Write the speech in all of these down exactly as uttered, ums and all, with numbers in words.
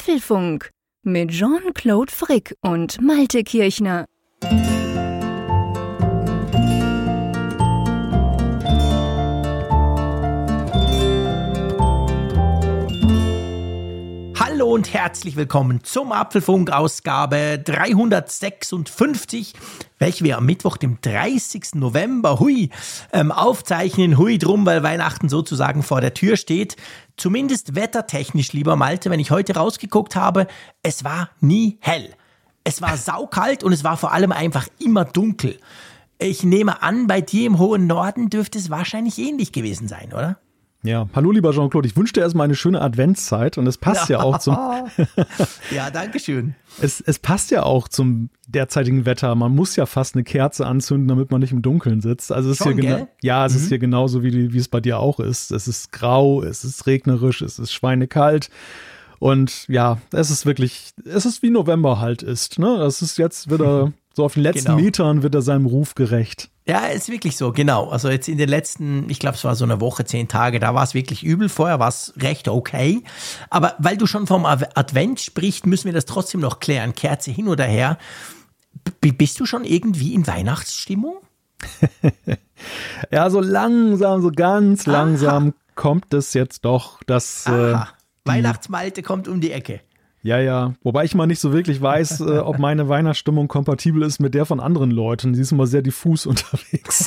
Apfelfunk mit Jean-Claude Frick und Malte Kirchner. Hallo und herzlich willkommen zum Apfelfunk-Ausgabe dreihundertsechsundfünfzig, welche wir am Mittwoch, dem dreißigsten November, hui, ähm, aufzeichnen. Hui drum, weil Weihnachten sozusagen vor der Tür steht. Zumindest wettertechnisch, lieber Malte, wenn ich heute rausgeguckt habe, es war nie hell. Es war saukalt und es war vor allem einfach immer dunkel. Ich nehme an, bei dir im hohen Norden dürfte es wahrscheinlich ähnlich gewesen sein, oder? Ja, hallo lieber Jean-Claude, ich wünsche dir erstmal eine schöne Adventszeit und es passt ja, ja auch zum Ja, danke schön. Es, es passt ja auch zum derzeitigen Wetter. Man muss ja fast eine Kerze anzünden, damit man nicht im Dunkeln sitzt. Also es ist Schon, hier gell? gena- ja, es Mhm. ist hier genauso wie, die, wie es bei dir auch ist. Es ist grau, es ist regnerisch, es ist schweinekalt. Und ja, es ist wirklich, es ist wie November halt ist. Ne? Das ist jetzt wieder so auf den letzten Genau. Metern wird er seinem Ruf gerecht. Ja, ist wirklich so, genau. Also jetzt in den letzten, ich glaube, es war so eine Woche, zehn Tage, da war es wirklich übel. Vorher war es recht okay. Aber weil du schon vom Advent sprichst, müssen wir das trotzdem noch klären. Kerze hin oder her. B- bist du schon irgendwie in Weihnachtsstimmung? Ja, so langsam, so ganz Aha. langsam kommt es jetzt doch, dass äh, Aha. Weihnachtsmalte kommt um die Ecke. Ja, ja. Wobei ich mal nicht so wirklich weiß, äh, ob meine Weihnachtsstimmung kompatibel ist mit der von anderen Leuten. Sie ist immer sehr diffus unterwegs.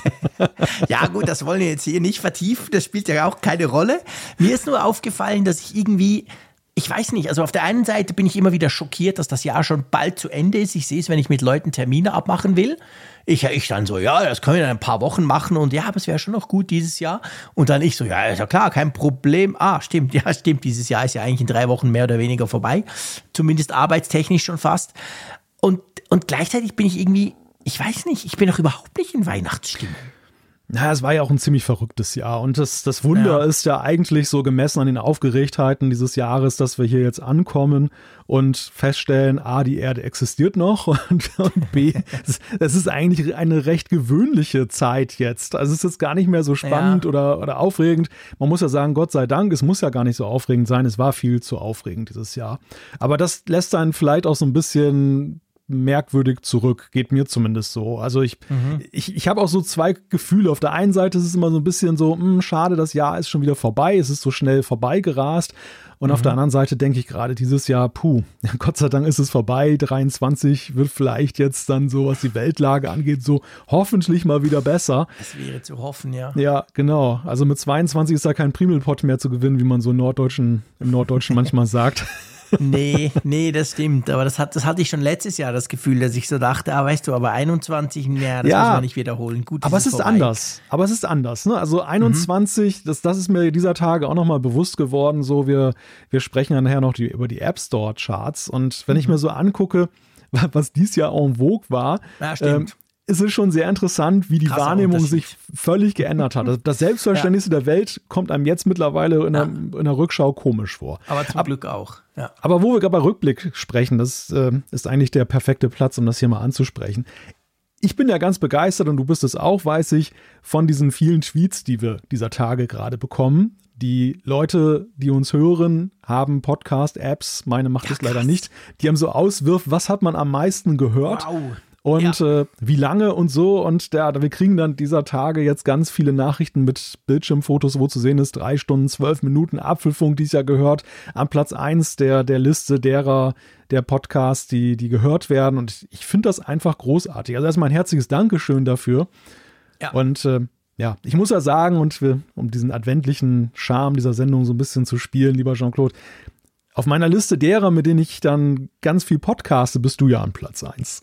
Ja gut, das wollen wir jetzt hier nicht vertiefen, das spielt ja auch keine Rolle. Mir ist nur aufgefallen, dass ich irgendwie, ich weiß nicht, also auf der einen Seite bin ich immer wieder schockiert, dass das Jahr schon bald zu Ende ist. Ich sehe es, wenn ich mit Leuten Termine abmachen will. Ich, ich dann so, ja, das können wir in ein paar Wochen machen und ja, aber es wäre schon noch gut dieses Jahr. Und dann ich so, ja, ist ja klar, kein Problem. Ah, stimmt, ja, stimmt, dieses Jahr ist ja eigentlich in drei Wochen mehr oder weniger vorbei. Zumindest arbeitstechnisch schon fast. Und, und gleichzeitig bin ich irgendwie, ich weiß nicht, ich bin doch überhaupt nicht in Weihnachtsstimmung. Na, es war ja auch ein ziemlich verrücktes Jahr. Und das, das Wunder Ja. ist ja eigentlich so gemessen an den Aufgeregtheiten dieses Jahres, dass wir hier jetzt ankommen und feststellen, A, die Erde existiert noch und, und B, es, es ist eigentlich eine recht gewöhnliche Zeit jetzt. Also es ist jetzt gar nicht mehr so spannend Ja. oder, oder aufregend. Man muss ja sagen, Gott sei Dank, es muss ja gar nicht so aufregend sein. Es war viel zu aufregend dieses Jahr. Aber das lässt einen vielleicht auch so ein bisschen merkwürdig zurück, geht mir zumindest so. Also ich, Mhm. ich, ich habe auch so zwei Gefühle. Auf der einen Seite ist es immer so ein bisschen so, mh, schade, das Jahr ist schon wieder vorbei, es ist so schnell vorbeigerast. Und Mhm. auf der anderen Seite denke ich gerade dieses Jahr, puh, Gott sei Dank ist es vorbei. dreiundzwanzig wird vielleicht jetzt dann so, was die Weltlage angeht, so hoffentlich mal wieder besser. Das wäre zu hoffen, ja. Ja, genau. Also mit zweiundzwanzig ist da kein Primelpott mehr zu gewinnen, wie man so im Norddeutschen, im Norddeutschen manchmal sagt. Nee, nee, das stimmt. Aber das, hat, das hatte ich schon letztes Jahr, das Gefühl, dass ich so dachte, ah, weißt du, aber einundzwanzig, naja, das Ja. muss man nicht wiederholen. Gut, Aber es es ist vorbei. anders. Aber es ist anders. Ne? Also einundzwanzig, das, das ist mir dieser Tage auch nochmal bewusst geworden. So, wir, wir sprechen ja nachher noch die, über die App Store Charts. Und wenn ich mir so angucke, was dieses Jahr en vogue war, Ja, stimmt. ist es schon sehr interessant, wie die Krasser Wahrnehmung Unterschied. sich völlig geändert hat. Das- Das Selbstverständlichste der Welt kommt einem jetzt mittlerweile in, der, in der Rückschau komisch vor. Aber zum Glück auch. Ja. Aber wo wir gerade bei Rückblick sprechen, das äh, ist eigentlich der perfekte Platz, um das hier mal anzusprechen. Ich bin ja ganz begeistert und du bist es auch, weiß ich, von diesen vielen Tweets, die wir dieser Tage gerade bekommen. Die Leute, die uns hören, haben Podcast-Apps, meine macht Ja, es leider krass. nicht. Die haben so Auswürfe, was hat man am meisten gehört? Wow. Und Ja. äh, wie lange und so. Und der, wir kriegen dann dieser Tage jetzt ganz viele Nachrichten mit Bildschirmfotos, wo zu sehen ist, drei Stunden, zwölf Minuten Apfelfunk, dies Jahr gehört. An Platz eins der, der Liste derer, der Podcasts, die, die gehört werden. Und ich finde das einfach großartig. Also erstmal ein herzliches Dankeschön dafür. Ja. Und äh, ja, ich muss ja sagen, und wir, um diesen adventlichen Charme dieser Sendung so ein bisschen zu spielen, lieber Jean-Claude, auf meiner Liste derer, mit denen ich dann ganz viel podcaste, bist du ja an Platz eins.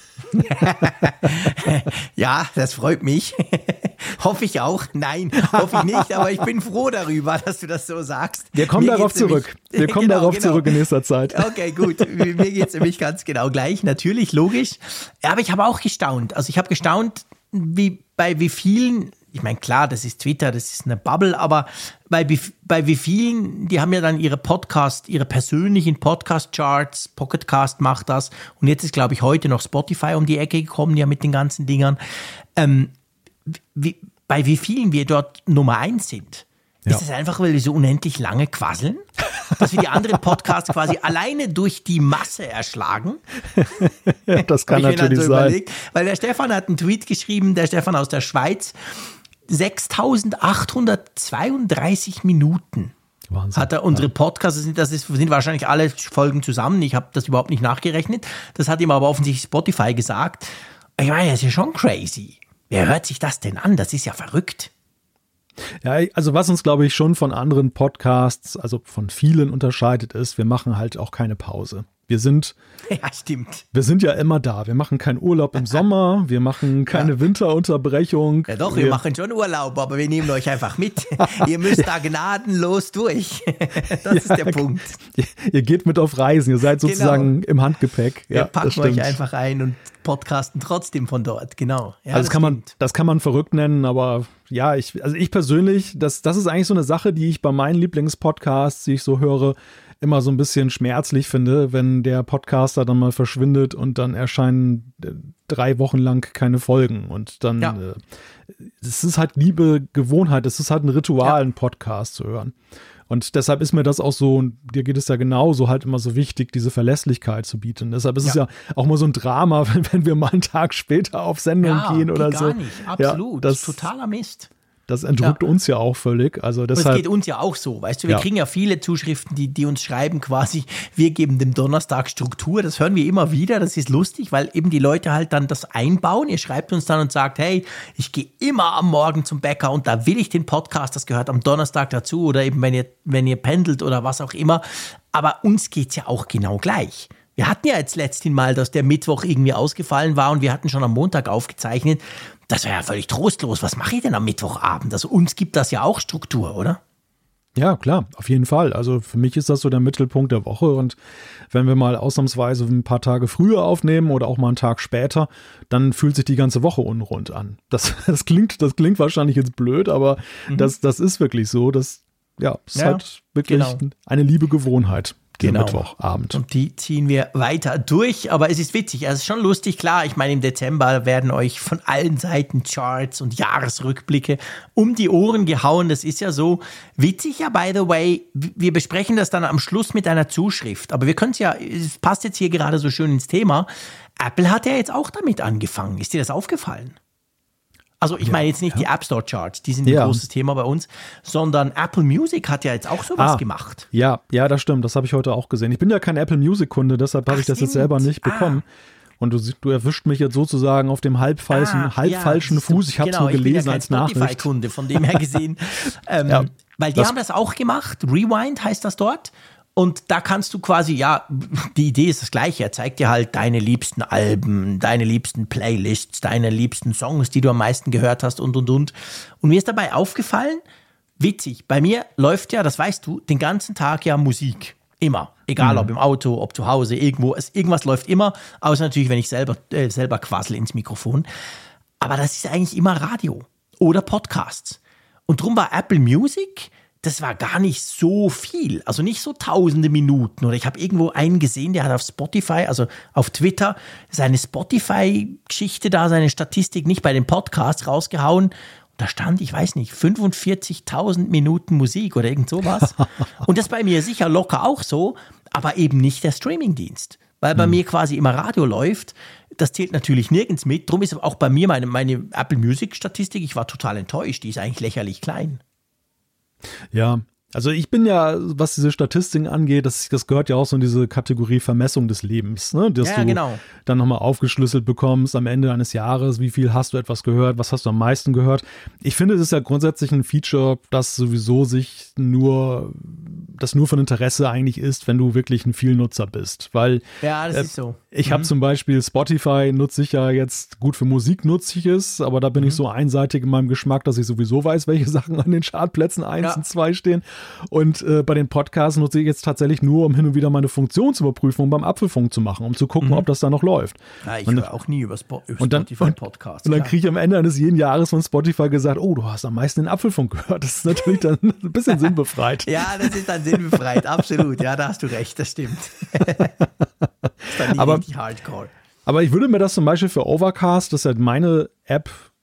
Ja, das freut mich. Hoffe ich auch. Nein, hoffe ich nicht, aber ich bin froh darüber, dass du das so sagst. Wir kommen Mir darauf geht's nämlich- zurück. Wir kommen Genau, darauf genau. zurück in nächster Zeit. Okay, gut. Mir geht es nämlich ganz genau gleich. Natürlich, logisch. Ja, aber ich habe auch gestaunt. Also ich habe gestaunt, wie bei wie vielen, ich meine, klar, das ist Twitter, das ist eine Bubble, aber bei, wie- bei wie vielen, die haben ja dann ihre Podcast, ihre persönlichen Podcast-Charts, Pocketcast macht das und jetzt ist, glaube ich, heute noch Spotify um die Ecke gekommen, ja, mit den ganzen Dingern. Ähm, wie, bei wie vielen wir dort Nummer eins sind. Ja. Ist das einfach, weil wir so unendlich lange quasseln? Dass wir die anderen Podcasts quasi alleine durch die Masse erschlagen? Ja, das kann natürlich so sein. Überlegt, weil der Stefan hat einen Tweet geschrieben, der Stefan aus der Schweiz, sechstausendachthundertzweiunddreißig Minuten. Wahnsinn. Hat er unsere Podcasts, das, sind, das ist, sind wahrscheinlich alle Folgen zusammen, ich habe das überhaupt nicht nachgerechnet, das hat ihm aber offensichtlich Spotify gesagt. Ich meine, das ist ja schon crazy. Wer hört sich das denn an? Das ist ja verrückt. Ja, also was uns, glaube ich, schon von anderen Podcasts, also von vielen unterscheidet, ist, wir machen halt auch keine Pause. Wir sind, ja, stimmt. Wir sind ja immer da. Wir machen keinen Urlaub im Sommer, wir machen keine ja. Winterunterbrechung. Ja doch, wir, wir machen schon Urlaub, aber wir nehmen euch einfach mit. Ihr müsst da gnadenlos durch. Das ja, ist der Punkt. Ihr, ihr geht mit auf Reisen, ihr seid sozusagen genau. im Handgepäck. Wir ja, packen euch einfach ein und podcasten trotzdem von dort, genau. Ja, also das, das kann man, das kann man verrückt nennen, aber ja, ich, also ich persönlich, das, das ist eigentlich so eine Sache, die ich bei meinen Lieblingspodcasts, die ich so höre, immer so ein bisschen schmerzlich finde, wenn der Podcaster dann mal verschwindet und dann erscheinen drei Wochen lang keine Folgen und dann, ja. äh, es ist halt liebe Gewohnheit, es ist halt ein Ritual, ja. einen Podcast zu hören. Und deshalb ist mir das auch so, und dir geht es ja genauso, halt immer so wichtig, diese Verlässlichkeit zu bieten. Deshalb ist ja. es ja auch mal so ein Drama, wenn, wenn wir mal einen Tag später auf Sendung ja, gehen oder gar so. Gar nicht, absolut. Ja, das ist totaler Mist. Das entrückt ja. uns ja auch völlig. Also deshalb, das geht uns ja auch so, weißt du, wir ja. kriegen ja viele Zuschriften, die, die uns schreiben quasi, wir geben dem Donnerstag Struktur, das hören wir immer wieder, das ist lustig, weil eben die Leute halt dann das einbauen, ihr schreibt uns dann und sagt, hey, ich gehe immer am Morgen zum Bäcker und da will ich den Podcast, das gehört am Donnerstag dazu oder eben wenn ihr, wenn ihr pendelt oder was auch immer, aber uns geht's ja auch genau gleich. Wir hatten ja jetzt letztens mal, dass der Mittwoch irgendwie ausgefallen war und wir hatten schon am Montag aufgezeichnet. Das wäre ja völlig trostlos. Was mache ich denn am Mittwochabend? Also uns gibt das ja auch Struktur, oder? Ja, klar, auf jeden Fall. Also für mich ist das so der Mittelpunkt der Woche und wenn wir mal ausnahmsweise ein paar Tage früher aufnehmen oder auch mal einen Tag später, dann fühlt sich die ganze Woche unrund an. Das, das klingt, das klingt wahrscheinlich jetzt blöd, aber mhm. das, das ist wirklich so. Das, ja, ist ja, halt wirklich genau. eine liebe Gewohnheit. Genau. Mittwochabend. Und die ziehen wir weiter durch, aber es ist witzig, es ist schon lustig, klar, ich meine im Dezember werden euch von allen Seiten Charts und Jahresrückblicke um die Ohren gehauen, das ist ja so witzig, ja, by the way, wir besprechen das dann am Schluss mit einer Zuschrift, aber wir können es ja, es passt jetzt hier gerade so schön ins Thema, Apple hat ja jetzt auch damit angefangen, ist dir das aufgefallen? Also ich ja, meine jetzt nicht ja. die App Store Charts, die sind ein ja. großes Thema bei uns, sondern Apple Music hat ja jetzt auch sowas ah, gemacht. Ja, ja, das stimmt, das habe ich heute auch gesehen. Ich bin ja kein Apple Music Kunde, deshalb habe ich das jetzt selber nicht bekommen. Ah. Und du, du erwischt mich jetzt sozusagen auf dem halb falschen, ah, halb ja, falschen Fuß. Ich habe es genau, nur gelesen als Nachricht. Ich bin ja kein Spotify-Kunde, von dem her gesehen. ähm, ja, weil die haben das auch gemacht, Rewind heißt das dort. Und da kannst du quasi, ja, die Idee ist das Gleiche. Er zeigt dir halt deine liebsten Alben, deine liebsten Playlists, deine liebsten Songs, die du am meisten gehört hast und, und, und. Und mir ist dabei aufgefallen, witzig, bei mir läuft ja, das weißt du, den ganzen Tag ja Musik. Immer. Egal, mhm. ob im Auto, ob zu Hause, irgendwo. Es, irgendwas läuft immer, außer natürlich, wenn ich selber, äh, selber quassel ins Mikrofon. Aber das ist eigentlich immer Radio oder Podcasts. Und drum war Apple Music... Das war gar nicht so viel, also nicht so tausende Minuten. Oder ich habe irgendwo einen gesehen, der hat auf Spotify, also auf Twitter, seine Spotify-Geschichte da, seine Statistik nicht bei den Podcasts rausgehauen. Und da stand, ich weiß nicht, fünfundvierzigtausend Minuten Musik oder irgend sowas. Und das bei mir sicher locker auch so, aber eben nicht der Streamingdienst. Weil bei hm. mir quasi immer Radio läuft. Das zählt natürlich nirgends mit. Drum ist auch bei mir meine, meine Apple Music-Statistik, ich war total enttäuscht, die ist eigentlich lächerlich klein. Ja, also ich bin ja, was diese Statistiken angeht, das, das gehört ja auch so in diese Kategorie Vermessung des Lebens, ne? Dass ja, du genau. dann nochmal aufgeschlüsselt bekommst am Ende eines Jahres, wie viel hast du etwas gehört, was hast du am meisten gehört. Ich finde, es ist ja grundsätzlich ein Feature, das sowieso sich nur, das nur von Interesse eigentlich ist, wenn du wirklich ein Vielnutzer bist, weil ja, das äh, ist so. Ich mhm. habe zum Beispiel Spotify, nutze ich ja jetzt gut für Musik, nutze ich es, aber da bin mhm. ich so einseitig in meinem Geschmack, dass ich sowieso weiß, welche Sachen an den Chartplätzen eins ja. und zwei stehen. Und äh, bei den Podcasts nutze ich jetzt tatsächlich nur, um hin und wieder meine Funktionsüberprüfung beim Apfelfunk zu machen, um zu gucken, mhm. ob das da noch läuft. Ja, ich höre auch nie über, Spo- über und dann, Spotify Podcasts. Und, und dann kriege ich am Ende eines jeden Jahres von Spotify gesagt, oh, du hast am meisten den Apfelfunk gehört. Das ist natürlich dann ein bisschen sinnbefreit. Ja, das ist dann sinnbefreit, absolut. Ja, da hast du recht, das stimmt. Das ist dann nicht aber, richtig hardcore. Aber ich würde mir das zum Beispiel für Overcast, das ist halt meine App,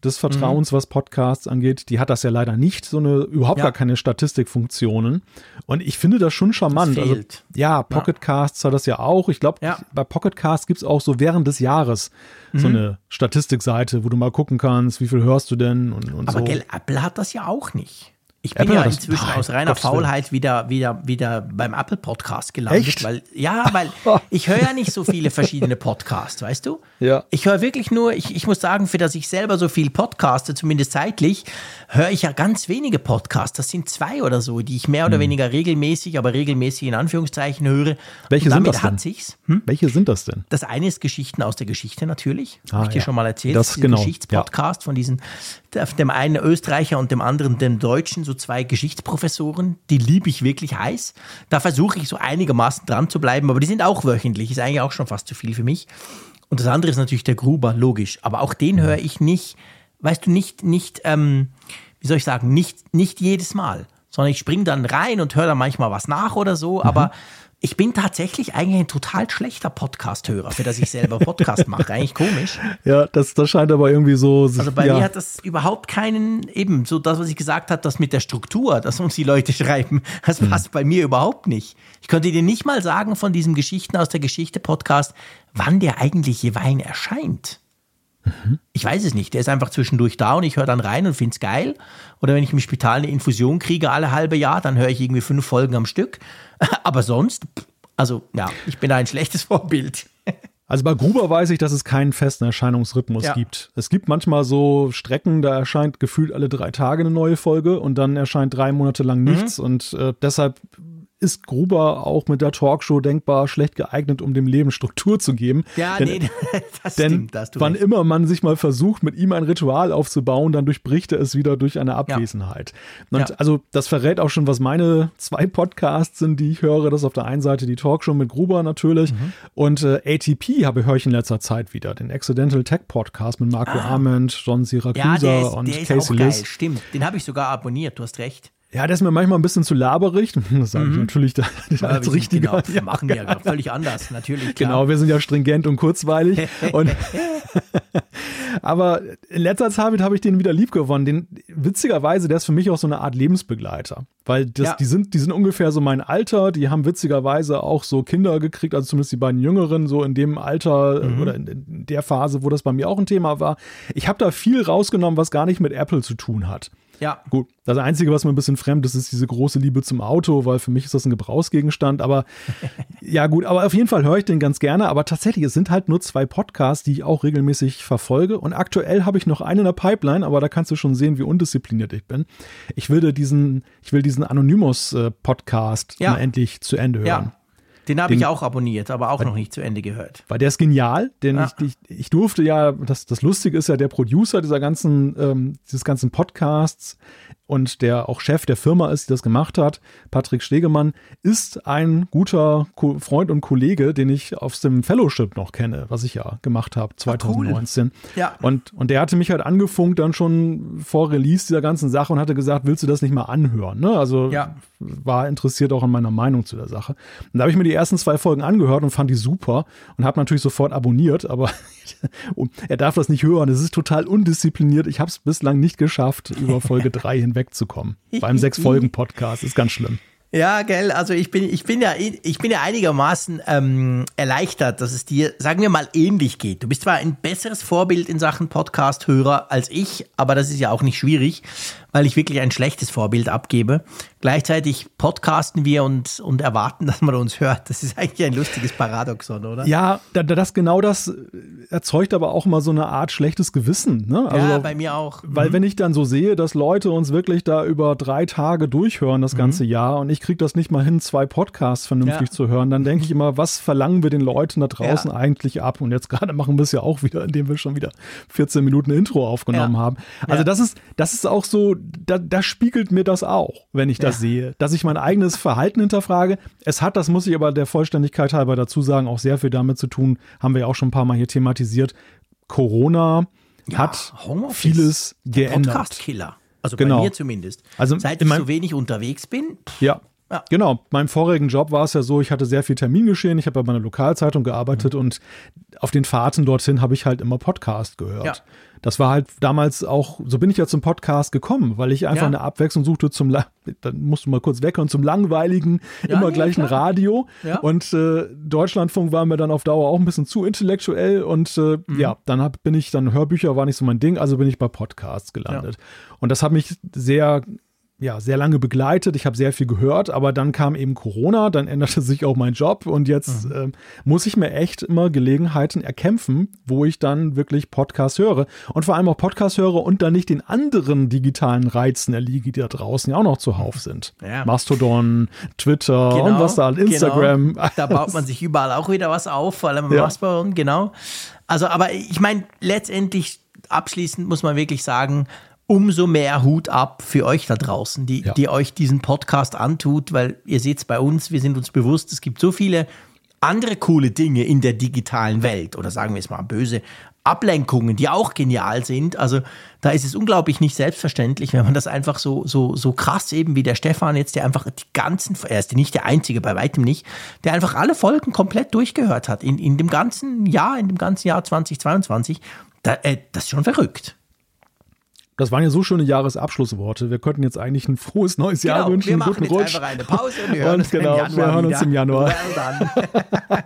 des Vertrauens, mhm. was Podcasts angeht. Die hat das ja leider nicht, so eine überhaupt ja. gar keine Statistikfunktionen. Und ich finde das schon charmant. Das fehlt. Also, ja, Pocket Casts hat das ja auch. Ich glaube, ja. bei Pocket Casts gibt es auch so während des Jahres mhm. so eine Statistikseite, wo du mal gucken kannst, wie viel hörst du denn und, und Aber so. gell, Apple hat das ja auch nicht. Ich bin Apple ja das, inzwischen nein, aus reiner Gottes Faulheit wieder, wieder, wieder beim Apple Podcast gelandet. Echt? Weil, ja, weil ich höre ja nicht so viele verschiedene Podcasts, weißt du? Ja. Ich höre wirklich nur, ich, ich muss sagen, für das ich selber so viel podcaste, zumindest zeitlich, höre ich ja ganz wenige Podcasts. Das sind zwei oder so, die ich mehr oder hm. weniger regelmäßig, aber regelmäßig in Anführungszeichen höre. Welche Und sind damit das denn? hat sich's. Hm? Welche sind das denn? Das eine ist Geschichten aus der Geschichte natürlich. Ah, Habe ich dir ja. schon mal erzählt. Das, das ist genau. ein Geschichtspodcast ja. von diesen, dem einen Österreicher und dem anderen dem Deutschen, so zwei Geschichtsprofessoren. Die liebe ich wirklich heiß. Da versuche ich so einigermaßen dran zu bleiben, aber die sind auch wöchentlich. Ist eigentlich auch schon fast zu viel für mich. Und das andere ist natürlich der Gruber, logisch. Aber auch den höre ich nicht, weißt du, nicht, nicht, ähm, wie soll ich sagen, nicht, nicht jedes Mal. Sondern ich springe dann rein und höre dann manchmal was nach oder so. Mhm. Aber ich bin tatsächlich eigentlich ein total schlechter Podcast-Hörer, für das ich selber Podcast mache. Eigentlich komisch. Ja, das, das scheint aber irgendwie so. Also bei ja. mir hat das überhaupt keinen, eben so das, was ich gesagt habe, das mit der Struktur, dass uns die Leute schreiben, das passt hm. bei mir überhaupt nicht. Ich könnte dir nicht mal sagen von diesem Geschichten aus der Geschichte-Podcast, wann der eigentlich jeweils erscheint. Mhm. Ich weiß es nicht. Der ist einfach zwischendurch da und ich höre dann rein und finde es geil. Oder wenn ich im Spital eine Infusion kriege alle halbe Jahr, dann höre ich irgendwie fünf Folgen am Stück. Aber sonst, also ja, ich bin da ein schlechtes Vorbild. Also bei Gruber weiß ich, dass es keinen festen Erscheinungsrhythmus ja. gibt. Es gibt manchmal so Strecken, da erscheint gefühlt alle drei Tage eine neue Folge und dann erscheint drei Monate lang nichts. Mhm. Und äh, deshalb ist Gruber auch mit der Talkshow denkbar schlecht geeignet, um dem Leben Struktur zu geben. Ja, denn, nee, das denn stimmt. Das wann recht. immer man sich mal versucht, mit ihm ein Ritual aufzubauen, dann durchbricht er es wieder durch eine Abwesenheit. Ja. Und ja. also das verrät auch schon, was meine zwei Podcasts sind, die ich höre. Das ist auf der einen Seite die Talkshow mit Gruber natürlich mhm. und äh, A T P habe höre ich in letzter Zeit wieder, den Accidental Tech Podcast mit Marco ah. Arment, John Siracusa ja, der ist, und der ist Casey auch geil. Liss. Stimmt, den habe ich sogar abonniert, du hast recht. Ja, der ist mir manchmal ein bisschen zu laberig. Das sage ich mhm. natürlich da, ja, als wir richtiger. Genau, ja, machen wir ja völlig anders, natürlich. Klar. Genau, wir sind ja stringent und kurzweilig. und aber in letzter Zeit habe ich den wieder lieb gewonnen. Den, witzigerweise, der ist für mich auch so eine Art Lebensbegleiter. Weil das, ja. die, sind, die sind ungefähr so mein Alter. Die haben witzigerweise auch so Kinder gekriegt, also zumindest die beiden Jüngeren, so in dem Alter mhm. oder in, in der Phase, wo das bei mir auch ein Thema war. Ich habe da viel rausgenommen, was gar nicht mit Apple zu tun hat. Ja. Gut, das Einzige, was mir ein bisschen fremd ist, ist diese große Liebe zum Auto, weil für mich ist das ein Gebrauchsgegenstand, aber ja gut, aber auf jeden Fall höre ich den ganz gerne, aber tatsächlich, es sind halt nur zwei Podcasts, die ich auch regelmäßig verfolge und aktuell habe ich noch einen in der Pipeline, aber da kannst du schon sehen, wie undiszipliniert ich bin. Ich will diesen, ich will diesen Anonymous-Podcast ja. mal endlich zu Ende hören. Ja. Den habe ich auch abonniert, aber auch weil, noch nicht zu Ende gehört. Weil der ist genial, denn ja. ich, ich, ich durfte ja, das, das Lustige ist ja, der Producer dieser ganzen, ähm, dieses ganzen Podcasts und der auch Chef der Firma ist, die das gemacht hat, Patrick Stegemann, ist ein guter Ko- Freund und Kollege, den ich aus dem Fellowship noch kenne, was ich ja gemacht habe, zwanzig neunzehn. Ach, cool. Ja. Und, und der hatte mich halt angefunkt dann schon vor Release dieser ganzen Sache und hatte gesagt, willst du das nicht mal anhören? Ne? Also ja. war interessiert auch an meiner Meinung zu der Sache. Und da habe ich mir die ersten zwei Folgen angehört und fand die super und habe natürlich sofort abonniert, aber er darf das nicht hören. Es ist total undiszipliniert. Ich habe es bislang nicht geschafft, über Folge drei hinwegzukommen. Beim Sechs-Folgen-Podcast ist ganz schlimm. Ja, gell, also ich bin, ich bin ja, ich bin ja einigermaßen ähm, erleichtert, dass es dir, sagen wir mal, ähnlich geht. Du bist zwar ein besseres Vorbild in Sachen Podcast-Hörer als ich, aber das ist ja auch nicht schwierig, weil ich wirklich ein schlechtes Vorbild abgebe. Gleichzeitig podcasten wir und, und erwarten, dass man uns hört. Das ist eigentlich ein lustiges Paradoxon, oder? Ja, das genau das erzeugt aber auch immer so eine Art schlechtes Gewissen. Ne? Also, ja, bei mir auch. Weil mhm. wenn ich dann so sehe, dass Leute uns wirklich da über drei Tage durchhören das ganze mhm. Jahr und ich kriege das nicht mal hin, zwei Podcasts vernünftig ja. zu hören, dann denke ich immer, was verlangen wir den Leuten da draußen ja. eigentlich ab? Und jetzt gerade machen wir es ja auch wieder, indem wir schon wieder vierzehn Minuten Intro aufgenommen ja. haben. Also ja. das ist, das ist auch so, da, da spiegelt mir das auch, wenn ich das ja. sehe, dass ich mein eigenes Verhalten hinterfrage. Es hat, das muss ich aber der Vollständigkeit halber dazu sagen, auch sehr viel damit zu tun, haben wir ja auch schon ein paar Mal hier thematisiert. Corona ja, hat Homeoffice, vieles geändert. Podcast-Killer. Also genau. bei mir zumindest. Also seit ich so wenig unterwegs bin. Ja. Ja. Genau, meinem vorigen Job war es ja so, ich hatte sehr viel Termingeschehen, ich habe bei einer Lokalzeitung gearbeitet mhm. und auf den Fahrten dorthin habe ich halt immer Podcast gehört. Ja. Das war halt damals auch, so bin ich ja zum Podcast gekommen, weil ich einfach ja. eine Abwechslung suchte zum, dann musst du mal kurz weg und zum langweiligen, ja, immer nee, gleichen klar. Radio. Ja. Und äh, Deutschlandfunk war mir dann auf Dauer auch ein bisschen zu intellektuell und äh, mhm. ja, dann hab, bin ich dann, Hörbücher war nicht so mein Ding, also bin ich bei Podcasts gelandet. Ja. Und das hat mich sehr... ja, sehr lange begleitet. Ich habe sehr viel gehört, aber dann kam eben Corona, dann änderte sich auch mein Job und jetzt mhm. ähm, muss ich mir echt immer Gelegenheiten erkämpfen, wo ich dann wirklich Podcasts höre und vor allem auch Podcasts höre und dann nicht den anderen digitalen Reizen erliege, die da draußen ja auch noch zuhauf sind. Ja. Mastodon, Twitter genau, und was da, Instagram. Genau. Da baut man sich überall auch wieder was auf, vor allem ja. Mastodon, genau. Also, aber ich meine, letztendlich abschließend muss man wirklich sagen, umso mehr Hut ab für euch da draußen, die, ja. die euch diesen Podcast antut, weil ihr seht es bei uns, wir sind uns bewusst, es gibt so viele andere coole Dinge in der digitalen Welt oder sagen wir es mal böse Ablenkungen, die auch genial sind. Also da ist es unglaublich nicht selbstverständlich, wenn man das einfach so, so, so krass eben wie der Stefan jetzt, der einfach die ganzen, er ist nicht der Einzige, bei weitem nicht, der einfach alle Folgen komplett durchgehört hat in, in dem ganzen Jahr, in dem ganzen Jahr zweitausendzweiundzwanzig. Da, äh, das ist schon verrückt. Das waren ja so schöne Jahresabschlussworte. Wir könnten jetzt eigentlich ein frohes neues Jahr genau, wünschen. Wir machen guten jetzt Rutsch. einfach eine Pause und wir hören, und uns, genau, im Januar wir hören uns wieder. im Januar. Well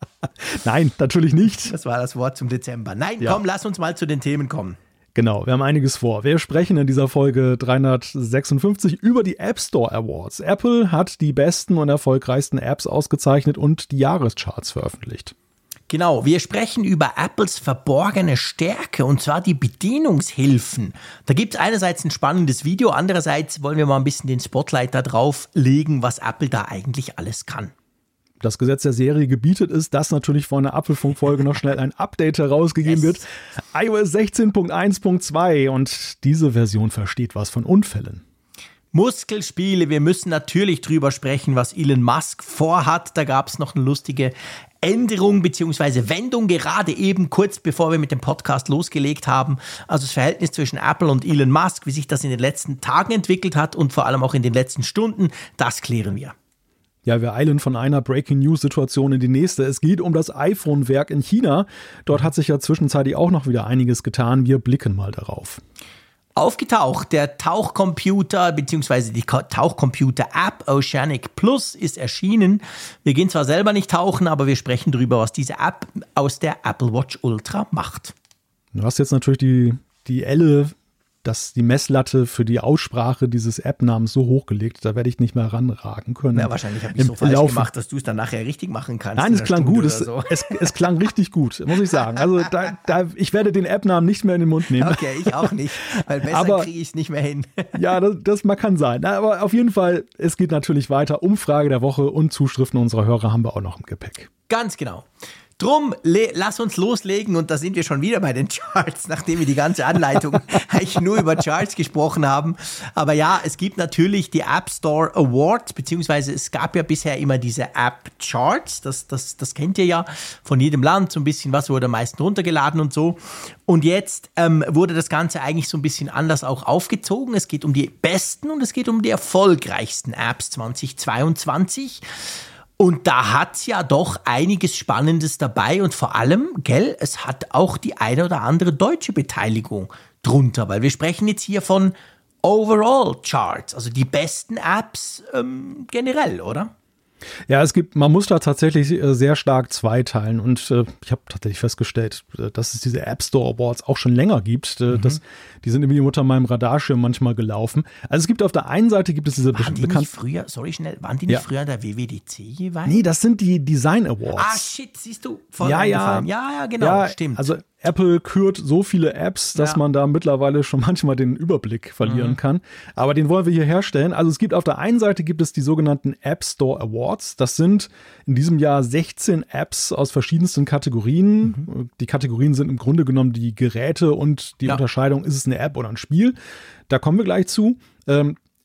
Nein, natürlich nicht. Das war das Wort zum Dezember. Nein, ja. komm, lass uns mal zu den Themen kommen. Genau, wir haben einiges vor. Wir sprechen in dieser Folge dreihundertsechsundfünfzig über die App Store Awards. Apple hat die besten und erfolgreichsten Apps ausgezeichnet und die Jahrescharts veröffentlicht. Genau, wir sprechen über Apples verborgene Stärke und zwar die Bedienungshilfen. Da gibt es einerseits ein spannendes Video, andererseits wollen wir mal ein bisschen den Spotlight da drauf legen, was Apple da eigentlich alles kann. Das Gesetz der Serie gebietet es, dass natürlich vor einer Apfelfunk-Folge noch schnell ein Update herausgegeben yes. wird. iOS sechzehn Punkt eins Punkt zwei und diese Version versteht was von Unfällen. Muskelspiele, wir müssen natürlich drüber sprechen, was Elon Musk vorhat. Da gab es noch eine lustige Änderung bzw. Wendung, gerade eben kurz bevor wir mit dem Podcast losgelegt haben. Also das Verhältnis zwischen Apple und Elon Musk, wie sich das in den letzten Tagen entwickelt hat und vor allem auch in den letzten Stunden, das klären wir. Ja, wir eilen von einer Breaking-News-Situation in die nächste. Es geht um das iPhone-Werk in China. Dort hat sich ja zwischenzeitlich auch noch wieder einiges getan. Wir blicken mal darauf. Aufgetaucht, der Tauchcomputer bzw. die Tauchcomputer-App Oceanic Plus ist erschienen. Wir gehen zwar selber nicht tauchen, aber wir sprechen darüber, was diese App aus der Apple Watch Ultra macht. Du hast jetzt natürlich die, die Elle, dass die Messlatte für die Aussprache dieses App-Namens so hochgelegt, da werde ich nicht mehr ranragen können. Ja, wahrscheinlich habe ich so falsch Laufen. gemacht, dass du es dann nachher richtig machen kannst. Nein, es klang Stunde gut, es, so. es, es klang richtig gut, muss ich sagen. Also da, da, ich werde den App-Namen nicht mehr in den Mund nehmen. Okay, ich auch nicht, weil besser kriege ich es nicht mehr hin. Ja, das, das mal kann sein. Aber auf jeden Fall, es geht natürlich weiter. Umfrage der Woche und Zuschriften unserer Hörer haben wir auch noch im Gepäck. Ganz genau. Drum, le- lass uns loslegen und da sind wir schon wieder bei den Charts, nachdem wir die ganze Anleitung eigentlich nur über Charts gesprochen haben. Aber ja, es gibt natürlich die App Store Awards, beziehungsweise es gab ja bisher immer diese App Charts, das, das, das kennt ihr ja von jedem Land, so ein bisschen, was wurde am meisten runtergeladen und so. Und jetzt ähm, wurde das Ganze eigentlich so ein bisschen anders auch aufgezogen. Es geht um die besten und es geht um die erfolgreichsten Apps zweitausendzweiundzwanzig. Und da hat's ja doch einiges Spannendes dabei und vor allem, gell, es hat auch die eine oder andere deutsche Beteiligung drunter, weil wir sprechen jetzt hier von Overall Charts, also die besten Apps ähm, generell, oder? Ja, es gibt, man muss da tatsächlich sehr stark zweiteilen und äh, ich habe tatsächlich festgestellt, dass es diese App Store Awards auch schon länger gibt. Äh, mhm. das, die sind irgendwie unter meinem Radarschirm manchmal gelaufen. Also es gibt auf der einen Seite gibt es diese waren die bekannt nicht früher, sorry schnell, waren die nicht ja. früher an der W W D C jeweils? Nee, das sind die Design Awards. Ah shit, siehst du, voll ja, ja, ja, ja, genau, ja, stimmt. Also Apple kürt so viele Apps, dass ja. man da mittlerweile schon manchmal den Überblick verlieren mhm. kann. Aber den wollen wir hier herstellen. Also es gibt auf der einen Seite gibt es die sogenannten App Store Awards. Das sind in diesem Jahr sechzehn Apps aus verschiedensten Kategorien. Mhm. Die Kategorien sind im Grunde genommen die Geräte und die ja. Unterscheidung, ist es eine App oder ein Spiel. Da kommen wir gleich zu. Ähm,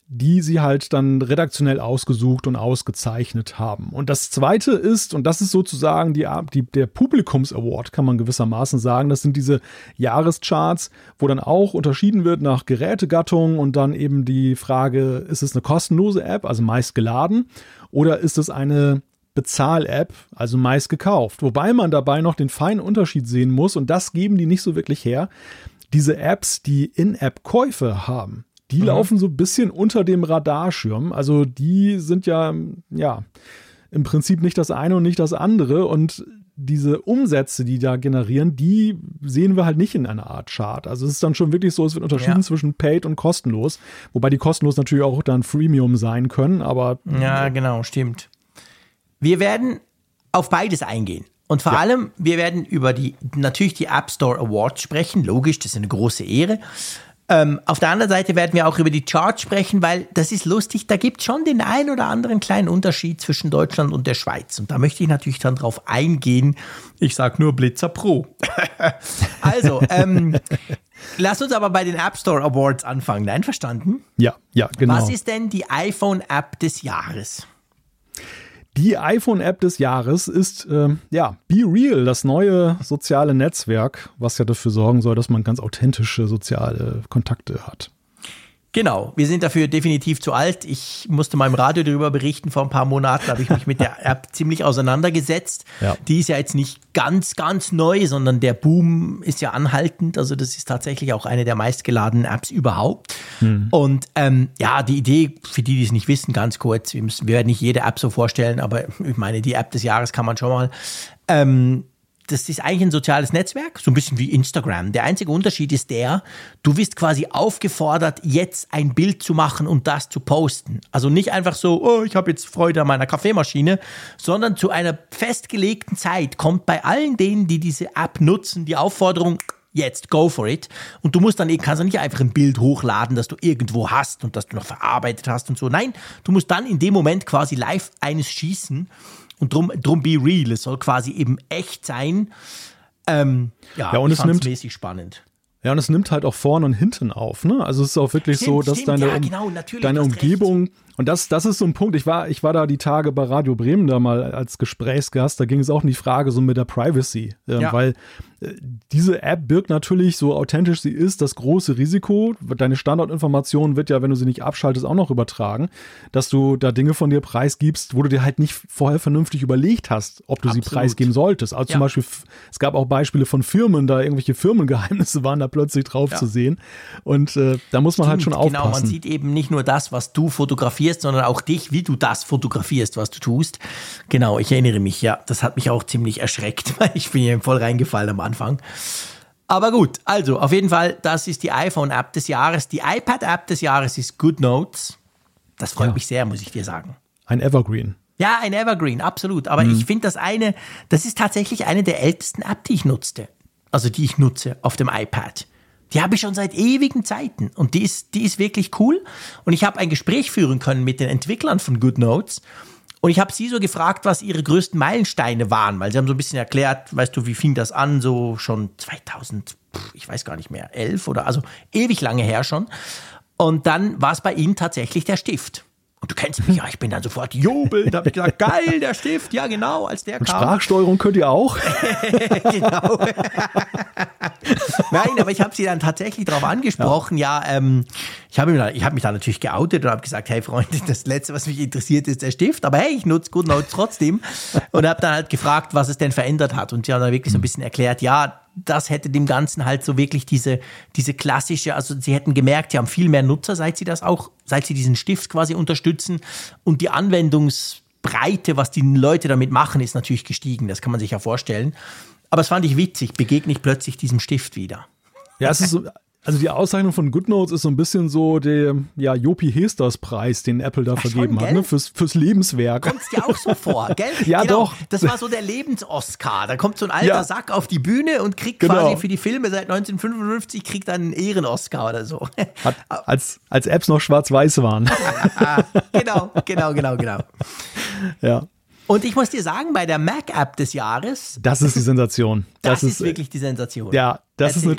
die sie halt dann redaktionell ausgesucht und ausgezeichnet haben. Und das Zweite ist, und das ist sozusagen die, die, der Publikums-Award, kann man gewissermaßen sagen, das sind diese Jahrescharts, wo dann auch unterschieden wird nach Gerätegattung und dann eben die Frage, ist es eine kostenlose App, also meist geladen, oder ist es eine Bezahl-App, also meist gekauft. Wobei man dabei noch den feinen Unterschied sehen muss, und das geben die nicht so wirklich her, diese Apps, die In-App-Käufe haben, die mhm. laufen so ein bisschen unter dem Radarschirm. Also die sind ja, ja, im Prinzip nicht das eine und nicht das andere. Und diese Umsätze, die da generieren, die sehen wir halt nicht in einer Art Chart. Also es ist dann schon wirklich so, es wird unterschieden ja. zwischen Paid und kostenlos. Wobei die kostenlos natürlich auch dann Freemium sein können, aber... Ja, genau, stimmt. Wir werden auf beides eingehen. Und vor ja. allem, wir werden über die, natürlich die App Store Awards sprechen. Logisch, das ist eine große Ehre. Ähm, auf der anderen Seite werden wir auch über die Charts sprechen, weil das ist lustig, da gibt es schon den einen oder anderen kleinen Unterschied zwischen Deutschland und der Schweiz. Und da möchte ich natürlich dann drauf eingehen. Ich sage nur Blitzer Pro. Also, ähm, lass uns aber bei den App Store Awards anfangen. Einverstanden? Ja, ja, genau. Was ist denn die iPhone-App des Jahres? Die iPhone-App des Jahres ist, äh, ja, Be Real, das neue soziale Netzwerk, was ja dafür sorgen soll, dass man ganz authentische soziale Kontakte hat. Genau, wir sind dafür definitiv zu alt. Ich musste mal im Radio darüber berichten, vor ein paar Monaten habe ich mich mit der App ziemlich auseinandergesetzt. Ja. Die ist ja jetzt nicht ganz, ganz neu, sondern der Boom ist ja anhaltend. Also das ist tatsächlich auch eine der meistgeladenen Apps überhaupt. Mhm. Und ähm, ja, die Idee, für die, die es nicht wissen, ganz kurz, wir, müssen, wir werden nicht jede App so vorstellen, aber ich meine, die App des Jahres kann man schon mal... Ähm, Das ist eigentlich ein soziales Netzwerk, so ein bisschen wie Instagram. Der einzige Unterschied ist der, du wirst quasi aufgefordert, jetzt ein Bild zu machen und das zu posten. Also nicht einfach so, oh, ich habe jetzt Freude an meiner Kaffeemaschine, sondern zu einer festgelegten Zeit kommt bei allen denen, die diese App nutzen, die Aufforderung, jetzt, go for it. Und du musst dann eben, kannst du nicht einfach ein Bild hochladen, das du irgendwo hast und das du noch verarbeitet hast und so. Nein, du musst dann in dem Moment quasi live eines schießen. Und drum, drum be real, es soll quasi eben echt sein. Ähm, ja, ja, und ich es nimmt mäßig spannend. Ja, und es nimmt halt auch vorne und hinten auf, ne? Also es ist auch wirklich stimmt, so, dass stimmt, deine, ja, genau, deine Umgebung, recht. Und das, das ist so ein Punkt, ich war, ich war da die Tage bei Radio Bremen da mal als Gesprächsgast, da ging es auch um die Frage so mit der Privacy, äh, ja. weil äh, diese App birgt natürlich, so authentisch sie ist, das große Risiko, deine Standardinformation wird ja, wenn du sie nicht abschaltest, auch noch übertragen, dass du da Dinge von dir preisgibst, wo du dir halt nicht vorher vernünftig überlegt hast, ob du Absolut. sie preisgeben solltest. Also ja. zum Beispiel, es gab auch Beispiele von Firmen, da irgendwelche Firmengeheimnisse waren da plötzlich drauf ja. zu sehen und äh, da muss man Stimmt, halt schon aufpassen. Genau, man sieht eben nicht nur das, was du fotografierst, sondern auch dich, wie du das fotografierst, was du tust. Genau, ich erinnere mich, ja, das hat mich auch ziemlich erschreckt, weil ich bin ja voll reingefallen am Anfang. Aber gut, also auf jeden Fall, das ist die iPhone-App des Jahres. Die iPad-App des Jahres ist GoodNotes. Das freut ja. mich sehr, muss ich dir sagen. Ein Evergreen. Ja, ein Evergreen, absolut. Aber mhm. ich finde das eine, das ist tatsächlich eine der ältesten Apps, die ich nutzte. Also die ich nutze auf dem iPad. Die habe ich schon seit ewigen Zeiten und die ist, die ist wirklich cool. Und ich habe ein Gespräch führen können mit den Entwicklern von GoodNotes und ich habe sie so gefragt, was ihre größten Meilensteine waren, weil sie haben so ein bisschen erklärt, weißt du, wie fing das an, so schon zweitausend, ich weiß gar nicht mehr, elf oder also ewig lange her schon. Und dann war es bei ihnen tatsächlich der Stift. Und du kennst mich ja, ich bin dann sofort jubelnd, da habe ich gesagt, geil, der Stift, ja genau, als der und kam. Sprachsteuerung könnt ihr auch? Genau. Nein, aber ich habe sie dann tatsächlich darauf angesprochen, ja, ja ähm, ich habe mich, hab mich da natürlich geoutet und habe gesagt, hey Freunde, das Letzte, was mich interessiert, ist der Stift, aber hey, ich nutze GoodNotes trotzdem und habe dann halt gefragt, was es denn verändert hat und sie haben dann wirklich so ein bisschen erklärt, ja, das hätte dem Ganzen halt so wirklich diese, diese klassische, also sie hätten gemerkt, sie haben viel mehr Nutzer, seit sie das auch, seit sie diesen Stift quasi unterstützen und die Anwendungsbreite, was die Leute damit machen, ist natürlich gestiegen, das kann man sich ja vorstellen. Aber es fand ich witzig, begegne ich plötzlich diesem Stift wieder. Ja, es ist so, also die Auszeichnung von GoodNotes ist so ein bisschen so der ja, Jopi Hesters Preis, den Apple da ja, vergeben schon, hat, ne? fürs, fürs Lebenswerk. Kommt es dir auch so vor, gell? Ja, genau, doch. Das war so der Lebens-Oscar. Da kommt so ein alter ja. Sack auf die Bühne und kriegt genau. quasi für die Filme seit neunzehnhundertfünfundfünfzig kriegt dann einen Ehren-Oscar oder so. Hat, als, als Apps noch schwarz-weiß waren. genau, genau, genau, genau. Ja. Und ich muss dir sagen, bei der Mac-App des Jahres... Das ist die Sensation. Das, das ist, ist wirklich die Sensation. Ja, das Erzähl. ist eine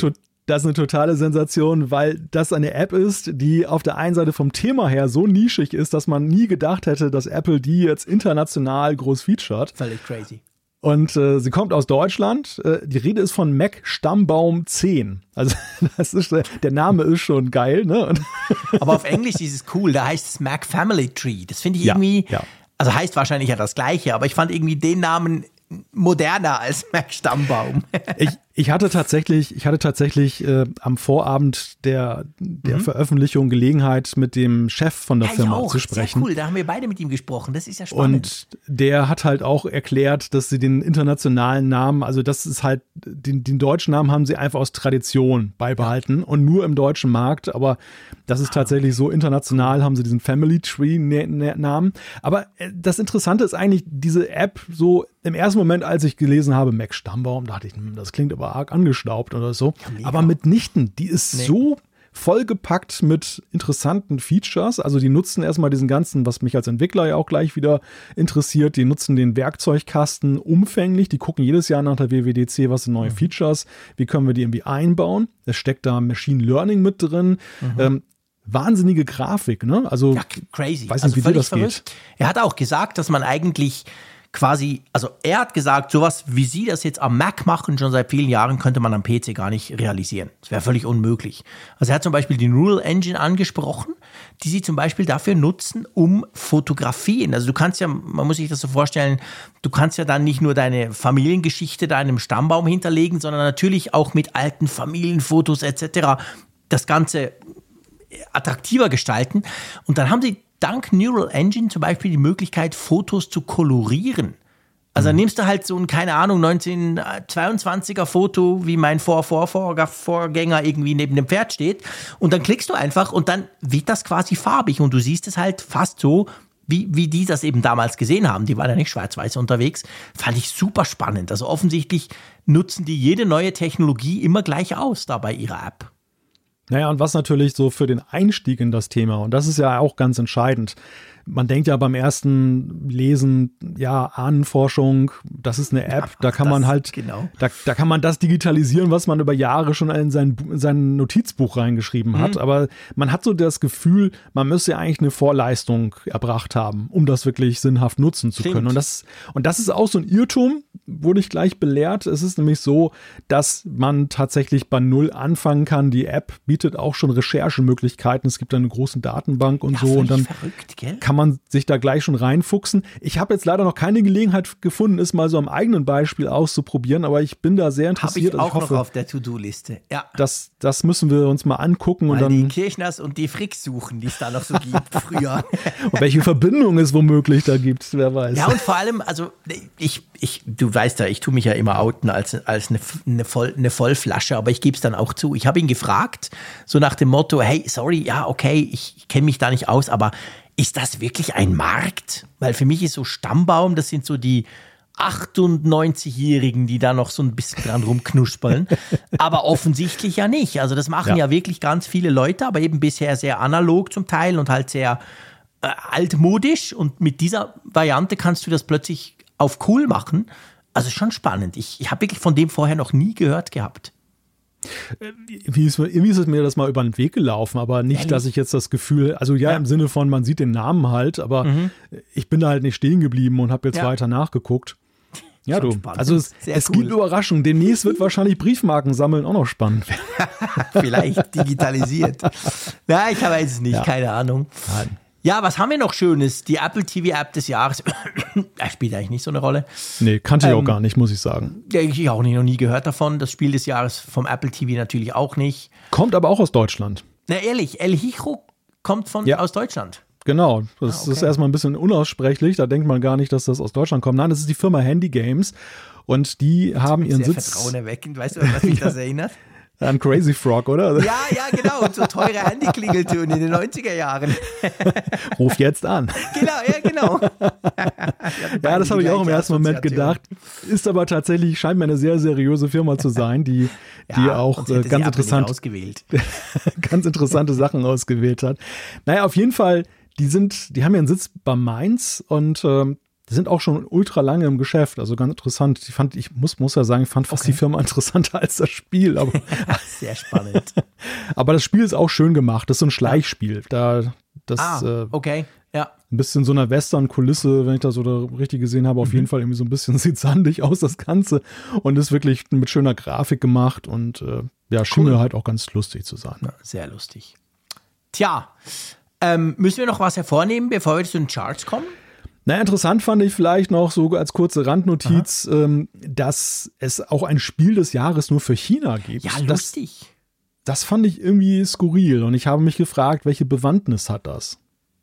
Das ist eine totale Sensation, weil das eine App ist, die auf der einen Seite vom Thema her so nischig ist, dass man nie gedacht hätte, dass Apple die jetzt international groß featured. Völlig crazy. Und äh, sie kommt aus Deutschland. Äh, die Rede ist von Mac Stammbaum zehn. Also das ist, der Name ist schon geil, ne? Und aber auf Englisch ist es cool, da heißt es Mac Family Tree. Das finde ich ja, irgendwie, ja. also heißt wahrscheinlich ja das Gleiche, aber ich fand irgendwie den Namen moderner als Mac Stammbaum. ich, ich hatte tatsächlich, ich hatte tatsächlich äh, am Vorabend der, der mhm. Veröffentlichung Gelegenheit, mit dem Chef von der ja, Firma auch. zu sprechen. Sehr cool, da haben wir beide mit ihm gesprochen. Das ist ja spannend. Und der hat halt auch erklärt, dass sie den internationalen Namen, also das ist halt, den, den deutschen Namen haben sie einfach aus Tradition beibehalten und nur im deutschen Markt, aber das ist tatsächlich so, international haben sie diesen Family Tree Namen. Aber das Interessante ist eigentlich, diese App so im ersten Moment, als ich gelesen habe, Mac Stammbaum, dachte ich, das klingt aber arg angestaubt oder so. Ja, aber mitnichten, die ist nee. so vollgepackt mit interessanten Features. Also die nutzen erstmal diesen ganzen, was mich als Entwickler ja auch gleich wieder interessiert, die nutzen den Werkzeugkasten umfänglich. Die gucken jedes Jahr nach der W W D C, was sind neue mhm. Features, wie können wir die irgendwie einbauen. Es steckt da Machine Learning mit drin. Mhm. Ähm, wahnsinnige Grafik, ne? Also ja, crazy. Weiß nicht, also wie dir das verrückt. geht. Er hat auch gesagt, dass man eigentlich quasi, also er hat gesagt, sowas wie sie das jetzt am Mac machen, schon seit vielen Jahren, könnte man am P C gar nicht realisieren. Das wäre völlig unmöglich. Also er hat zum Beispiel die Neural Engine angesprochen, die sie zum Beispiel dafür nutzen, um Fotografien. Also du kannst ja, man muss sich das so vorstellen, du kannst ja dann nicht nur deine Familiengeschichte deinem Stammbaum hinterlegen, sondern natürlich auch mit alten Familienfotos et cetera das Ganze attraktiver gestalten. Und dann haben sie dank Neural Engine zum Beispiel die Möglichkeit, Fotos zu kolorieren. Also dann nimmst du halt so ein, keine Ahnung, neunzehnhundertzweiundzwanziger Foto, wie mein Vor-Vor-Vorgänger irgendwie neben dem Pferd steht, und dann klickst du einfach und dann wird das quasi farbig und du siehst es halt fast so, wie, wie die das eben damals gesehen haben. Die waren ja nicht schwarz-weiß unterwegs. Fand ich super spannend. Also offensichtlich nutzen die jede neue Technologie immer gleich aus da bei ihrer App. Naja, und was natürlich so für den Einstieg in das Thema, und das ist ja auch ganz entscheidend. Man denkt ja beim ersten Lesen, ja, Ahnenforschung, das ist eine App, ja, da kann man halt, genau. da, da kann man das digitalisieren, was man über Jahre schon in sein, in sein Notizbuch reingeschrieben mhm. hat. Aber man hat so das Gefühl, man müsste ja eigentlich eine Vorleistung erbracht haben, um das wirklich sinnhaft nutzen zu Stimmt. können. Und das, und das ist auch so ein Irrtum, wurde ich gleich belehrt. Es ist nämlich so, dass man tatsächlich bei Null anfangen kann. Die App bietet auch schon Recherchemöglichkeiten. Es gibt eine große Datenbank und ja, so. Und dann verrückt, gell? kann man sich da gleich schon reinfuchsen. Ich habe jetzt leider noch keine Gelegenheit gefunden, es mal so am eigenen Beispiel auszuprobieren, aber ich bin da sehr interessiert. Habe ich auch ich hoffe, noch auf der To-Do-Liste. Ja. Das, das müssen wir uns mal angucken. Mal und dann die Kirchners und die Fricks suchen, die es da noch so gibt früher. Und welche Verbindung es womöglich da gibt, wer weiß. Ja, und vor allem, also ich, ich, du weißt ja, ich tue mich ja immer outen als, als eine, eine, Voll, eine Vollflasche, aber ich gebe es dann auch zu. Ich habe ihn gefragt, so nach dem Motto, hey, sorry, ja, okay, ich, ich kenne mich da nicht aus, aber ist das wirklich ein Markt? Weil für mich ist so Stammbaum, das sind so die achtundneunzigjährigen, die da noch so ein bisschen dran rumknuspeln. Aber offensichtlich ja nicht. Also das machen ja. ja wirklich ganz viele Leute, aber eben bisher sehr analog zum Teil und halt sehr äh, altmodisch. Und mit dieser Variante kannst du das plötzlich auf cool machen. Also schon spannend. Ich, ich habe wirklich von dem vorher noch nie gehört gehabt. Wie ist, wie ist es mir das mal über den Weg gelaufen, aber nicht, Ehrlich? dass ich jetzt das Gefühl, also ja, ja, im Sinne von, man sieht den Namen halt, aber mhm. ich bin da halt nicht stehen geblieben und habe jetzt ja. weiter nachgeguckt. Ja, Schon du, spannend. also es, es cool. gibt Überraschungen. Demnächst wird wahrscheinlich Briefmarken sammeln auch noch spannend werden. Vielleicht digitalisiert. Ja, ich habe jetzt nicht, ja. keine Ahnung. Nein. Ja, was haben wir noch Schönes? Die Apple T V-App des Jahres. Das spielt eigentlich nicht so eine Rolle. Nee, kannte ich ähm, auch gar nicht, muss ich sagen. Ja, ich auch nicht, noch nie gehört davon. Das Spiel des Jahres vom Apple T V natürlich auch nicht. Kommt aber auch aus Deutschland. Na ehrlich, El Hijo kommt von ja. aus Deutschland. Genau, das ah, okay. ist erstmal ein bisschen unaussprechlich. Da denkt man gar nicht, dass das aus Deutschland kommt. Nein, das ist die Firma Handy Games. Und die das haben ihren sehr Sitz... Vertrauen erweckend. Weißt du, an was mich das erinnert? An Crazy Frog, oder? Ja, ja, genau. Und so teure Handyklingeltöne in den neunziger Jahren. Ruf jetzt an. Genau, ja, genau. Ja, das habe ich auch im ersten Moment gedacht. Ist aber tatsächlich, scheint mir eine sehr seriöse Firma zu sein, die, ja, die auch äh, ganz, interessant, ausgewählt. ganz interessante Sachen ausgewählt hat. Naja, auf jeden Fall, die sind, die haben ja einen Sitz bei Mainz und äh, die sind auch schon ultra lange im Geschäft, also ganz interessant. Ich fand, ich muss, muss ja sagen, ich fand fast okay. die Firma interessanter als das Spiel. Aber sehr spannend. Aber das Spiel ist auch schön gemacht. Das ist so ein Schleichspiel. Da, das, ah, okay, ja. Ein bisschen so einer Western-Kulisse, wenn ich das so da richtig gesehen habe, auf mhm. jeden Fall irgendwie so ein bisschen sieht sandig aus, das Ganze. Und ist wirklich mit schöner Grafik gemacht und äh, ja, schien mir halt auch ganz lustig zu sein. Ja, sehr lustig. Tja, ähm, müssen wir noch was hervornehmen, bevor wir zu den Charts kommen? Na, interessant fand ich vielleicht noch so als kurze Randnotiz, ähm, dass es auch ein Spiel des Jahres nur für China gibt. Ja, lustig. Das, das fand ich irgendwie skurril und ich habe mich gefragt, welche Bewandtnis hat das?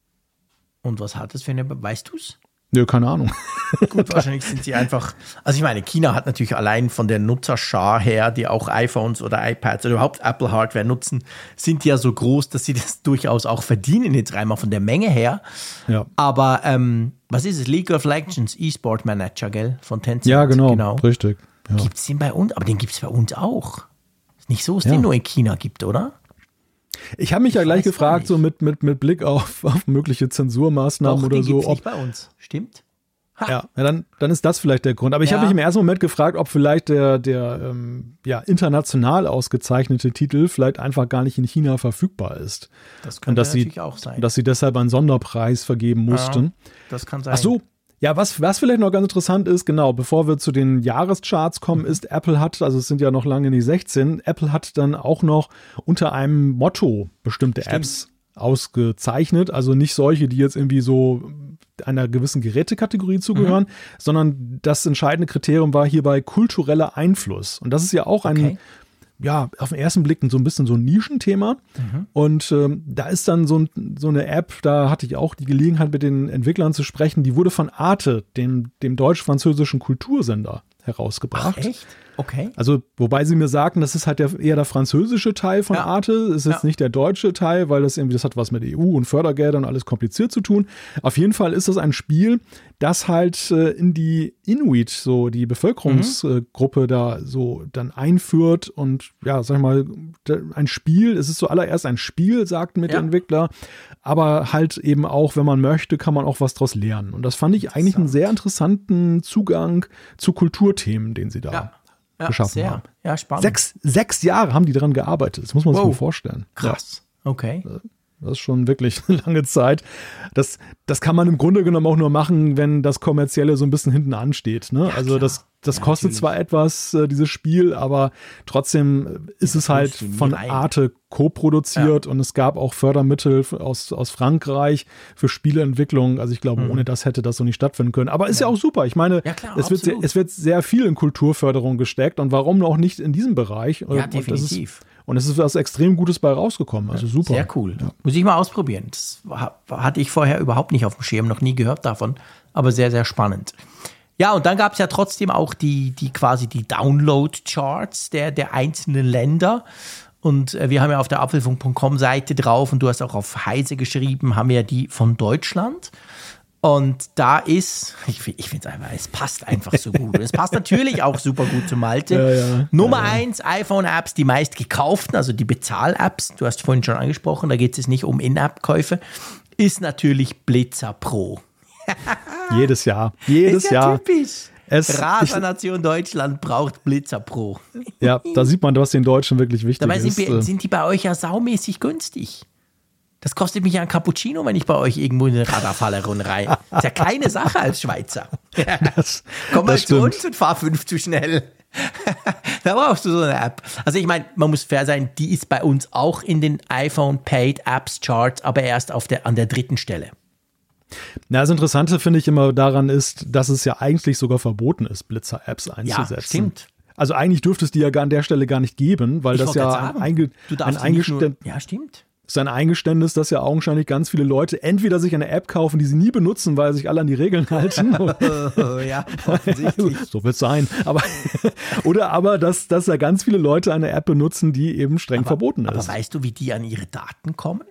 Und was hat das für eine, weißt du's? Nö, keine Ahnung. Gut, wahrscheinlich sind sie einfach, also ich meine, China hat natürlich allein von der Nutzerschar her, die auch iPhones oder iPads oder überhaupt Apple-Hardware nutzen, sind die ja so groß, dass sie das durchaus auch verdienen, jetzt einmal von der Menge her. Ja. Aber ähm, was ist es? League of Legends, E-Sport Manager, gell? Von Tencent. Ja, genau, genau. Richtig. Ja. Gibt es den bei uns? Aber den gibt es bei uns auch. Ist nicht so, dass es ja. den nur in China gibt, oder? Ich habe mich ich ja gleich gefragt, so mit, mit, mit Blick auf, auf mögliche Zensurmaßnahmen Doch, oder den so. Gibt's nicht bei uns, stimmt? Ha. Ja, dann, dann ist das vielleicht der Grund. Aber ich ja. habe mich im ersten Moment gefragt, ob vielleicht der, der ähm, ja, international ausgezeichnete Titel vielleicht einfach gar nicht in China verfügbar ist. Das könnte dass natürlich sie, auch sein. Dass sie deshalb einen Sonderpreis vergeben mussten. Ja, das kann sein. Ach so. Ja, was, was vielleicht noch ganz interessant ist, genau, bevor wir zu den Jahrescharts kommen, ist, Apple hat, also es sind ja noch lange nicht sechzehn, Apple hat dann auch noch unter einem Motto bestimmte Stimmt. Apps ausgezeichnet. Also nicht solche, die jetzt irgendwie so einer gewissen Gerätekategorie zugehören, mhm. sondern das entscheidende Kriterium war hierbei kultureller Einfluss. Und das ist ja auch ein, okay. ja, auf den ersten Blick so ein bisschen so ein Nischenthema. Mhm. Und ähm, da ist dann so, ein, so eine App, da hatte ich auch die Gelegenheit, mit den Entwicklern zu sprechen, die wurde von Arte, dem, dem deutsch-französischen Kultursender, herausgebracht. Ach, echt? Okay. Also, wobei sie mir sagten, das ist halt der, eher der französische Teil von ja. Arte, es ist ja. nicht der deutsche Teil, weil das irgendwie, das hat was mit E U und Fördergeldern und alles kompliziert zu tun. Auf jeden Fall ist das ein Spiel, das halt äh, in die Inuit, so die Bevölkerungsgruppe mhm. äh, da so dann einführt und ja, sag ich mal, ein Spiel, es ist zuallererst ein Spiel, sagten mit ja. der Entwickler, aber halt eben auch, wenn man möchte, kann man auch was draus lernen. Und das fand ich eigentlich einen sehr interessanten Zugang zu Kulturthemen, den sie da ja. Ja, geschaffen sehr. haben. Ja, spannend. Sechs, sechs Jahre haben die daran gearbeitet. Das muss man wow. sich mal vorstellen. Krass. Ja. Okay. Das ist schon wirklich eine lange Zeit. Das, das kann man im Grunde genommen auch nur machen, wenn das Kommerzielle so ein bisschen hinten ansteht. Ne? Ja, also das, das ja, kostet natürlich. zwar etwas, äh, dieses Spiel, aber trotzdem ist das es halt von rein. Arte co-produziert ja. und es gab auch Fördermittel aus, aus Frankreich für Spieleentwicklung. Also ich glaube, mhm. ohne das hätte das so nicht stattfinden können. Aber ist ja, ja auch super. Ich meine, ja, klar, es, wird sehr, es wird sehr viel in Kulturförderung gesteckt und warum auch nicht in diesem Bereich? Ja, und definitiv. Und es ist was extrem Gutes bei rausgekommen. Also super. Sehr cool. Ja. Muss ich mal ausprobieren. Das hatte ich vorher überhaupt nicht auf dem Schirm, noch nie gehört davon. Aber sehr, sehr spannend. Ja, und dann gab es ja trotzdem auch die, die quasi die Download-Charts der, der einzelnen Länder. Und wir haben ja auf der Apfelfunk Punkt com Seite drauf und du hast auch auf Heise geschrieben, haben wir ja die von Deutschland. Und da ist, ich, ich finde es einfach, es passt einfach so gut. Und es passt natürlich auch super gut zu Malte. Ja, ja, Nummer ja, ja. eins, iPhone-Apps, die meist gekauften, also die Bezahl-Apps, du hast vorhin schon angesprochen, da geht es nicht um In-App-Käufe, ist natürlich Blitzer Pro. Jedes Jahr, jedes ist ja Jahr. Typisch. Es, Rasernation Deutschland braucht Blitzer Pro. Ja, da sieht man, was den Deutschen wirklich wichtig Dabei ist. Dabei sind, sind die bei euch ja saumäßig günstig. Das kostet mich ja ein Cappuccino, wenn ich bei euch irgendwo in eine Radarfalle rein. Ist ja keine Sache als Schweizer. Das, Komm mal zu uns und fahr fünf zu schnell. Da brauchst du so eine App. Also ich meine, man muss fair sein, die ist bei uns auch in den iPhone Paid Apps Charts, aber erst auf der, an der dritten Stelle. Na, das Interessante finde ich immer daran ist, dass es ja eigentlich sogar verboten ist, Blitzer-Apps einzusetzen. Ja, stimmt. Also eigentlich dürfte es die ja an der Stelle gar nicht geben, weil ich das ja sagen, ein, Einge- ein Eingeständnis Ja, stimmt. ist ein Eingeständnis, dass ja augenscheinlich ganz viele Leute entweder sich eine App kaufen, die sie nie benutzen, weil sich alle an die Regeln halten. Ja, offensichtlich. So wird es sein. Aber, oder aber, dass, dass ja ganz viele Leute eine App benutzen, die eben streng aber, verboten ist. Aber weißt du, wie die an ihre Daten kommen?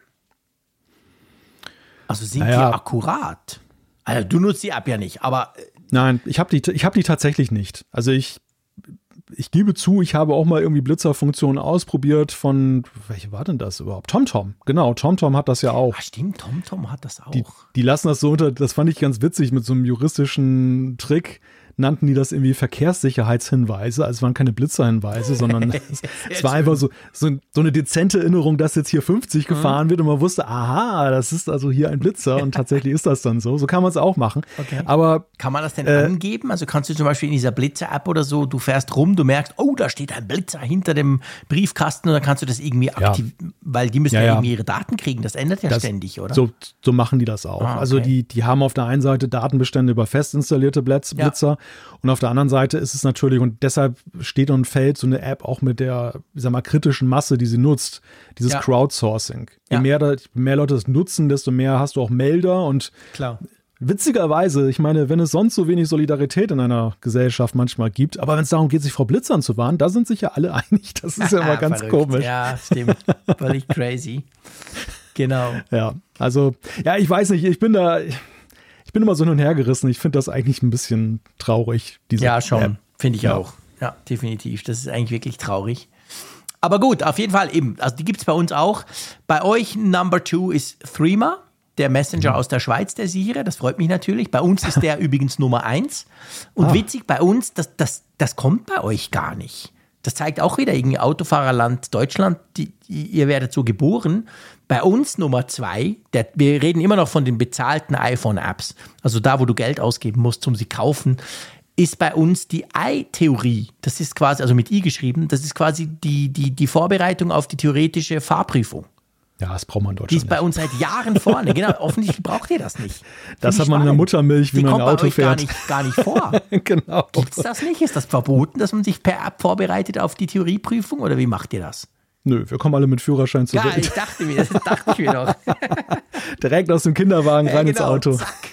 Also sind naja. die akkurat? Also du nutzt die App ja nicht, aber... Nein, ich habe die, ich hab die tatsächlich nicht. Also ich... ich gebe zu, ich habe auch mal irgendwie Blitzerfunktionen ausprobiert von, welche war denn das überhaupt? TomTom, genau, TomTom hat das ja auch. Ach stimmt, TomTom hat das auch. Die, die lassen das so unter, das fand ich ganz witzig, mit so einem juristischen Trick nannten die das irgendwie Verkehrssicherheitshinweise, also es waren keine Blitzerhinweise, sondern es, es war einfach so, so, so eine dezente Erinnerung, dass jetzt hier fünfzig mhm. gefahren wird und man wusste, aha, das ist also hier ein Blitzer und tatsächlich ist das dann so. So kann man es auch machen. Okay. Aber kann man das denn äh, angeben? Also kannst du zum Beispiel in dieser Blitzer-App oder so, du fährst rum, du merkst, oh, da steht ein Blitzer hinter dem Briefkasten und dann kannst du das irgendwie aktivieren, ja. weil die müssen ja, ja irgendwie ihre Daten kriegen. Das ändert ja das, ständig, oder? So, so machen die das auch. Ah, okay. Also die, die haben auf der einen Seite Datenbestände über fest installierte Blitz, Blitzer ja. und auf der anderen Seite ist es natürlich, und deshalb steht und fällt so eine App auch mit der, ich sag mal, kritischen Masse, die sie nutzt, dieses ja. Crowdsourcing. Je ja. mehr, da, mehr Leute das nutzen, desto mehr hast du auch Melder und klar. Witzigerweise, ich meine, wenn es sonst so wenig Solidarität in einer Gesellschaft manchmal gibt, aber wenn es darum geht, sich vor Blitzern zu warnen, da sind sich ja alle einig. Das ist ja immer ganz Verrückt. komisch. Ja, stimmt. Völlig crazy. Genau. Ja, also, ja, ich weiß nicht, ich bin da... Ich bin immer so hin und her gerissen. Ich finde das eigentlich ein bisschen traurig. Diese ja, schon. Finde ich ja. auch. Ja, definitiv. Das ist eigentlich wirklich traurig. Aber gut, auf jeden Fall eben. Also die gibt es bei uns auch. Bei euch Number Two ist Threema, der Messenger mhm. aus der Schweiz, der sichere. Das freut mich natürlich. Bei uns ist der übrigens Nummer eins. Und ah. witzig, bei uns, das, das, das kommt bei euch gar nicht. Das zeigt auch wieder irgendwie Autofahrerland Deutschland. Die, die, ihr werdet so geboren. Bei uns Nummer zwei, der, wir reden immer noch von den bezahlten iPhone-Apps, also da, wo du Geld ausgeben musst, um sie kaufen, ist bei uns die I-Theorie. Das ist quasi, also mit I geschrieben, das ist quasi die, die, die Vorbereitung auf die theoretische Fahrprüfung. Ja, das braucht man in Deutschland Die ist bei nicht. uns seit Jahren vorne. Genau, offensichtlich braucht ihr das nicht. Das hat man in der Muttermilch, wie die man ein kommt Auto bei euch fährt. Gar nicht, gar nicht vor. Genau. Gibt es das nicht? Ist das verboten, dass man sich per App vorbereitet auf die Theorieprüfung oder wie macht ihr das? Nö, wir kommen alle mit Führerschein zur Ja, Welt. ich dachte mir, das dachte ich mir doch. Direkt aus dem Kinderwagen rein ja, genau, ins Auto. Zack.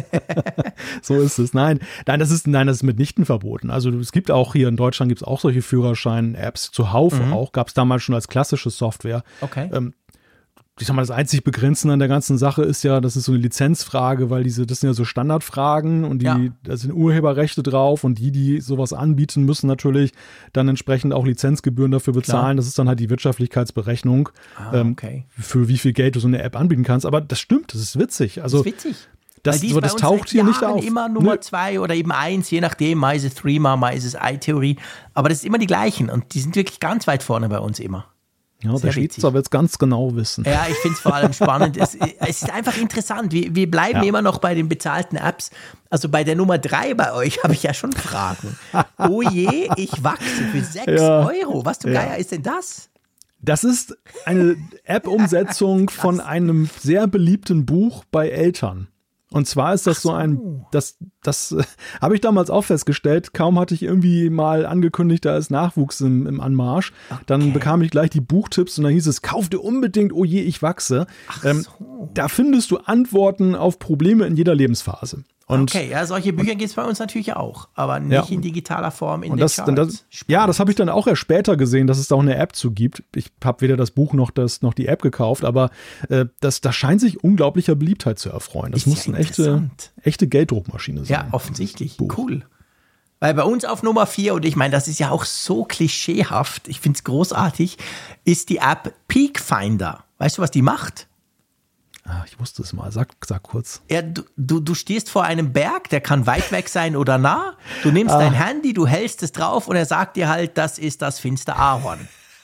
So ist es. Nein, nein, das ist, nein, das ist mitnichten verboten. Also es gibt auch hier in Deutschland gibt es auch solche Führerschein-Apps. Zuhauf mhm. auch, gab es damals schon als klassische Software. Okay. Ähm, ich sag mal, das einzig Begrenzende an der ganzen Sache ist ja, das ist so eine Lizenzfrage, weil diese, das sind ja so Standardfragen und die, ja. da sind Urheberrechte drauf und die, die sowas anbieten, müssen natürlich dann entsprechend auch Lizenzgebühren dafür bezahlen. Klar. Das ist dann halt die Wirtschaftlichkeitsberechnung, ah, okay. ähm, für wie viel Geld du so eine App anbieten kannst. Aber das stimmt, das ist witzig. Also, das ist witzig. Das, die so, das taucht hier nicht auf. Immer Nummer Nö. zwei oder eben eins, je nachdem, mal ist es Threema, mal ist es I-Theorie. Aber das ist immer die gleichen und die sind wirklich ganz weit vorne bei uns immer. Ja, sehr der Schweizer wird es ganz genau wissen. Ja, ich finde es vor allem spannend. es, es ist einfach interessant. Wir, wir bleiben ja. immer noch bei den bezahlten Apps. Also bei der Nummer drei bei euch habe ich ja schon Fragen. Oh je, ich wachse für sechs ja. Euro. Was zum ja. Geier ist denn das? Das ist eine App-Umsetzung von einem sehr beliebten Buch bei Eltern. Und zwar ist das so. so ein, das, das äh, habe ich damals auch festgestellt, kaum hatte ich irgendwie mal angekündigt, da ist Nachwuchs im, im Anmarsch, okay. dann bekam ich gleich die Buchtipps und dann hieß es, kauf dir unbedingt, oh je, ich wachse. Ähm, so. Da findest du Antworten auf Probleme in jeder Lebensphase. Und, okay, ja, solche Bücher gibt es bei uns natürlich auch, aber nicht ja. in digitaler Form in und den das, Charts. Das, ja, das habe ich dann auch erst später gesehen, dass es da auch eine App zu gibt. Ich habe weder das Buch noch, das, noch die App gekauft, aber äh, das, das scheint sich unglaublicher Beliebtheit zu erfreuen. Das ist muss ja eine echte, echte Gelddruckmaschine sein. Ja, offensichtlich. Cool. Weil bei uns auf Nummer vier, und ich meine, das ist ja auch so klischeehaft, ich finde es großartig, ist die App Peak Finder. Weißt du, was die macht? Ah, ich wusste es mal. Sag, sag kurz. Ja, du, du, du stehst vor einem Berg, der kann weit weg sein oder nah. Du nimmst ah. dein Handy, du hältst es drauf und er sagt dir halt, das ist das finster Ahorn.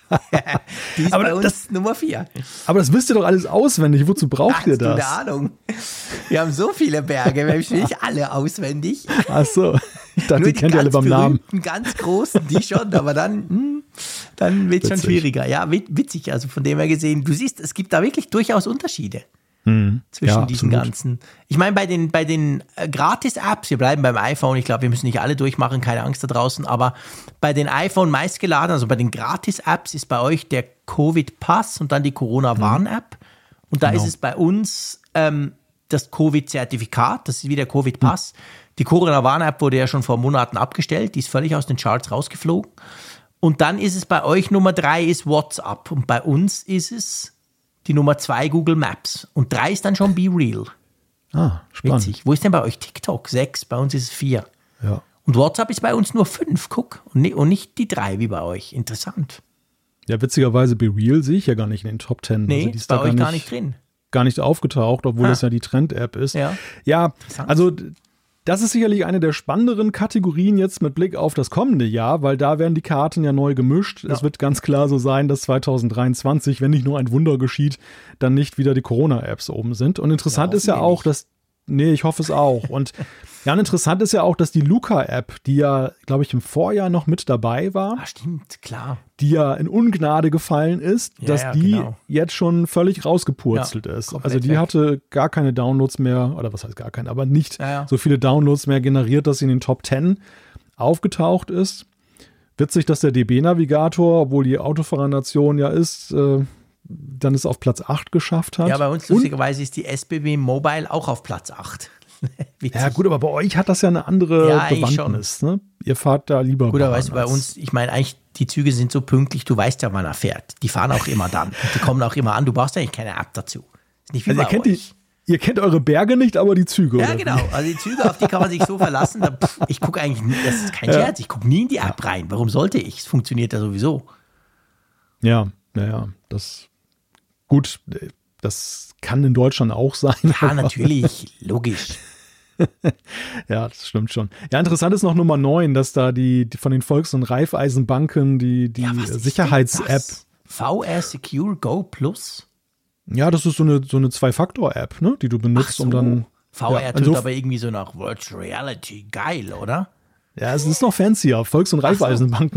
Die ist aber bei uns das, Nummer vier. Aber das wisst ihr doch alles auswendig. Wozu braucht Hast ihr das? Keine Ahnung. Wir haben so viele Berge, wir haben nicht alle auswendig. Ach so. Ich dachte, Nur die kennt ihr alle beim Namen. Die ganz großen, die schon, aber dann, hm, dann wird es schon schwieriger. Ja, witzig. Also von dem her gesehen, du siehst, es gibt da wirklich durchaus Unterschiede. Hm. Zwischen ja, diesen ganzen. Ich meine, bei den, bei den äh, Gratis-Apps, wir bleiben beim iPhone, ich glaube, wir müssen nicht alle durchmachen, keine Angst da draußen, aber bei den iPhone meistgeladen, also bei den Gratis-Apps ist bei euch der Covid-Pass und dann die Corona-Warn-App. Und da genau. ist es bei uns ähm, das Covid-Zertifikat, das ist wie der Covid-Pass. Hm. Die Corona-Warn-App wurde ja schon vor Monaten abgestellt, die ist völlig aus den Charts rausgeflogen. Und dann ist es bei euch Nummer drei ist WhatsApp und bei uns ist es die Nummer zwei Google Maps. Und drei ist dann schon Be Real. Ah, spannend. Witzig. Wo ist denn bei euch TikTok? Sechs, bei uns ist es vier. Ja. Und WhatsApp ist bei uns nur fünf, guck. Und nicht die drei wie bei euch. Interessant. Ja, witzigerweise BeReal sehe ich ja gar nicht in den Top Ten. Nee, also die ist bei euch gar nicht drin. Gar nicht aufgetaucht, obwohl Ah. das ja die Trend-App ist. Ja, ja also das ist sicherlich eine der spannenderen Kategorien jetzt mit Blick auf das kommende Jahr, weil da werden die Karten ja neu gemischt. Ja. Es wird ganz klar so sein, dass zwanzig dreiundzwanzig, wenn nicht nur ein Wunder geschieht, dann nicht wieder die Corona-Apps oben sind. Und interessant ja, ist ja auch, nicht. dass Nee, ich hoffe es auch. Und ja, interessant ist ja auch, dass die Luca-App, die ja, glaube ich, im Vorjahr noch mit dabei war, ah, stimmt, klar, die ja in Ungnade gefallen ist, ja, dass ja, die genau. jetzt schon völlig rausgepurzelt ja, ist. Also die weg. hatte gar keine Downloads mehr, oder was heißt gar keine, aber nicht ja, ja. so viele Downloads mehr generiert, dass sie in den Top Ten aufgetaucht ist. Witzig, dass der D B-Navigator, obwohl die Autofahrernation ja ist, äh, dann es auf Platz acht geschafft hat. Ja, bei uns lustigerweise ist die S B B Mobile auch auf Platz acht. Ja gut, aber bei euch hat das ja eine andere ja, Bewandtnis. Ne? Ihr fahrt da lieber Gut, aber weißt du, bei uns, ich meine eigentlich, die Züge sind so pünktlich, du weißt ja, wann er fährt. Die fahren auch immer dann. Die kommen auch immer an, du brauchst eigentlich keine App dazu. Ist nicht wie also bei ihr kennt euch. Die, ihr kennt eure Berge nicht, aber die Züge. Ja, oder? genau. Also die Züge, auf die kann man sich so verlassen. Da, pff, ich gucke eigentlich, nie, das ist kein ja. Scherz, ich gucke nie in die App rein. Warum sollte ich? Es funktioniert ja sowieso. Ja, naja, das gut, das kann in Deutschland auch sein. Ja, natürlich, logisch. Ja, das stimmt schon. Ja, interessant ist noch Nummer neun, dass da die, die von den Volks- und Raiffeisenbanken die, die ja, Sicherheits-App. V R Secure Go Plus? Ja, das ist so eine, so eine Zwei-Faktor-App, ne, die du benutzt, so. um dann. V R ja, tut aber irgendwie so nach Virtual Reality. Geil, oder? Ja, es ist noch fancier. Volks- und Raiffeisenbanken.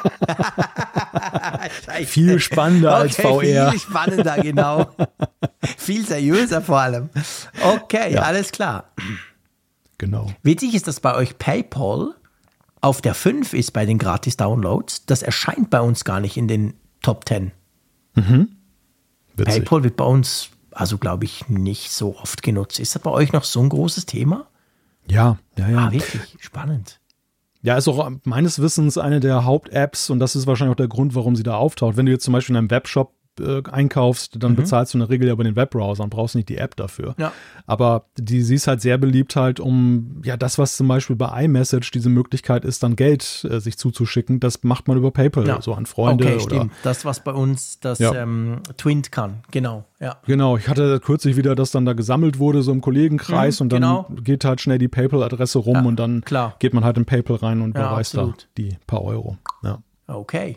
So. Viel spannender okay, als V R. Viel spannender, genau. Viel seriöser vor allem. Okay, ja. Alles klar. Genau. Witzig ist, dass bei euch PayPal auf der fünf ist bei den Gratis-Downloads. Das erscheint bei uns gar nicht in den Top zehn. Mhm. PayPal wird bei uns, also glaube ich, nicht so oft genutzt. Ist das bei euch noch so ein großes Thema? Ja, ja, ja. Ah, wirklich spannend. Ja, ist auch meines Wissens eine der Haupt-Apps und das ist wahrscheinlich auch der Grund, warum sie da auftaucht. Wenn du jetzt zum Beispiel in einem Webshop äh, einkaufst, dann mhm. bezahlst du in der Regel ja über den Webbrowser und brauchst nicht die App dafür. Ja. Aber die, sie ist halt sehr beliebt halt, um ja das, was zum Beispiel bei iMessage diese Möglichkeit ist, dann Geld äh, sich zuzuschicken, das macht man über PayPal, ja. so an Freunde. Okay, oder stimmt. Das, was bei uns das ja. ähm, Twint kann, genau. Ja. Genau, ich hatte kürzlich wieder, dass dann da gesammelt wurde, so im Kollegenkreis mhm, und dann genau. geht halt schnell die PayPal-Adresse rum ja, und dann klar. geht man halt in PayPal rein und ja, überweist da die paar Euro. Ja. Okay.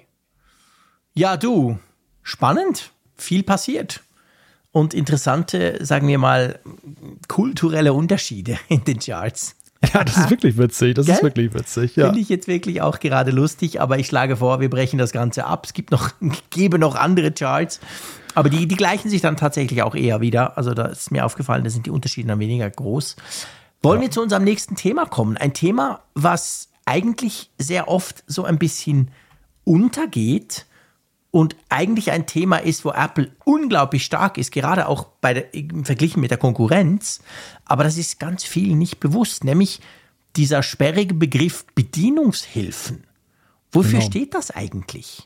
Ja, du, spannend, viel passiert und interessante, sagen wir mal, kulturelle Unterschiede in den Charts. Ja, das ist wirklich witzig, das Gell? ist wirklich witzig. Ja. Finde ich jetzt wirklich auch gerade lustig, aber ich schlage vor, wir brechen das Ganze ab. Es gibt noch, gebe noch andere Charts, aber die, die gleichen sich dann tatsächlich auch eher wieder. Also da ist mir aufgefallen, da sind die Unterschiede dann weniger groß. Wollen ja. wir zu unserem nächsten Thema kommen? Ein Thema, was eigentlich sehr oft so ein bisschen untergeht und eigentlich ein Thema ist, wo Apple unglaublich stark ist, gerade auch bei der, verglichen mit der Konkurrenz. Aber das ist ganz vielen nicht bewusst, nämlich dieser sperrige Begriff Bedienungshilfen. Wofür genau. steht das eigentlich?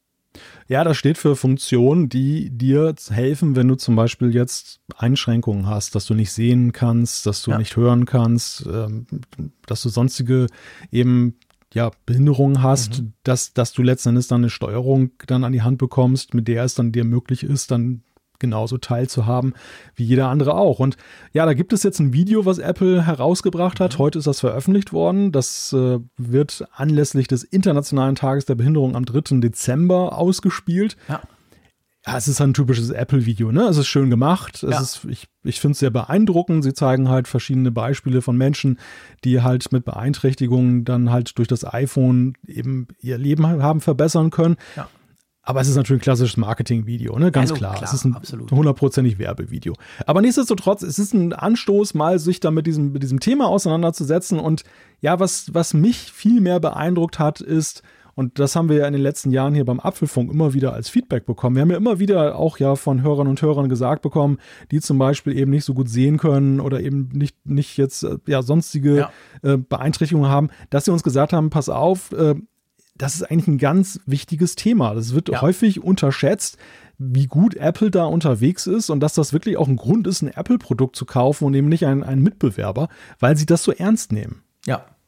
Ja, das steht für Funktionen, die dir helfen, wenn du zum Beispiel jetzt Einschränkungen hast, dass du nicht sehen kannst, dass du ja. nicht hören kannst, ähm, dass du sonstige eben ja, Behinderungen hast, mhm. dass, dass du letzten Endes dann eine Steuerung dann an die Hand bekommst, mit der es dann dir möglich ist, dann genauso teilzuhaben wie jeder andere auch. Und ja, da gibt es jetzt ein Video, was Apple herausgebracht hat. Mhm. Heute ist das veröffentlicht worden. Das äh, wird anlässlich des Internationalen Tages der Behinderung am dritten Dezember ausgespielt. Ja. Ja, es ist ein typisches Apple-Video, ne? Es ist schön gemacht. Es ja. ist, ich ich finde es sehr beeindruckend. Sie zeigen halt verschiedene Beispiele von Menschen, die halt mit Beeinträchtigungen dann halt durch das iPhone eben ihr Leben haben verbessern können. Ja. Aber es ist natürlich ein klassisches Marketing-Video, ne? Ganz Hallo, klar. klar. Es ist ein absolut. hundertprozentig Werbevideo. Aber nichtsdestotrotz, es ist ein Anstoß, mal sich da mit diesem, mit diesem Thema auseinanderzusetzen. Und ja, was, was mich viel mehr beeindruckt hat, ist, und das haben wir ja in den letzten Jahren hier beim Apfelfunk immer wieder als Feedback bekommen. Wir haben ja immer wieder auch ja von Hörern und Hörern gesagt bekommen, die zum Beispiel eben nicht so gut sehen können oder eben nicht, nicht jetzt ja sonstige ja. Äh, Beeinträchtigungen haben, dass sie uns gesagt haben, pass auf, äh, das ist eigentlich ein ganz wichtiges Thema. Das wird ja. häufig unterschätzt, wie gut Apple da unterwegs ist und dass das wirklich auch ein Grund ist, ein Apple-Produkt zu kaufen und eben nicht einen, einen Mitbewerber, weil sie das so ernst nehmen. Ja.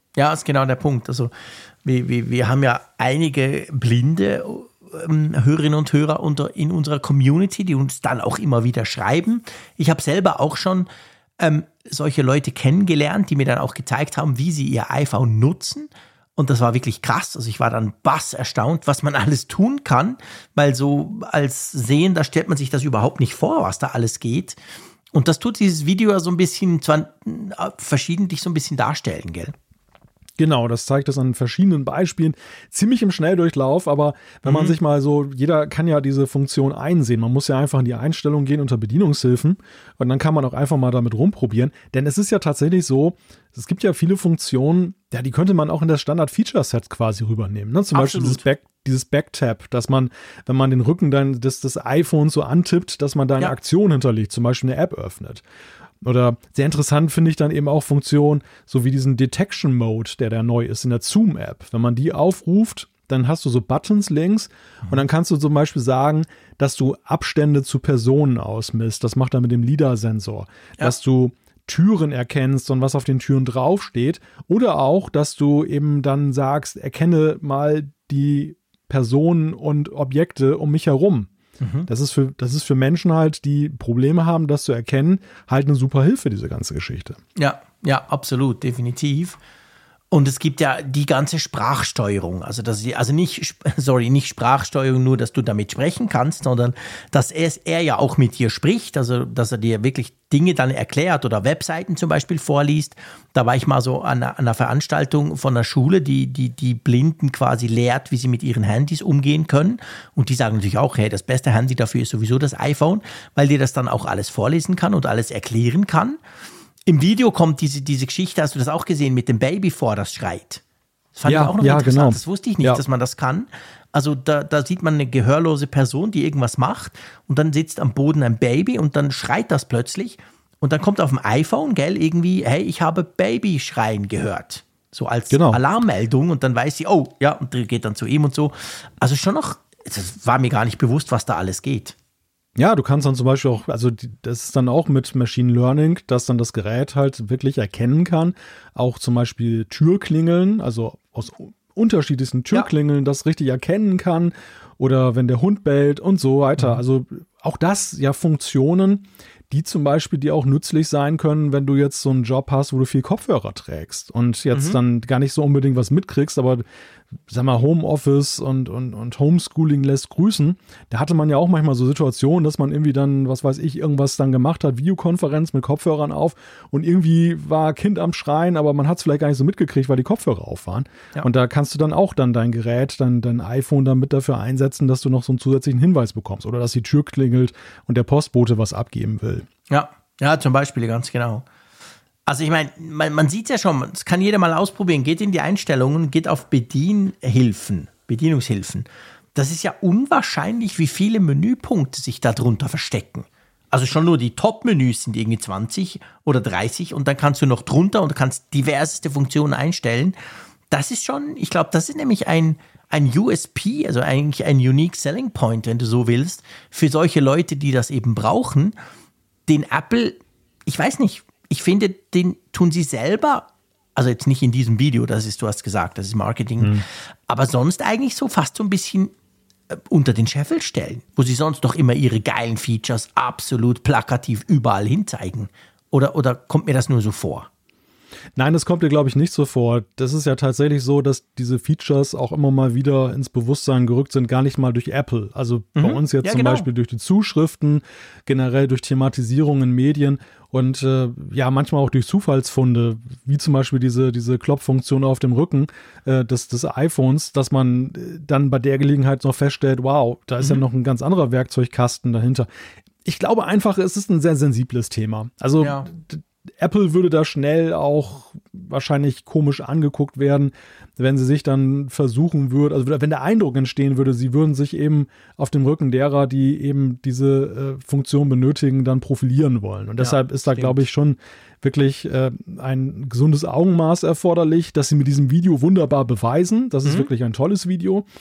Ja, ist genau der Punkt. Also wir, wir, wir haben ja einige blinde ähm, Hörerinnen und Hörer unter, in unserer Community, die uns dann auch immer wieder schreiben. Ich habe selber auch schon ähm, solche Leute kennengelernt, die mir dann auch gezeigt haben, wie sie ihr iPhone nutzen. Und das war wirklich krass. Also ich war dann bass erstaunt, was man alles tun kann, weil so als Sehender stellt man sich das überhaupt nicht vor, was da alles geht. Und das tut dieses Video so ein bisschen, zwar verschiedentlich so ein bisschen darstellen, gell? Genau, das zeigt es an verschiedenen Beispielen, ziemlich im Schnelldurchlauf, aber wenn man mhm. sich mal so, jeder kann ja diese Funktion einsehen, man muss ja einfach in die Einstellung gehen unter Bedienungshilfen und dann kann man auch einfach mal damit rumprobieren, denn es ist ja tatsächlich so, es gibt ja viele Funktionen, ja, die könnte man auch in das Standard-Feature-Set quasi rübernehmen, ne? Zum Absolut. Beispiel dieses Back, dieses Backtap, dass man, wenn man den Rücken dann des, des iPhones so antippt, dass man da eine ja. Aktion hinterlegt, zum Beispiel eine App öffnet. Oder sehr interessant finde ich dann eben auch Funktionen, so wie diesen Detection Mode, der da neu ist in der Zoom-App. Wenn man die aufruft, dann hast du so Buttons links mhm. und dann kannst du zum Beispiel sagen, dass du Abstände zu Personen ausmisst. Das macht er mit dem LiDAR-Sensor. Ja. Dass du Türen erkennst und was auf den Türen draufsteht. Oder auch, dass du eben dann sagst, erkenne mal die Personen und Objekte um mich herum. Mhm. Das ist für, das ist für Menschen halt, die Probleme haben, das zu erkennen, halt eine super Hilfe, diese ganze Geschichte. Ja, ja, absolut, definitiv. Und es gibt ja die ganze Sprachsteuerung, also das ist, also nicht, sorry, nicht Sprachsteuerung nur, dass du damit sprechen kannst, sondern dass er, er ja auch mit dir spricht, also dass er dir wirklich Dinge dann erklärt oder Webseiten zum Beispiel vorliest. Da war ich mal so an einer, an einer Veranstaltung von einer Schule, die, die die Blinden quasi lehrt, wie sie mit ihren Handys umgehen können. Und die sagen natürlich auch, hey, das beste Handy dafür ist sowieso das iPhone, weil dir das dann auch alles vorlesen kann und alles erklären kann. Im Video kommt diese, diese Geschichte, hast du das auch gesehen, mit dem Baby vor, das schreit. Das fand ja, ich auch noch ja, interessant, genau. Das wusste ich nicht, ja. dass man das kann. Also da, da sieht man eine gehörlose Person, die irgendwas macht und dann sitzt am Boden ein Baby und dann schreit das plötzlich und dann kommt auf dem iPhone, gell, irgendwie, hey, ich habe Baby schreien gehört. So als genau. Alarmmeldung und dann weiß sie, oh, ja, und geht dann zu ihm und so. Also schon noch, das war mir gar nicht bewusst, was da alles geht. Ja, du kannst dann zum Beispiel auch, also die, das ist dann auch mit Machine Learning, dass dann das Gerät halt wirklich erkennen kann, auch zum Beispiel Türklingeln, also aus unterschiedlichsten Türklingeln ja. das richtig erkennen kann oder wenn der Hund bellt und so weiter. Mhm. Also auch das ja Funktionen, die zum Beispiel dir auch nützlich sein können, wenn du jetzt so einen Job hast, wo du viel Kopfhörer trägst und jetzt mhm. dann gar nicht so unbedingt was mitkriegst, aber sag mal, Homeoffice und, und, und Homeschooling lässt grüßen. Da hatte man ja auch manchmal so Situationen, dass man irgendwie dann, was weiß ich, irgendwas dann gemacht hat, Videokonferenz mit Kopfhörern auf und irgendwie war Kind am Schreien, aber man hat es vielleicht gar nicht so mitgekriegt, weil die Kopfhörer auf waren. Ja. Und da kannst du dann auch dann dein Gerät, dein, dein iPhone damit dafür einsetzen, dass du noch so einen zusätzlichen Hinweis bekommst oder dass die Tür klingelt und der Postbote was abgeben will. Ja, ja, zum Beispiel, ganz genau. Also ich meine, man, man sieht es ja schon, das kann jeder mal ausprobieren, geht in die Einstellungen, geht auf Bedienhilfen, Bedienungshilfen. Das ist ja unwahrscheinlich, wie viele Menüpunkte sich da drunter verstecken. Also schon nur die Top-Menüs sind irgendwie zwanzig oder dreißig und dann kannst du noch drunter und kannst diverseste Funktionen einstellen. Das ist schon, ich glaube, das ist nämlich ein, ein U S P, also eigentlich ein Unique Selling Point, wenn du so willst, für solche Leute, die das eben brauchen. Den Apple, ich weiß nicht, ich finde, den tun sie selber, also jetzt nicht in diesem Video, das ist, du hast gesagt, das ist Marketing, mhm. aber sonst eigentlich so fast so ein bisschen unter den Scheffel stellen, wo sie sonst doch immer ihre geilen Features absolut plakativ überall hinzeigen. Oder, oder kommt mir das nur so vor? Nein, das kommt dir, glaube ich, nicht so vor. Das ist ja tatsächlich so, dass diese Features auch immer mal wieder ins Bewusstsein gerückt sind, gar nicht mal durch Apple. Also mhm. bei uns jetzt ja, zum genau. Beispiel durch die Zuschriften, generell durch Thematisierung in Medien und äh, ja, manchmal auch durch Zufallsfunde, wie zum Beispiel diese, diese Klopffunktion auf dem Rücken äh, des, des iPhones, dass man dann bei der Gelegenheit noch feststellt, wow, da ist mhm. ja noch ein ganz anderer Werkzeugkasten dahinter. Ich glaube einfach, es ist ein sehr sensibles Thema. Also ja. d- Apple würde da schnell auch wahrscheinlich komisch angeguckt werden, wenn sie sich dann versuchen würde, also wenn der Eindruck entstehen würde, sie würden sich eben auf dem Rücken derer, die eben diese äh, Funktion benötigen, dann profilieren wollen. Und deshalb ja, ist da, glaube ich, schon wirklich äh, ein gesundes Augenmaß erforderlich, dass sie mit diesem Video wunderbar beweisen. Das mhm. ist wirklich ein tolles Video.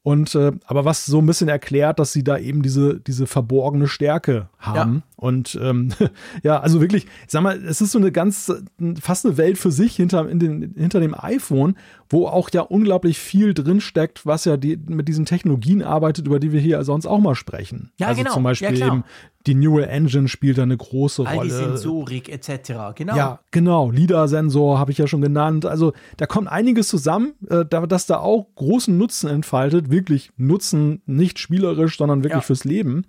Und äh, aber was so ein bisschen erklärt, dass sie da eben diese, diese verborgene Stärke haben. Ja. Und ähm, ja, also wirklich, ich sag mal, es ist so eine ganz, fast eine Welt für sich hinter, in den, hinter dem iPhone, wo auch ja unglaublich viel drinsteckt, was ja die, mit diesen Technologien arbeitet, über die wir hier sonst auch mal sprechen. Ja, also genau. Zum Beispiel ja, eben die Neural Engine spielt da eine große All Rolle. die Sensorik et cetera. Genau. Ja, genau. LiDAR-Sensor habe ich ja schon genannt. Also da kommt einiges zusammen, äh, dass da auch großen Nutzen entfaltet. Wirklich Nutzen, nicht spielerisch, sondern wirklich ja. fürs Leben.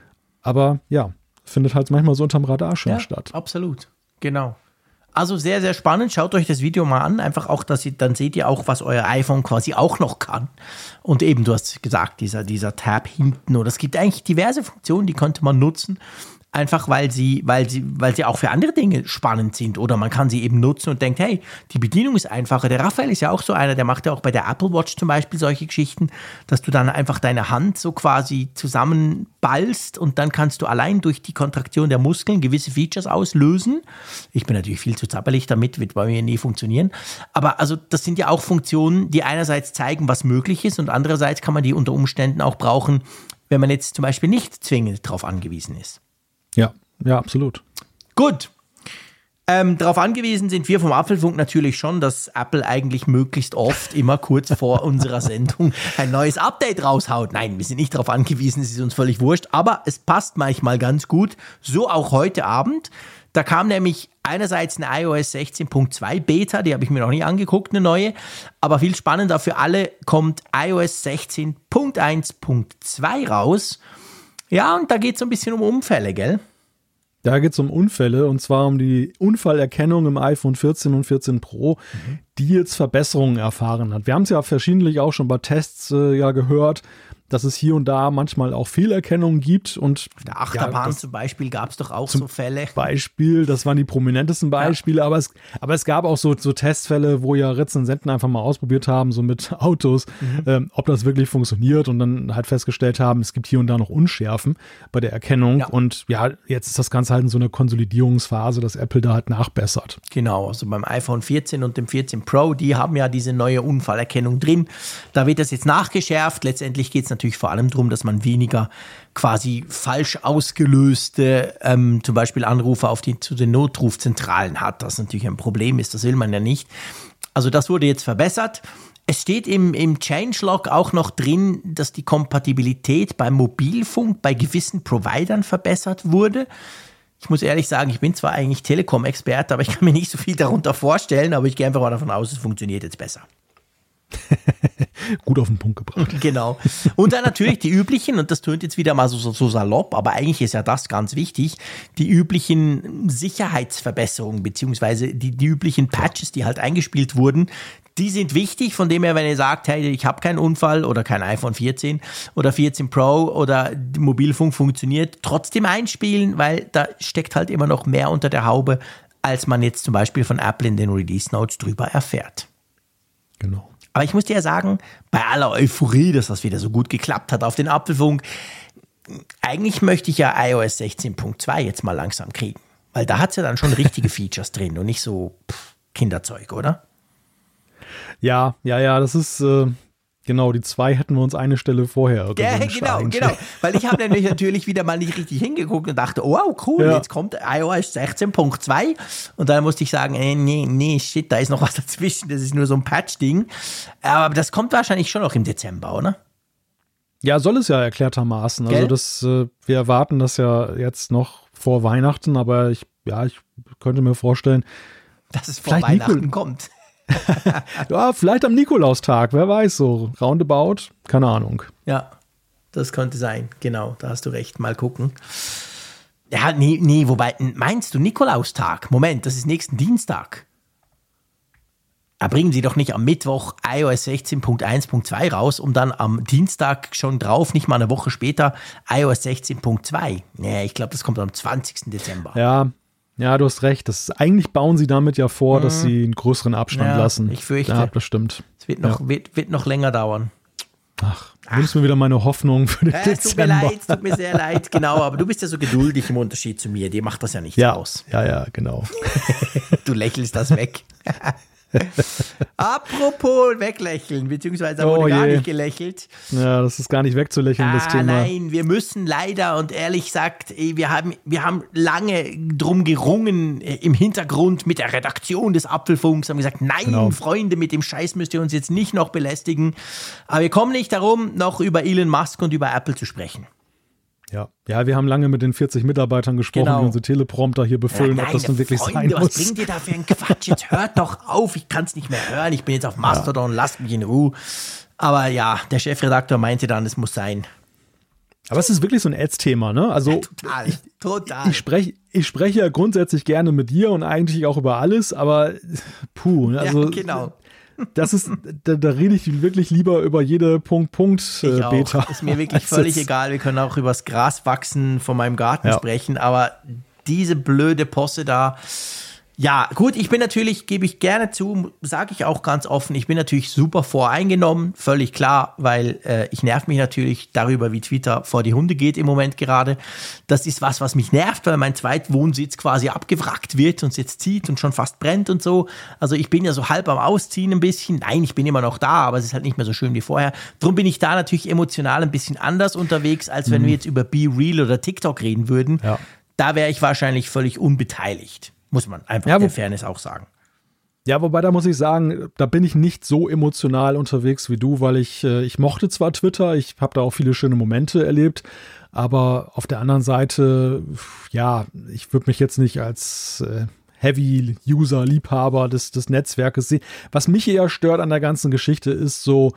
Aber ja, findet halt manchmal so unterm Radar schon ja, statt. Absolut. Genau. Also sehr, sehr spannend. Schaut euch das Video mal an. Einfach auch, dass ihr, dann seht ihr auch, was euer iPhone quasi auch noch kann. Und eben, du hast gesagt, dieser, dieser Tab hinten. Oder es gibt eigentlich diverse Funktionen, die könnte man nutzen. Einfach weil sie, weil sie, weil sie auch für andere Dinge spannend sind. Oder man kann sie eben nutzen und denkt, hey, die Bedienung ist einfacher. Der Raphael ist ja auch so einer, der macht ja auch bei der Apple Watch zum Beispiel solche Geschichten, dass du dann einfach deine Hand so quasi zusammenballst und dann kannst du allein durch die Kontraktion der Muskeln gewisse Features auslösen. Ich bin natürlich viel zu zappelig damit, wird bei mir nie funktionieren. Aber also das sind ja auch Funktionen, die einerseits zeigen, was möglich ist und andererseits kann man die unter Umständen auch brauchen, wenn man jetzt zum Beispiel nicht zwingend darauf angewiesen ist. Ja, ja, absolut. Gut. Ähm, darauf angewiesen sind wir vom Apfelfunk natürlich schon, dass Apple eigentlich möglichst oft immer kurz vor unserer Sendung ein neues Update raushaut. Nein, wir sind nicht darauf angewiesen, es ist uns völlig wurscht, aber es passt manchmal ganz gut. So auch heute Abend. Da kam nämlich einerseits eine iOS sechzehn Punkt zwei Beta, die habe ich mir noch nie angeguckt, eine neue. Aber viel spannender für alle kommt iOS sechzehn Punkt eins Punkt zwei raus. Ja, und da geht es so ein bisschen um Unfälle, gell? Da geht es um Unfälle und zwar um die Unfallerkennung im iPhone vierzehn und vierzehn Pro, mhm. die jetzt Verbesserungen erfahren hat. Wir haben es ja verschiedentlich auch schon bei Tests äh, ja gehört, dass es hier und da manchmal auch Fehlerkennungen gibt. Und auf der Achterbahn ja, zum Beispiel gab es doch auch zum so Fälle. Beispiel, das waren die prominentesten Beispiele, ja. aber, es, aber es gab auch so, so Testfälle, wo ja Rezensenten einfach mal ausprobiert haben, so mit Autos, mhm. ähm, ob das wirklich funktioniert und dann halt festgestellt haben, es gibt hier und da noch Unschärfen bei der Erkennung. Ja. Und ja, jetzt ist das Ganze halt in so einer Konsolidierungsphase, dass Apple da halt nachbessert. Genau, also beim iPhone vierzehn und dem vierzehn Pro, die haben ja diese neue Unfallerkennung drin. Da wird das jetzt nachgeschärft. Letztendlich geht es natürlich vor allem darum, dass man weniger quasi falsch ausgelöste ähm, zum Beispiel Anrufe auf die, zu den Notrufzentralen hat. Das natürlich ein Problem ist, das will man ja nicht. Also das wurde jetzt verbessert. Es steht im, im Changelog auch noch drin, dass die Kompatibilität beim Mobilfunk bei gewissen Providern verbessert wurde. Ich muss ehrlich sagen, ich bin zwar eigentlich Telekom-Experte, aber ich kann mir nicht so viel darunter vorstellen, aber ich gehe einfach mal davon aus, es funktioniert jetzt besser. Gut auf den Punkt gebracht. Genau. Und dann natürlich die üblichen, und das tönt jetzt wieder mal so, so, so salopp, aber eigentlich ist ja das ganz wichtig, die üblichen Sicherheitsverbesserungen, beziehungsweise die, die üblichen Patches, die halt eingespielt wurden, die sind wichtig, von dem her, wenn ihr sagt, hey, ich habe keinen Unfall oder kein iPhone vierzehn oder vierzehn Pro oder Mobilfunk funktioniert, trotzdem einspielen, weil da steckt halt immer noch mehr unter der Haube, als man jetzt zum Beispiel von Apple in den Release Notes drüber erfährt. Genau. Aber ich muss dir ja sagen, bei aller Euphorie, dass das wieder so gut geklappt hat auf den Apfelfunk, eigentlich möchte ich ja iOS sechzehn Punkt zwei jetzt mal langsam kriegen. Weil da hat es ja dann schon richtige Features drin und nicht so pff, Kinderzeug, oder? Ja, ja, ja, das ist, äh, genau, die zwei hätten wir uns eine Stelle vorher Ja, genau, eigentlich. genau. Weil ich habe nämlich natürlich wieder mal nicht richtig hingeguckt und dachte, wow, cool, ja. Jetzt kommt iOS sechzehn Punkt zwei. Und dann musste ich sagen, äh, nee, nee, shit, da ist noch was dazwischen. Das ist nur so ein Patch-Ding. Aber das kommt wahrscheinlich schon noch im Dezember, oder? Ja, soll es ja erklärtermaßen. Gell? Also das, äh, wir erwarten das ja jetzt noch vor Weihnachten, aber ich, ja, ich könnte mir vorstellen, dass es vor Weihnachten Nikol- kommt. Ja, vielleicht am Nikolaustag, wer weiß, so roundabout, keine Ahnung. Ja, das könnte sein, genau, da hast du recht, mal gucken. Ja, nee, nee, wobei, meinst du Nikolaustag? Moment, das ist nächsten Dienstag. Da bringen sie doch nicht am Mittwoch iOS sechzehn Punkt eins Punkt zwei raus, um dann am Dienstag schon drauf, nicht mal eine Woche später, iOS sechzehn Punkt zwei. Nee, ich glaube, das kommt am zwanzigsten Dezember. Ja, Ja, du hast recht. Das, eigentlich bauen sie damit ja vor, mhm. dass sie einen größeren Abstand ja, lassen. Ich fürchte. Ja, das stimmt. Es wird noch, ja. wird, wird noch länger dauern. Ach, nimmst mir wieder meine Hoffnung für den äh, Dezember. Tut mir leid, tut mir sehr leid, genau. Aber du bist ja so geduldig im Unterschied zu mir. Dir macht das ja nichts ja, aus. Ja, ja, genau. Du lächelst das weg. Apropos weglächeln, beziehungsweise da Oh wurde gar je. nicht gelächelt. Ja, das ist gar nicht wegzulächeln, das Ah, Thema. nein, wir müssen leider und ehrlich gesagt, ey, wir haben, wir haben lange drum gerungen äh, im Hintergrund mit der Redaktion des Apfelfunks, haben gesagt, nein, Genau. Freunde, mit dem Scheiß müsst ihr uns jetzt nicht noch belästigen. Aber wir kommen nicht darum, noch über Elon Musk und über Apple zu sprechen. Ja. ja, wir haben lange mit den vierzig Mitarbeitern gesprochen, Genau. die unsere Teleprompter hier befüllen, Nein, ob das nun wirklich Freunde, sein was muss. bringt ihr da für einen Quatsch? Jetzt hört doch auf, ich kann es nicht mehr hören. Ich bin jetzt auf Mastodon, lasst mich in Ruhe. Aber ja, der Chefredakteur meinte dann, es muss sein. Aber es ist wirklich so ein Ads-Thema, ne? Also Ja, total, ich, total. ich spreche ich spreche ja grundsätzlich gerne mit dir und eigentlich auch über alles, aber puh, ne? also ja, genau. das ist, da, da rede ich wirklich lieber über jede Punkt-Punkt-Beta. Ich auch. Ist mir wirklich völlig egal. Wir können auch über das Graswachsen von meinem Garten Ja. sprechen, aber diese blöde Posse da. Ja, gut, ich bin natürlich, gebe ich gerne zu, sage ich auch ganz offen, ich bin natürlich super voreingenommen, völlig klar, weil äh, ich nerv mich natürlich darüber, wie Twitter vor die Hunde geht im Moment gerade. Das ist was, was mich nervt, weil mein Zweitwohnsitz quasi abgewrackt wird und es jetzt zieht und schon fast brennt und so. Also ich bin ja so halb am Ausziehen ein bisschen. Nein, ich bin immer noch da, aber es ist halt nicht mehr so schön wie vorher. Drum bin ich da natürlich emotional ein bisschen anders unterwegs, als wenn Mhm. wir jetzt über Be Real oder TikTok reden würden. Ja. Da wäre ich wahrscheinlich völlig unbeteiligt. Muss man einfach Ja, wo- der Fairness auch sagen. Ja, wobei da muss ich sagen, da bin ich nicht so emotional unterwegs wie du, weil ich, äh, ich mochte zwar Twitter, ich habe da auch viele schöne Momente erlebt, aber auf der anderen Seite, ja, ich würde mich jetzt nicht als äh, Heavy-User, Liebhaber des, des Netzwerkes sehen. Was mich eher stört an der ganzen Geschichte ist so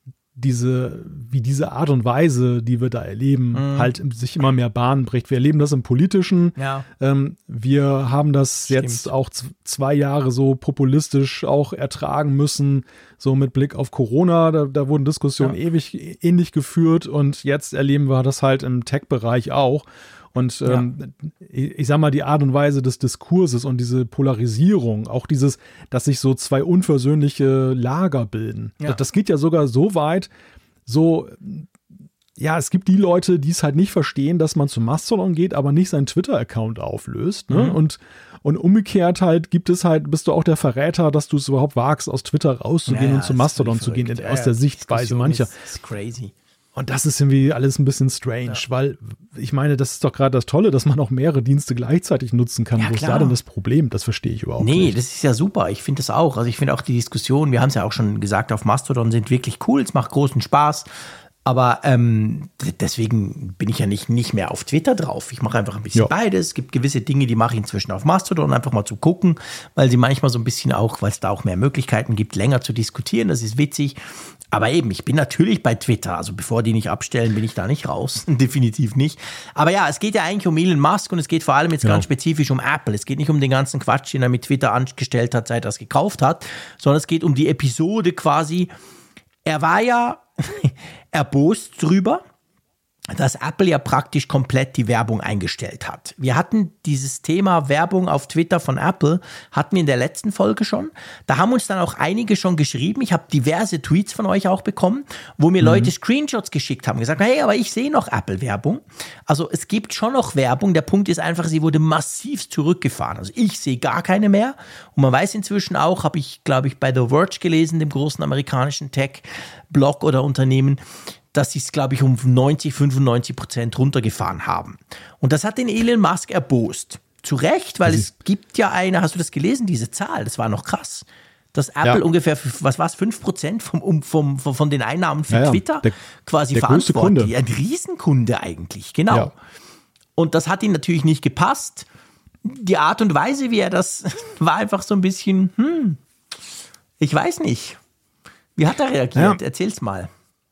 diese, wie diese Art und Weise, die wir da erleben, halt sich immer mehr Bahn bricht. Wir erleben das im Politischen. Ja. Ähm, wir haben das Stimmt. jetzt auch z- zwei Jahre so populistisch auch ertragen müssen, so mit Blick auf Corona. Da, da wurden Diskussionen Ja. ewig ähnlich geführt und jetzt erleben wir das halt im Tech-Bereich auch. Und ähm, ich, ich sag mal, die Art und Weise des Diskurses und diese Polarisierung, auch dieses, dass sich so zwei unversöhnliche Lager bilden. Ja. Das, das geht ja sogar so weit, so, ja, es gibt die Leute, die es halt nicht verstehen, dass man zu Mastodon geht, aber nicht seinen Twitter-Account auflöst. Ne? Mhm. Und, und umgekehrt halt gibt es halt, bist du auch der Verräter, dass du es überhaupt wagst, aus Twitter rauszugehen Ja, ja, und zu ist Mastodon völlig zu gehen, verrückt. aus Ja, der ja, Sichtweise Diskussion mancher. Ist, ist crazy. Und das ist irgendwie alles ein bisschen strange, weil ich meine, das ist doch gerade das Tolle, dass man auch mehrere Dienste gleichzeitig nutzen kann. Ja, Wo ist klar. da denn das Problem? Das verstehe ich überhaupt Nee, nicht. das ist ja super. Ich finde das auch. Also ich finde auch die Diskussion, wir haben es ja auch schon gesagt, auf Mastodon sind wirklich cool. Es macht großen Spaß. Aber ähm, d- deswegen bin ich ja nicht, nicht mehr auf Twitter drauf. Ich mache einfach ein bisschen Ja. beides. Es gibt gewisse Dinge, die mache ich inzwischen auf Mastodon, einfach mal zu gucken, weil sie manchmal so ein bisschen auch, weil es da auch mehr Möglichkeiten gibt, länger zu diskutieren. Das ist witzig. Aber eben, ich bin natürlich bei Twitter. Also bevor die nicht abstellen, bin ich da nicht raus. Definitiv nicht. Aber ja, es geht ja eigentlich um Elon Musk und es geht vor allem jetzt Genau. ganz spezifisch um Apple. Es geht nicht um den ganzen Quatsch, den er mit Twitter angestellt hat, seit er es gekauft hat, sondern es geht um die Episode quasi. Er war ja erbost drüber, dass Apple ja praktisch komplett die Werbung eingestellt hat. Wir hatten dieses Thema Werbung auf Twitter von Apple, hatten wir in der letzten Folge schon. Da haben uns dann auch einige schon geschrieben. Ich habe diverse Tweets von euch auch bekommen, wo mir Leute Screenshots geschickt haben, gesagt, hey, aber ich sehe noch Apple-Werbung. Also es gibt schon noch Werbung. Der Punkt ist einfach, sie wurde massiv zurückgefahren. Also ich sehe gar keine mehr. Und man weiß inzwischen auch, habe ich, glaube ich, bei The Verge gelesen, dem großen amerikanischen Tech-Blog oder Unternehmen, dass sie es, glaube ich, um neunzig, fünfundneunzig Prozent runtergefahren haben. Und das hat den Elon Musk erbost. Zu Recht, weil es gibt ja eine, hast du das gelesen, diese Zahl, das war noch krass, dass Apple Ja. ungefähr, was war es, fünf Prozent vom, um, vom, vom, von den Einnahmen für Ja, ja. Twitter Der- quasi der größte verantwortlich. Kunde. Ein Riesenkunde eigentlich, genau. Ja. Und das hat ihm natürlich nicht gepasst. Die Art und Weise, wie er das, war einfach so ein bisschen, hm, ich weiß nicht. Wie hat er reagiert? Ja. Erzähl's mal.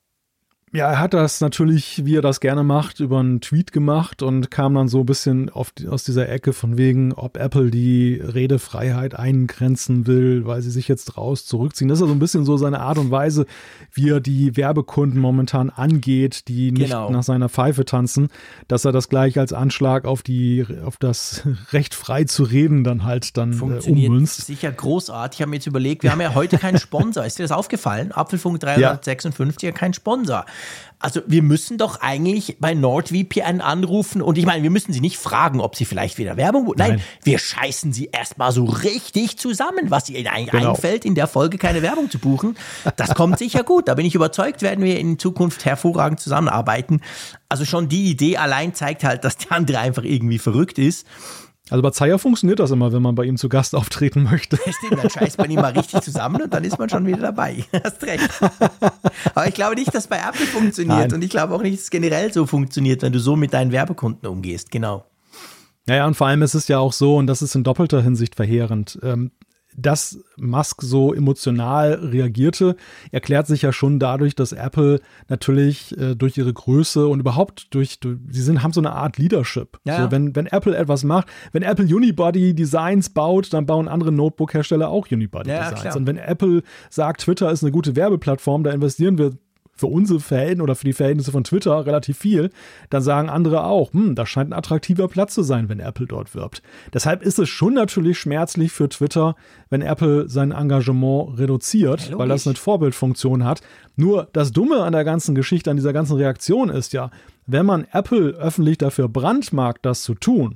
Ja, er hat das natürlich, wie er das gerne macht, über einen Tweet gemacht und kam dann so ein bisschen auf die, aus dieser Ecke von wegen, ob Apple die Redefreiheit eingrenzen will, weil sie sich jetzt raus zurückziehen. Das ist also ein bisschen so seine Art und Weise, wie er die Werbekunden momentan angeht, die nicht Genau. nach seiner Pfeife tanzen, dass er das gleich als Anschlag auf die, auf das Recht frei zu reden dann halt dann äh, Funktioniert ummünzt. sicher großartig. Ich habe mir jetzt überlegt, wir haben ja heute keinen Sponsor. Ist dir das aufgefallen? Apfelfunk dreihundertsechsundfünfzig ja kein Sponsor. Also wir müssen doch eigentlich bei NordVPN anrufen und ich meine, wir müssen sie nicht fragen, ob sie vielleicht wieder Werbung... Nein, Nein. wir scheißen sie erstmal so richtig zusammen, was ihnen eigentlich genau. einfällt, in der Folge keine Werbung zu buchen. Das kommt sicher gut. Da bin ich überzeugt, werden wir in Zukunft hervorragend zusammenarbeiten. Also schon die Idee allein zeigt halt, dass der andere einfach irgendwie verrückt ist. Also bei Zayer funktioniert das immer, wenn man bei ihm zu Gast auftreten möchte. Stimmt, dann scheißt man ihn mal richtig zusammen und dann ist man schon wieder dabei. Hast recht. Aber ich glaube nicht, dass bei Apple funktioniert. Nein. Und ich glaube auch nicht, dass es generell so funktioniert, wenn du so mit deinen Werbekunden umgehst. Genau. Naja, und vor allem ist es ja auch so, und das ist in doppelter Hinsicht verheerend, ähm, dass Musk so emotional reagierte, erklärt sich ja schon dadurch, dass Apple natürlich äh, durch ihre Größe und überhaupt durch, durch sie sind, haben so eine Art Leadership. Ja. So, wenn, wenn Apple etwas macht, wenn Apple Unibody-Designs baut, dann bauen andere Notebook-Hersteller auch Unibody-Designs. Ja, und wenn Apple sagt, Twitter ist eine gute Werbeplattform, da investieren wir für unsere Verhältnisse oder für die Verhältnisse von Twitter relativ viel, dann sagen andere auch, hm, das scheint ein attraktiver Platz zu sein, wenn Apple dort wirbt. Deshalb ist es schon natürlich schmerzlich für Twitter, wenn Apple sein Engagement reduziert, ja, weil das eine Vorbildfunktion hat. Nur das Dumme an der ganzen Geschichte, an dieser ganzen Reaktion ist ja, wenn man Apple öffentlich dafür brandmarkt, das zu tun,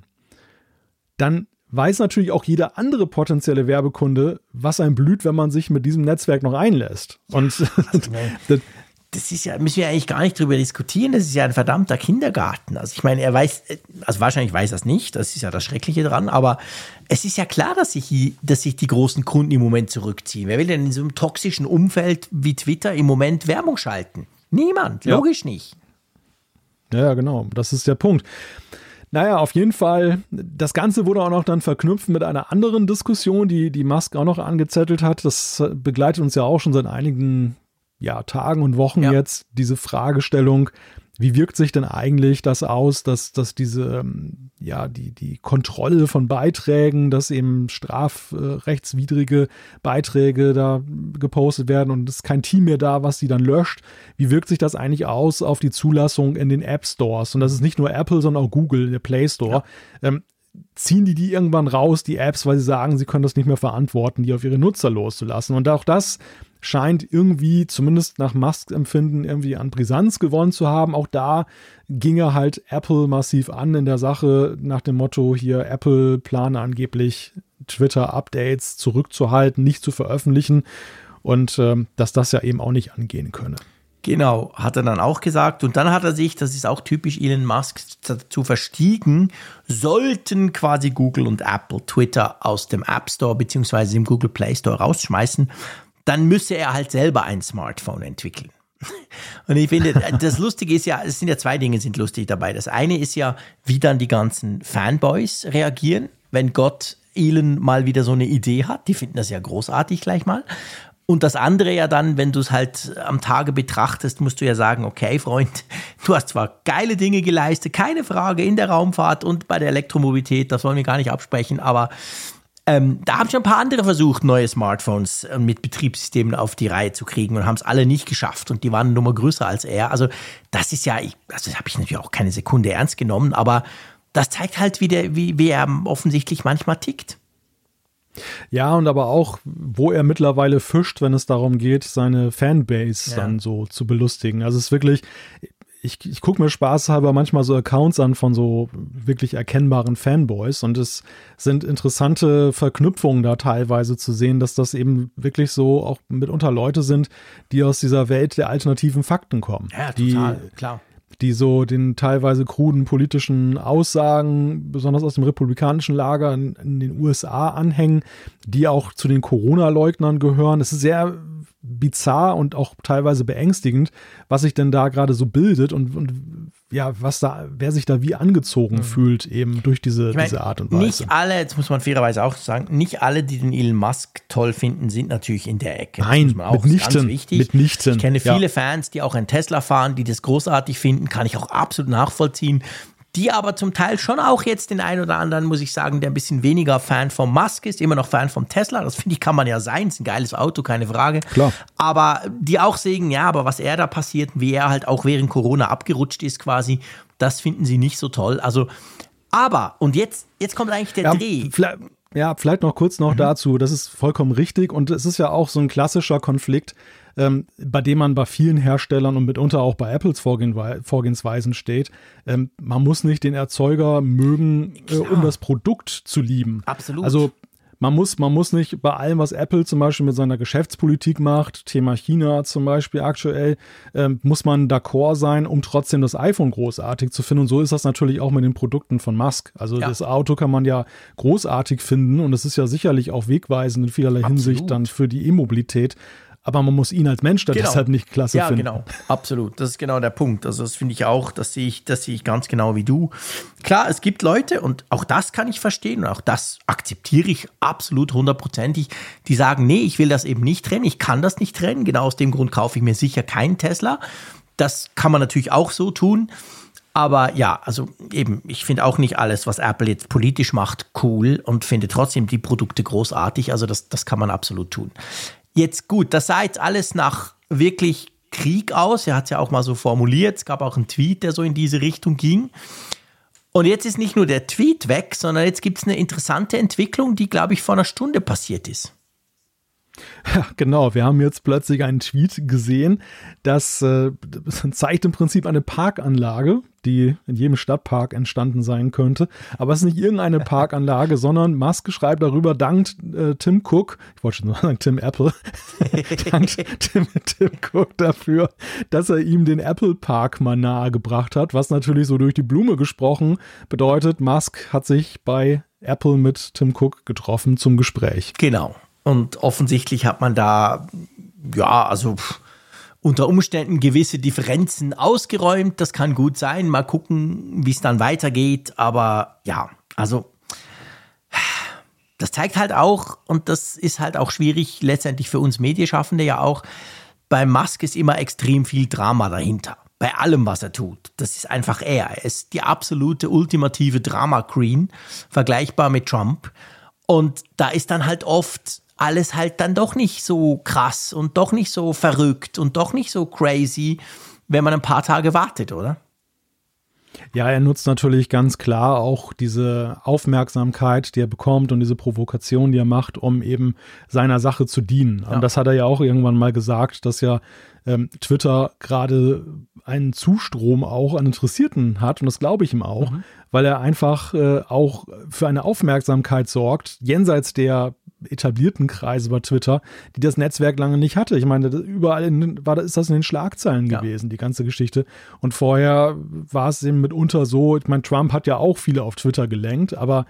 dann weiß natürlich auch jeder andere potenzielle Werbekunde, was einem blüht, wenn man sich mit diesem Netzwerk noch einlässt. Und also, das, Das ist ja, müssen wir eigentlich gar nicht drüber diskutieren, das ist ja ein verdammter Kindergarten. Also ich meine, er weiß, also wahrscheinlich weiß er es nicht, das ist ja das Schreckliche dran, aber es ist ja klar, dass sich, dass sich die großen Kunden im Moment zurückziehen. Wer will denn in so einem toxischen Umfeld wie Twitter im Moment Werbung schalten? Niemand, ja. Logisch nicht. Ja, genau, das ist der Punkt. Naja, auf jeden Fall, das Ganze wurde auch noch dann verknüpft mit einer anderen Diskussion, die, die Musk auch noch angezettelt hat. Das begleitet uns ja auch schon seit einigen ja, Tagen und Wochen ja. jetzt, diese Fragestellung, wie wirkt sich denn eigentlich das aus, dass, dass diese, ja, die, die Kontrolle von Beiträgen, dass eben strafrechtswidrige Beiträge da gepostet werden und es ist kein Team mehr da, was die dann löscht. Wie wirkt sich das eigentlich aus auf die Zulassung in den App Stores? Und das ist nicht nur Apple, sondern auch Google, der Play Store. Ja. Ähm, ziehen die die irgendwann raus, die Apps, weil sie sagen, sie können das nicht mehr verantworten, die auf ihre Nutzer loszulassen. Und auch das scheint irgendwie, zumindest nach Musks Empfinden, irgendwie an Brisanz gewonnen zu haben. Auch da ging er halt Apple massiv an in der Sache nach dem Motto, hier Apple plane angeblich Twitter-Updates zurückzuhalten, nicht zu veröffentlichen und ähm, dass das ja eben auch nicht angehen könne. Genau, hat er dann auch gesagt. Und dann hat er sich, das ist auch typisch Elon Musk, dazu verstiegen, sollten quasi Google und Apple Twitter aus dem App Store beziehungsweise im Google Play Store rausschmeißen, dann müsse er halt selber ein Smartphone entwickeln. Und ich finde, das Lustige ist ja, es sind ja zwei Dinge sind lustig dabei. Das eine ist ja, wie dann die ganzen Fanboys reagieren, wenn Gott Elon mal wieder so eine Idee hat. Die finden das ja großartig gleich mal. Und das andere ja dann, wenn du es halt am Tage betrachtest, musst du ja sagen, okay, Freund, du hast zwar geile Dinge geleistet, keine Frage, in der Raumfahrt und bei der Elektromobilität, das wollen wir gar nicht absprechen, aber ähm, da haben schon ein paar andere versucht, neue Smartphones mit Betriebssystemen auf die Reihe zu kriegen und haben es alle nicht geschafft und die waren eine Nummer größer als er. Also das ist ja, ich, also das habe ich natürlich auch keine Sekunde ernst genommen, aber das zeigt halt, wie, der, wie, wie er offensichtlich manchmal tickt. Ja, und aber auch, wo er mittlerweile fischt, wenn es darum geht, seine Fanbase ja. dann so zu belustigen. Also es ist wirklich, ich, ich gucke mir spaßhalber manchmal so Accounts an von so wirklich erkennbaren Fanboys und es sind interessante Verknüpfungen da teilweise zu sehen, dass das eben wirklich so auch mitunter Leute sind, die aus dieser Welt der alternativen Fakten kommen. Ja, total, die, klar. die so den teilweise kruden politischen Aussagen, besonders aus dem republikanischen Lager in, in den U S A anhängen, die auch zu den Corona-Leugnern gehören. Es ist sehr bizarr und auch teilweise beängstigend, was sich denn da gerade so bildet und, und ja, was da, wer sich da wie angezogen mhm. fühlt, eben durch diese, ich mein, diese Art und Weise. Nicht alle, jetzt muss man fairerweise auch sagen, nicht alle, die den Elon Musk toll finden, sind natürlich in der Ecke. Nein, das muss man auch, mitnichten, ganz wichtig. mitnichten. Ich kenne viele ja. Fans, die auch einen Tesla fahren, die das großartig finden, kann ich auch absolut nachvollziehen. Die aber zum Teil schon auch jetzt den einen oder anderen, muss ich sagen, der ein bisschen weniger Fan vom Musk ist, immer noch Fan vom Tesla. Das finde ich, kann man ja sein. Ist ein geiles Auto, keine Frage. Klar. Aber die auch sagen, ja, aber was er da passiert, wie er halt auch während Corona abgerutscht ist quasi, das finden sie nicht so toll. Also, aber, und jetzt, jetzt kommt eigentlich der ja, Dreh. Vielleicht, ja, vielleicht noch kurz noch mhm. dazu. Das ist vollkommen richtig. Und es ist ja auch so ein klassischer Konflikt. ähm, bei dem man bei vielen Herstellern und mitunter auch bei Apples Vorgehen, Vorgehensweisen steht. Ähm, man muss nicht den Erzeuger mögen, äh, um das Produkt zu lieben. Absolut. Also Man muss, man muss nicht bei allem, was Apple zum Beispiel mit seiner Geschäftspolitik macht, Thema China zum Beispiel aktuell, ähm, muss man d'accord sein, um trotzdem das iPhone großartig zu finden. Und so ist das natürlich auch mit den Produkten von Musk. Also ja. Das Auto kann man ja großartig finden und es ist ja sicherlich auch wegweisend in vielerlei Absolut. Hinsicht dann für die E-Mobilität. Aber man muss ihn als Mensch da genau. deshalb nicht klasse ja, finden. Ja, genau. Absolut. Das ist genau der Punkt. Also das finde ich auch, das sehe ich, das sehe ich ganz genau wie du. Klar, es gibt Leute, und auch das kann ich verstehen und auch das akzeptiere ich absolut hundertprozentig, die sagen, nee, ich will das eben nicht trennen, ich kann das nicht trennen. Genau aus dem Grund kaufe ich mir sicher keinen Tesla. Das kann man natürlich auch so tun. Aber ja, also eben, ich finde auch nicht alles, was Apple jetzt politisch macht, cool und finde trotzdem die Produkte großartig. Also das, das kann man absolut tun. Jetzt gut, das sah jetzt alles nach wirklich Krieg aus. Er hat es ja auch mal so formuliert. Es gab auch einen Tweet, der so in diese Richtung ging. Und jetzt ist nicht nur der Tweet weg, sondern jetzt gibt es eine interessante Entwicklung, die, glaube ich, vor einer Stunde passiert ist. Ja, genau. Wir haben jetzt plötzlich einen Tweet gesehen, das, äh, das zeigt im Prinzip eine Parkanlage, die in jedem Stadtpark entstanden sein könnte. Aber es ist nicht irgendeine Parkanlage, sondern Musk schreibt darüber, dank äh, Tim Cook, ich wollte schon sagen Tim Apple, dank Tim, Tim Cook dafür, dass er ihm den Apple Park mal nahe gebracht hat, was natürlich so durch die Blume gesprochen bedeutet, Musk hat sich bei Apple mit Tim Cook getroffen zum Gespräch. Genau. Und offensichtlich hat man da, ja, also pff, unter Umständen gewisse Differenzen ausgeräumt. Das kann gut sein. Mal gucken, wie es dann weitergeht. Aber ja, also das zeigt halt auch, und das ist halt auch schwierig, letztendlich für uns Medienschaffende ja auch, bei Musk ist immer extrem viel Drama dahinter. Bei allem, was er tut. Das ist einfach er. Er ist die absolute, ultimative Drama-Queen, vergleichbar mit Trump. Und da ist dann halt oft alles halt dann doch nicht so krass und doch nicht so verrückt und doch nicht so crazy, wenn man ein paar Tage wartet, oder? Ja, er nutzt natürlich ganz klar auch diese Aufmerksamkeit, die er bekommt und diese Provokation, die er macht, um eben seiner Sache zu dienen. Ja. Und das hat er ja auch irgendwann mal gesagt, dass ja ähm, Twitter gerade einen Zustrom auch an Interessierten hat. Und das glaube ich ihm auch, mhm. weil er einfach äh, auch für eine Aufmerksamkeit sorgt, jenseits der etablierten Kreise bei Twitter, die das Netzwerk lange nicht hatte. Ich meine, überall in, war, ist das in den Schlagzeilen ja. gewesen, die ganze Geschichte. Und vorher war es eben mitunter so, ich meine, Trump hat ja auch viele auf Twitter gelenkt, aber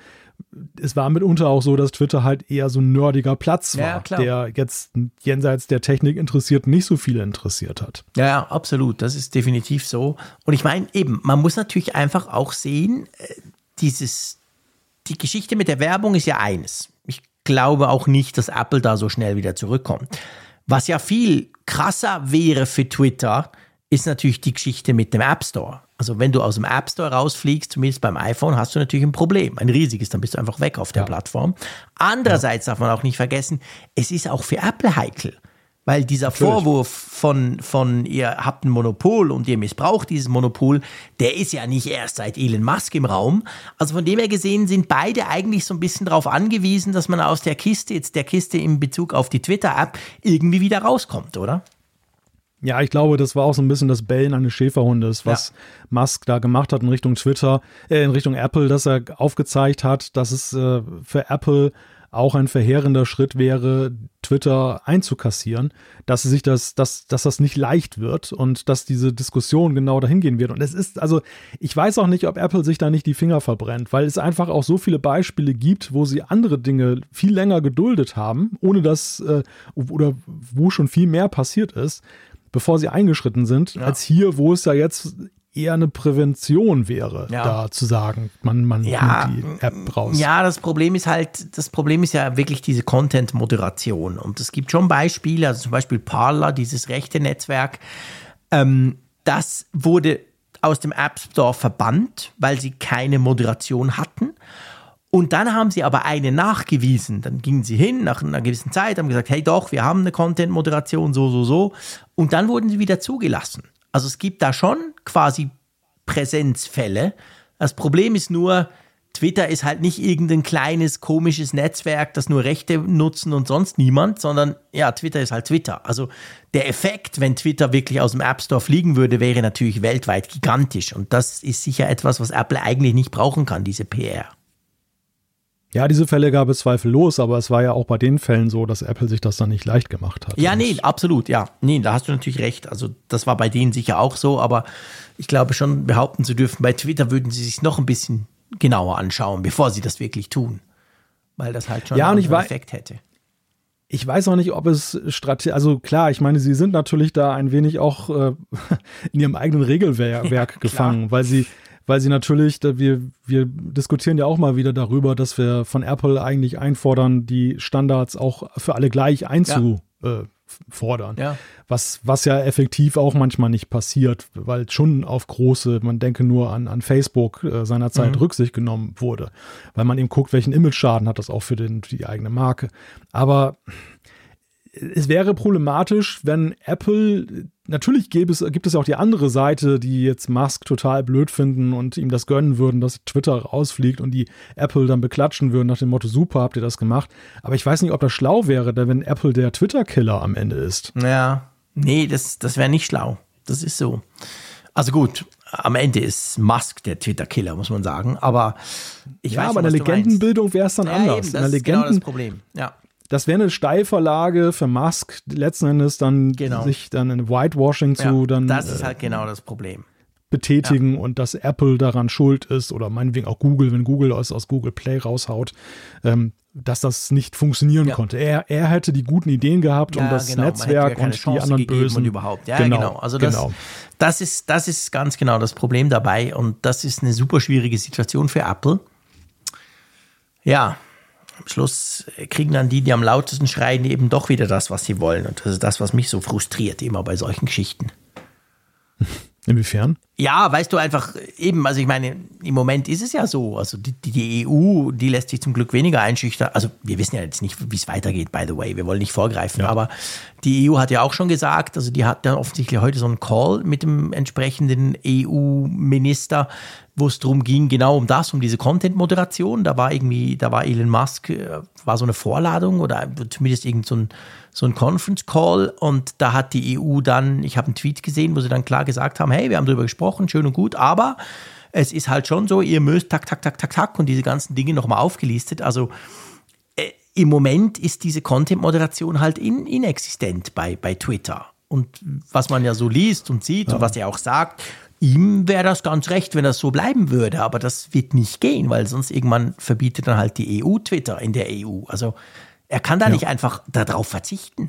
es war mitunter auch so, dass Twitter halt eher so ein nerdiger Platz war, ja, der jetzt jenseits der Technik interessiert nicht so viele interessiert hat. Ja, ja, absolut. Das ist definitiv so. Und ich meine eben, man muss natürlich einfach auch sehen, dieses, die Geschichte mit der Werbung ist ja eines. Ich glaube auch nicht, dass Apple da so schnell wieder zurückkommt. Was ja viel krasser wäre für Twitter, ist natürlich die Geschichte mit dem App Store. Also wenn du aus dem App Store rausfliegst, zumindest beim iPhone, hast du natürlich ein Problem. Ein riesiges, dann bist du einfach weg auf der ja. Plattform. Andererseits ja. darf man auch nicht vergessen, es ist auch für Apple heikel. Weil dieser Natürlich. Vorwurf von, von ihr habt ein Monopol und ihr missbraucht dieses Monopol, der ist ja nicht erst seit Elon Musk im Raum. Also von dem her gesehen sind beide eigentlich so ein bisschen darauf angewiesen, dass man aus der Kiste, jetzt der Kiste in Bezug auf die Twitter-App, irgendwie wieder rauskommt, oder? Ja, ich glaube, das war auch so ein bisschen das Bellen eines Schäferhundes, was ja. Musk da gemacht hat in Richtung Twitter, äh, in Richtung Apple, dass er aufgezeigt hat, dass es äh, für Apple auch ein verheerender Schritt wäre, Twitter einzukassieren, dass sich das, dass, dass das nicht leicht wird und dass diese Diskussion genau dahin gehen wird. Und es ist, also, ich weiß auch nicht, ob Apple sich da nicht die Finger verbrennt, weil es einfach auch so viele Beispiele gibt, wo sie andere Dinge viel länger geduldet haben, ohne dass, äh, oder wo schon viel mehr passiert ist, bevor sie eingeschritten sind, ja. als hier, wo es ja jetzt eher eine Prävention wäre, ja. da zu sagen, man, man ja, nimmt die App raus. Ja, das Problem ist halt, das Problem ist ja wirklich diese Content-Moderation. Und es gibt schon Beispiele, also zum Beispiel Parler, dieses rechte Netzwerk, ähm, das wurde aus dem App Store verbannt, weil sie keine Moderation hatten. Und dann haben sie aber eine nachgewiesen. Dann gingen sie hin nach einer gewissen Zeit, haben gesagt, hey doch, wir haben eine Content-Moderation, so, so, so. Und dann wurden sie wieder zugelassen. Also es gibt da schon quasi Präsenzfälle. Das Problem ist nur, Twitter ist halt nicht irgendein kleines, komisches Netzwerk, das nur Rechte nutzen und sonst niemand, sondern ja, Twitter ist halt Twitter. Also der Effekt, wenn Twitter wirklich aus dem App Store fliegen würde, wäre natürlich weltweit gigantisch. Und das ist sicher etwas, was Apple eigentlich nicht brauchen kann, diese P R. Ja, diese Fälle gab es zweifellos, aber es war ja auch bei den Fällen so, dass Apple sich das dann nicht leicht gemacht hat. Ja, nee, absolut, ja. Nee, da hast du natürlich recht. Also das war bei denen sicher auch so, aber ich glaube schon behaupten zu dürfen, bei Twitter würden sie sich noch ein bisschen genauer anschauen, bevor sie das wirklich tun. Weil das halt schon ja, einen anderen Effekt hätte. Ich weiß auch nicht, ob es strategisch, also klar, ich meine, sie sind natürlich da ein wenig auch äh, in ihrem eigenen Regelwerk ja, gefangen, weil sie, weil sie natürlich, da wir, wir diskutieren ja auch mal wieder darüber, dass wir von Apple eigentlich einfordern, die Standards auch für alle gleich einzufordern. Ja. Ja. Was, was ja effektiv auch manchmal nicht passiert, weil schon auf große, man denke nur an, an Facebook äh, seinerzeit mhm. Rücksicht genommen wurde, weil man eben guckt, welchen Image-Schaden hat das auch für den, für die eigene Marke. Aber es wäre problematisch, wenn Apple, natürlich gäbe es, gibt es ja auch die andere Seite, die jetzt Musk total blöd finden und ihm das gönnen würden, dass Twitter rausfliegt und die Apple dann beklatschen würden nach dem Motto, super, habt ihr das gemacht. Aber ich weiß nicht, ob das schlau wäre, denn wenn Apple der Twitter-Killer am Ende ist. Ja, nee, das, das wäre nicht schlau. Das ist so. Also gut, am Ende ist Musk der Twitter-Killer, muss man sagen. Aber ich ja, weiß aber schon, in der Legendenbildung wäre es dann ja, anders. Eben, das in der ist genau Legenden- das Problem, ja. Das wäre eine Steilvorlage für Musk, letzten Endes dann Genau. sich dann in Whitewashing zu ja, dann das ist äh, halt genau das Problem. betätigen ja. und dass Apple daran schuld ist oder meinetwegen auch Google, wenn Google es aus Google Play raushaut, ähm, dass das nicht funktionieren Ja. konnte. Er, er hätte die guten Ideen gehabt Ja, und das genau. Man hätte Netzwerk ja keine und die Chance anderen gegeben Bösen. und überhaupt. Ja, genau, genau. Also das, genau. das, ist, das ist ganz genau das Problem dabei und das ist eine super schwierige Situation für Apple. Ja, am Schluss kriegen dann die, die am lautesten schreien, eben doch wieder das, was sie wollen. Und das ist das, was mich so frustriert, immer bei solchen Geschichten. Inwiefern? Ja, weißt du, einfach eben, also ich meine, im Moment ist es ja so, also die, die E U, die lässt sich zum Glück weniger einschüchtern. Also wir wissen ja jetzt nicht, wie es weitergeht, by the way, wir wollen nicht vorgreifen, Ja. aber die E U hat ja auch schon gesagt, also die hat dann offensichtlich heute so einen Call mit dem entsprechenden E U-Minister, wo es darum ging, genau um das, um diese Content-Moderation. Da war irgendwie, da war Elon Musk, äh, war so eine Vorladung oder zumindest irgend so ein, so ein Conference-Call und da hat die E U dann, ich habe einen Tweet gesehen, wo sie dann klar gesagt haben, hey, wir haben darüber gesprochen, schön und gut, aber es ist halt schon so, ihr müsst tak, tak, tak, tak, tak und diese ganzen Dinge nochmal aufgelistet. Also äh, im Moment ist diese Content-Moderation halt in, inexistent bei, bei Twitter. Und was man ja so liest und sieht Ja. und was er auch sagt, ihm wäre das ganz recht, wenn das so bleiben würde, aber das wird nicht gehen, weil sonst irgendwann verbietet dann halt die E U Twitter in der E U. Also er kann da Ja. nicht einfach darauf verzichten.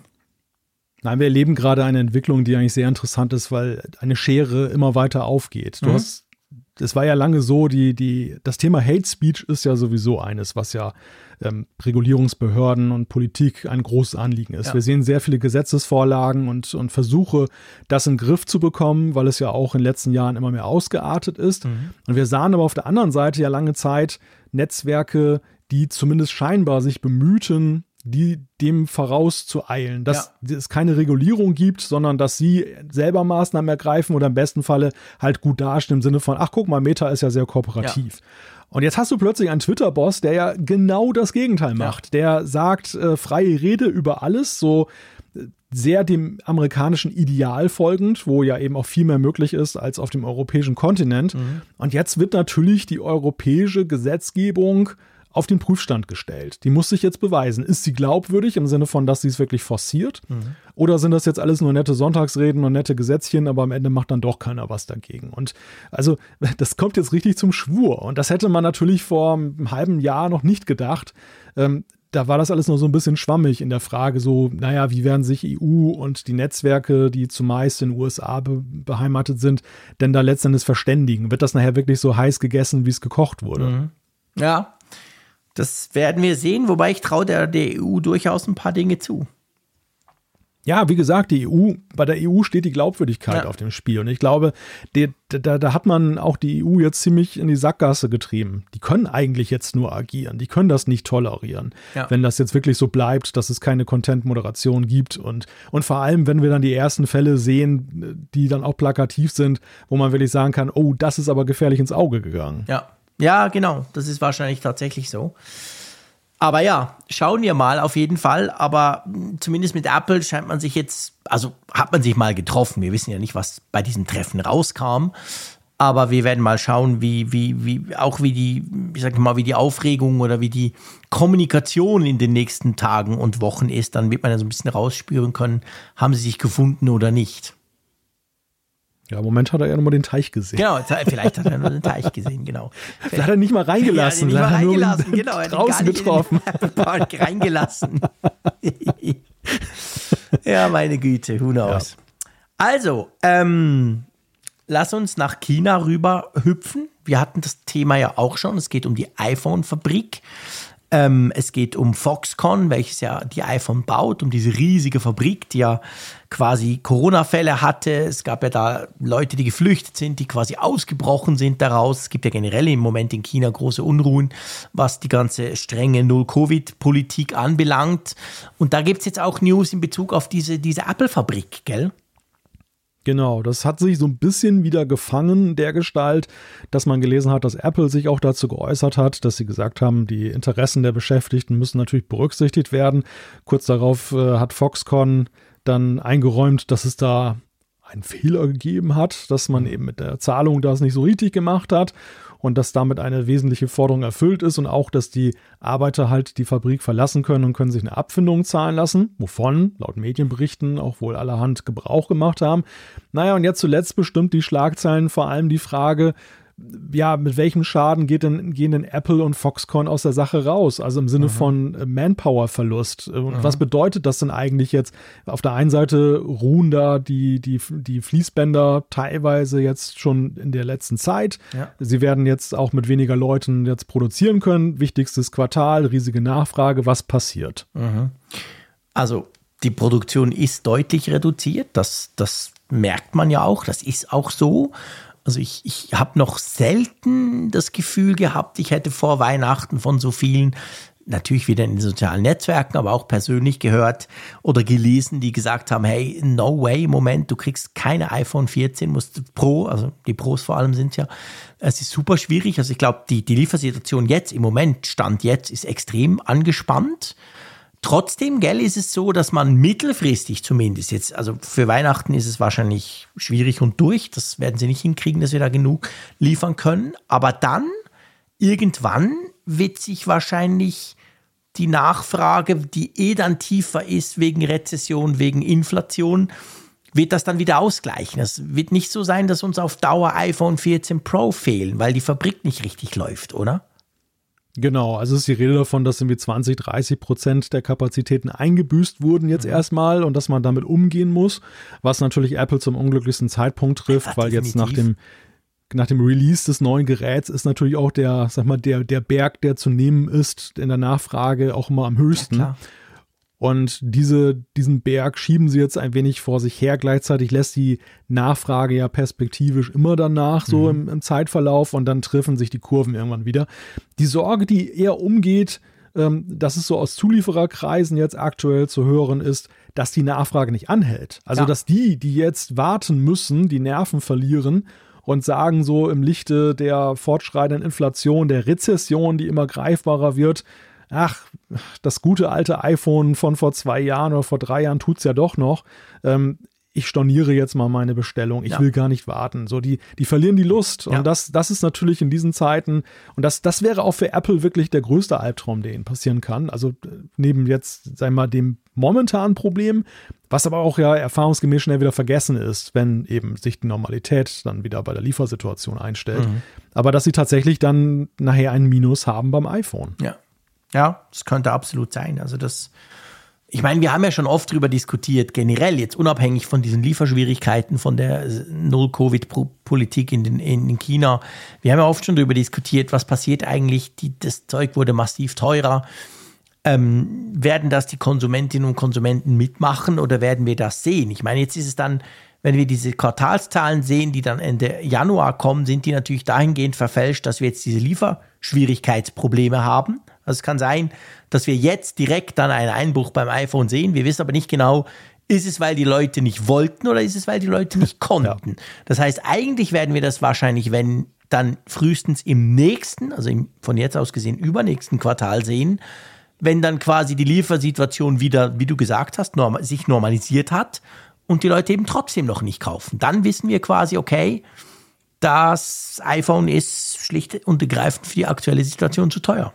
Nein, wir erleben gerade eine Entwicklung, die eigentlich sehr interessant ist, weil eine Schere immer weiter aufgeht. Du Mhm. hast, es war ja lange so, die, die, das Thema Hate Speech ist ja sowieso eines, was ja ähm, Regulierungsbehörden und Politik ein großes Anliegen ist. Ja. Wir sehen sehr viele Gesetzesvorlagen und, und Versuche, das in den Griff zu bekommen, weil es ja auch in den letzten Jahren immer mehr ausgeartet ist. Mhm. Und wir sahen aber auf der anderen Seite ja lange Zeit Netzwerke, die zumindest scheinbar sich bemühten, die dem vorauszueilen, dass Ja. es keine Regulierung gibt, sondern dass sie selber Maßnahmen ergreifen oder im besten Falle halt gut dastehen im Sinne von, ach guck mal, Meta ist ja sehr kooperativ. Und jetzt hast du plötzlich einen Twitter-Boss, der ja genau das Gegenteil macht. Der sagt, äh, freie Rede über alles, so äh, sehr dem amerikanischen Ideal folgend, wo ja eben auch viel mehr möglich ist als auf dem europäischen Kontinent. Mhm. Und jetzt wird natürlich die europäische Gesetzgebung auf den Prüfstand gestellt. Die muss sich jetzt beweisen. Ist sie glaubwürdig im Sinne von, dass sie es wirklich forciert? Mhm. Oder sind das jetzt alles nur nette Sonntagsreden und nette Gesetzchen, aber am Ende macht dann doch keiner was dagegen? Und also das kommt jetzt richtig zum Schwur. Und das hätte man natürlich vor einem halben Jahr noch nicht gedacht. Ähm, da war das alles nur so ein bisschen schwammig in der Frage so, naja, wie werden sich E U und die Netzwerke, die zumeist in den U S A be- beheimatet sind, denn da letztendlich verständigen? Wird das nachher wirklich so heiß gegessen, wie es gekocht wurde? Mhm. Ja, das werden wir sehen, wobei ich traue der, der E U durchaus ein paar Dinge zu. Ja, wie gesagt, die E U, bei der E U steht die Glaubwürdigkeit Ja. auf dem Spiel. Und ich glaube, die, da, da hat man auch die E U jetzt ziemlich in die Sackgasse getrieben. Die können eigentlich jetzt nur agieren. Die können das nicht tolerieren, Ja. wenn das jetzt wirklich so bleibt, dass es keine Content-Moderation gibt. Und, und vor allem, wenn wir dann die ersten Fälle sehen, die dann auch plakativ sind, wo man wirklich sagen kann, oh, das ist aber gefährlich ins Auge gegangen. Ja, Ja, genau, das ist wahrscheinlich tatsächlich so. Aber ja, schauen wir mal auf jeden Fall. Aber zumindest mit Apple scheint man sich jetzt, also hat man sich mal getroffen. Wir wissen ja nicht, was bei diesem Treffen rauskam. Aber wir werden mal schauen, wie, wie, wie, auch wie die, ich sag mal, wie die Aufregung oder wie die Kommunikation in den nächsten Tagen und Wochen ist. Dann wird man ja so ein bisschen rausspüren können, haben sie sich gefunden oder nicht. Ja, im Moment hat er ja nur den Teich gesehen. Genau, vielleicht hat er nur den Teich gesehen, genau. Vielleicht hat er nicht mal reingelassen. Ja, nicht mal reingelassen, genau. Er draußen getroffen. Park reingelassen. Ja, meine Güte, who knows. Ja. Also, ähm, lass uns nach China rüber hüpfen. Wir hatten das Thema ja auch schon. Es geht um die iPhone-Fabrik. Ähm, es geht um Foxconn, welches ja die iPhone baut, um diese riesige Fabrik, die ja quasi Corona-Fälle hatte. Es gab ja da Leute, die geflüchtet sind, die quasi ausgebrochen sind daraus. Es gibt ja generell im Moment in China große Unruhen, was die ganze strenge Null-Covid-Politik anbelangt. Und da gibt es jetzt auch News in Bezug auf diese, diese Apple-Fabrik, gell? Genau, das hat sich so ein bisschen wieder gefangen, der Gestalt, dass man gelesen hat, dass Apple sich auch dazu geäußert hat, dass sie gesagt haben, die Interessen der Beschäftigten müssen natürlich berücksichtigt werden. Kurz darauf äh, hat Foxconn dann eingeräumt, dass es da einen Fehler gegeben hat, dass man eben mit der Zahlung das nicht so richtig gemacht hat und dass damit eine wesentliche Forderung erfüllt ist und auch, dass die Arbeiter halt die Fabrik verlassen können und können sich eine Abfindung zahlen lassen, wovon laut Medienberichten auch wohl allerhand Gebrauch gemacht haben. Naja, und jetzt zuletzt bestimmt die Schlagzeilen vor allem die Frage, ja, mit welchem Schaden geht denn, gehen denn Apple und Foxconn aus der Sache raus? Also im Sinne mhm. von Manpower-Verlust. Und mhm. was bedeutet das denn eigentlich jetzt? Auf der einen Seite ruhen da die, die, die Fließbänder teilweise jetzt schon in der letzten Zeit. Ja. Sie werden jetzt auch mit weniger Leuten jetzt produzieren können. Wichtigstes Quartal, riesige Nachfrage. Was passiert? Mhm. Also die Produktion ist deutlich reduziert. Das, das merkt man ja auch. Das ist auch so. Also ich, ich habe noch selten das Gefühl gehabt, ich hätte vor Weihnachten von so vielen, natürlich wieder in den sozialen Netzwerken, aber auch persönlich gehört oder gelesen, die gesagt haben, hey, no way, Moment, du kriegst keine iPhone vierzehn, musst Pro, also die Pros vor allem sind ja, es ist super schwierig. Also ich glaube, die, die Liefersituation jetzt im Moment, Stand jetzt, ist extrem angespannt. Trotzdem, gell, ist es so, dass man mittelfristig zumindest jetzt, also für Weihnachten ist es wahrscheinlich schwierig und durch, das werden sie nicht hinkriegen, dass wir da genug liefern können, aber dann, irgendwann wird sich wahrscheinlich die Nachfrage, die eh dann tiefer ist wegen Rezession, wegen Inflation, wird das dann wieder ausgleichen. Es wird nicht so sein, dass uns auf Dauer iPhone vierzehn Pro fehlen, weil die Fabrik nicht richtig läuft, oder? Genau, also ist die Rede davon, dass irgendwie zwanzig, dreißig Prozent der Kapazitäten eingebüßt wurden jetzt mhm. erstmal und dass man damit umgehen muss, was natürlich Apple zum unglücklichsten Zeitpunkt trifft, ja, weil jetzt nach dem, nach dem Release des neuen Geräts ist natürlich auch der, sag mal, der, der Berg, der zu nehmen ist, in der Nachfrage auch immer am höchsten. Ja, und diese, diesen Berg schieben sie jetzt ein wenig vor sich her. Gleichzeitig lässt die Nachfrage ja perspektivisch immer danach, so mhm. im, im Zeitverlauf, und dann treffen sich die Kurven irgendwann wieder. Die Sorge, die eher umgeht, ähm, dass es so aus Zuliefererkreisen jetzt aktuell zu hören ist, dass die Nachfrage nicht anhält. Also, ja. dass die, die jetzt warten müssen, die Nerven verlieren und sagen so im Lichte der fortschreitenden Inflation, der Rezession, die immer greifbarer wird, ach, das gute alte iPhone von vor zwei Jahren oder vor drei Jahren tut's ja doch noch. Ähm, ich storniere jetzt mal meine Bestellung. Ich ja. will gar nicht warten. So, die, die verlieren die Lust. Ja. Und das, das ist natürlich in diesen Zeiten, und das, das wäre auch für Apple wirklich der größte Albtraum, der ihnen passieren kann. Also neben jetzt, sagen wir mal, dem momentanen Problem, was aber auch ja erfahrungsgemäß schnell wieder vergessen ist, wenn eben sich die Normalität dann wieder bei der Liefersituation einstellt. Mhm. Aber dass sie tatsächlich dann nachher einen Minus haben beim iPhone. Ja. Ja, das könnte absolut sein. Also das, ich meine, wir haben ja schon oft darüber diskutiert, generell jetzt unabhängig von diesen Lieferschwierigkeiten, von der Null-Covid-Politik in, den, in China. Wir haben ja oft schon darüber diskutiert, was passiert eigentlich. Die, das Zeug wurde massiv teurer. Ähm, werden das die Konsumentinnen und Konsumenten mitmachen oder werden wir das sehen? Ich meine, jetzt ist es dann, wenn wir diese Quartalszahlen sehen, die dann Ende Januar kommen, sind die natürlich dahingehend verfälscht, dass wir jetzt diese Lieferschwierigkeitsprobleme haben. Also es kann sein, dass wir jetzt direkt dann einen Einbruch beim iPhone sehen. Wir wissen aber nicht genau, ist es, weil die Leute nicht wollten oder ist es, weil die Leute nicht konnten. Ja. Das heißt, eigentlich werden wir das wahrscheinlich, wenn dann frühestens im nächsten, also im, von jetzt aus gesehen übernächsten Quartal sehen, wenn dann quasi die Liefersituation wieder, wie du gesagt hast, norm- sich normalisiert hat und die Leute eben trotzdem noch nicht kaufen. Dann wissen wir quasi, okay, das iPhone ist schlicht und ergreifend für die aktuelle Situation zu teuer.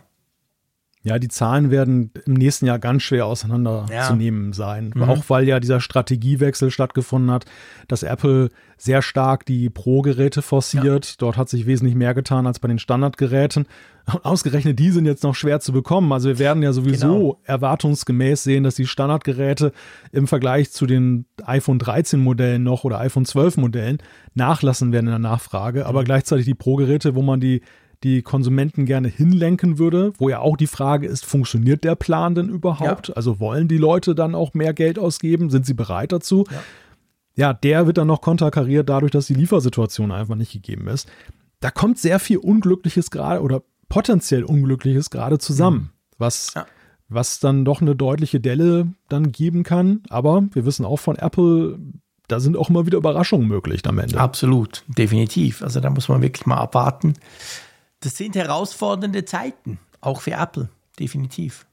Ja, die Zahlen werden im nächsten Jahr ganz schwer auseinanderzunehmen ja. sein. Mhm. Auch weil ja dieser Strategiewechsel stattgefunden hat, dass Apple sehr stark die Pro-Geräte forciert. Ja. Dort hat sich wesentlich mehr getan als bei den Standardgeräten. Und ausgerechnet die sind jetzt noch schwer zu bekommen. Also wir werden ja sowieso genau. erwartungsgemäß sehen, dass die Standardgeräte im Vergleich zu den iPhone dreizehn Modellen noch oder iPhone zwölf Modellen nachlassen werden in der Nachfrage. Mhm. Aber gleichzeitig die Pro-Geräte, wo man die die Konsumenten gerne hinlenken würde, wo ja auch die Frage ist, funktioniert der Plan denn überhaupt? Ja. Also wollen die Leute dann auch mehr Geld ausgeben? Sind sie bereit dazu? Ja, ja der wird dann noch konterkariert dadurch, dass die Liefersituation einfach nicht gegeben ist. Da kommt sehr viel Unglückliches gerade oder potenziell Unglückliches gerade zusammen, mhm. was, ja. was dann doch eine deutliche Delle dann geben kann. Aber wir wissen auch von Apple, da sind auch immer wieder Überraschungen möglich am Ende. Absolut, definitiv. Also da muss man wirklich mal abwarten. Das sind herausfordernde Zeiten, auch für Apple, definitiv.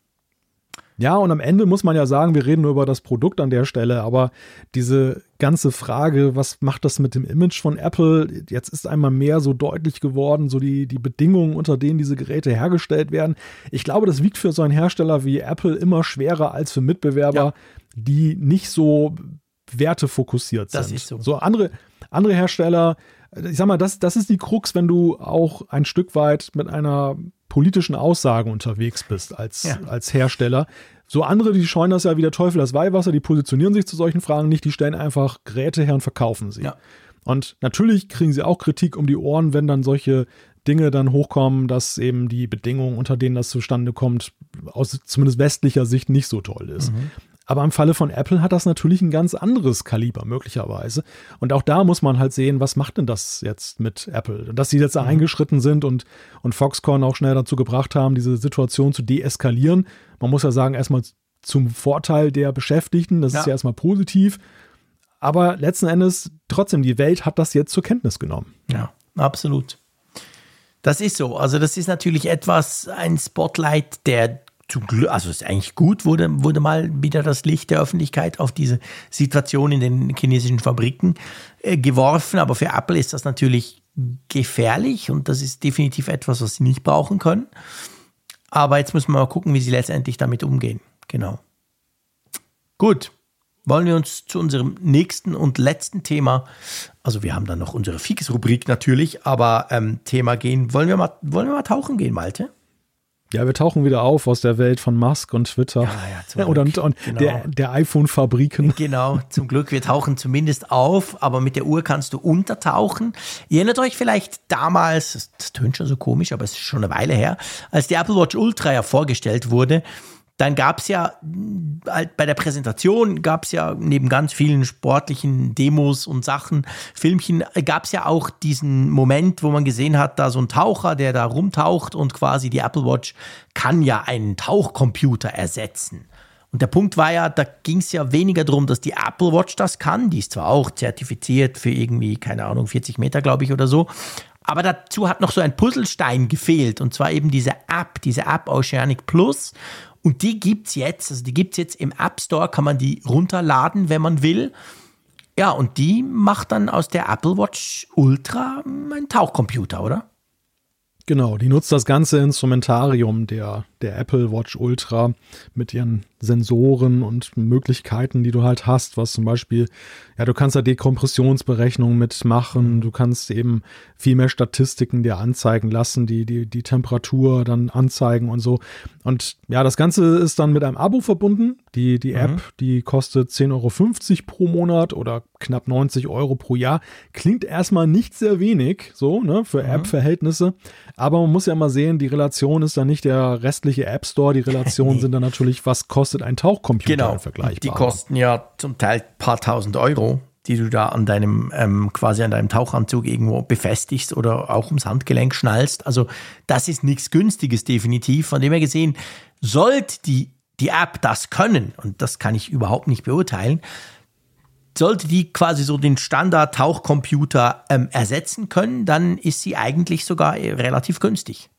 Ja, und am Ende muss man ja sagen, wir reden nur über das Produkt an der Stelle, aber diese ganze Frage, was macht das mit dem Image von Apple? Jetzt ist einmal mehr so deutlich geworden, so die, die Bedingungen, unter denen diese Geräte hergestellt werden. Ich glaube, das wiegt für so einen Hersteller wie Apple immer schwerer als für Mitbewerber, ja. die nicht so wertefokussiert sind. Das ist so. So andere, andere Hersteller, ich sag mal, das, das ist die Krux, wenn du auch ein Stück weit mit einer politischen Aussage unterwegs bist als, ja. als Hersteller. So andere, die scheuen das ja wie der Teufel das Weihwasser, die positionieren sich zu solchen Fragen nicht, die stellen einfach Geräte her und verkaufen sie. Ja. Und natürlich kriegen sie auch Kritik um die Ohren, wenn dann solche Dinge dann hochkommen, dass eben die Bedingungen, unter denen das zustande kommt, aus zumindest westlicher Sicht nicht so toll ist. Mhm. Aber im Falle von Apple hat das natürlich ein ganz anderes Kaliber möglicherweise. Und auch da muss man halt sehen, was macht denn das jetzt mit Apple? Und dass sie jetzt da mhm. eingeschritten sind und, und Foxconn auch schnell dazu gebracht haben, diese Situation zu deeskalieren. Man muss ja sagen, erstmal zum Vorteil der Beschäftigten, das ja. ist ja erstmal positiv. Aber letzten Endes, trotzdem, die Welt hat das jetzt zur Kenntnis genommen. Ja, absolut. Das ist so. Also das ist natürlich etwas, ein Spotlight, der zum Glück, also es ist eigentlich gut, wurde, wurde mal wieder das Licht der Öffentlichkeit auf diese Situation in den chinesischen Fabriken äh, geworfen. Aber für Apple ist das natürlich gefährlich und das ist definitiv etwas, was sie nicht brauchen können. Aber jetzt müssen wir mal gucken, wie sie letztendlich damit umgehen. Genau. Gut. Wollen wir uns zu unserem nächsten und letzten Thema, also wir haben dann noch unsere Fix-Rubrik natürlich, aber ähm, Thema gehen. Wollen wir mal, wollen wir mal tauchen gehen, Malte? Ja, wir tauchen wieder auf aus der Welt von Musk und Twitter. Ja, ja, zum Glück. und, und genau. der, der iPhone-Fabriken. Genau, zum Glück. Wir tauchen zumindest auf, aber mit der Uhr kannst du untertauchen. Ihr erinnert euch vielleicht damals, das tönt schon so komisch, aber es ist schon eine Weile her, als die Apple Watch Ultra ja vorgestellt wurde, dann gab es ja, bei der Präsentation gab es ja neben ganz vielen sportlichen Demos und Sachen, Filmchen, gab es ja auch diesen Moment, wo man gesehen hat, da so ein Taucher, der da rumtaucht und quasi die Apple Watch kann ja einen Tauchcomputer ersetzen. Und der Punkt war ja, da ging es ja weniger darum, dass die Apple Watch das kann, die ist zwar auch zertifiziert für irgendwie, keine Ahnung, vierzig Meter, glaube ich, oder so, aber dazu hat noch so ein Puzzlestein gefehlt und zwar eben diese App, diese App Oceanic Plus. Und die gibt's jetzt, also die gibt's jetzt im App Store, kann man die runterladen, wenn man will. Ja, und die macht dann aus der Apple Watch Ultra einen Tauchcomputer, oder? Genau, die nutzt das ganze Instrumentarium der, der Apple Watch Ultra mit ihren Sensoren und Möglichkeiten, die du halt hast, was zum Beispiel, ja, du kannst da Dekompressionsberechnungen mitmachen, du kannst eben viel mehr Statistiken dir anzeigen lassen, die, die, die Temperatur dann anzeigen und so. Und ja, das Ganze ist dann mit einem Abo verbunden. Die, die App, mhm. die kostet zehn Euro fünfzig pro Monat oder knapp neunzig Euro pro Jahr. Klingt erstmal nicht sehr wenig, so, ne, für mhm. App-Verhältnisse. Aber man muss ja mal sehen, die Relation ist dann nicht der restliche App Store. Die Relation nee. sind dann natürlich, was kostet ein Tauchcomputer genau. vergleichbar. Die kosten ja zum Teil ein paar tausend Euro, die du da an deinem, ähm, quasi an deinem Tauchanzug irgendwo befestigst oder auch ums Handgelenk schnallst. Also das ist nichts Günstiges definitiv. Von dem her gesehen, sollte die, die App das können, und das kann ich überhaupt nicht beurteilen, sollte die quasi so den Standard-Tauchcomputer ähm, ersetzen können, dann ist sie eigentlich sogar relativ günstig.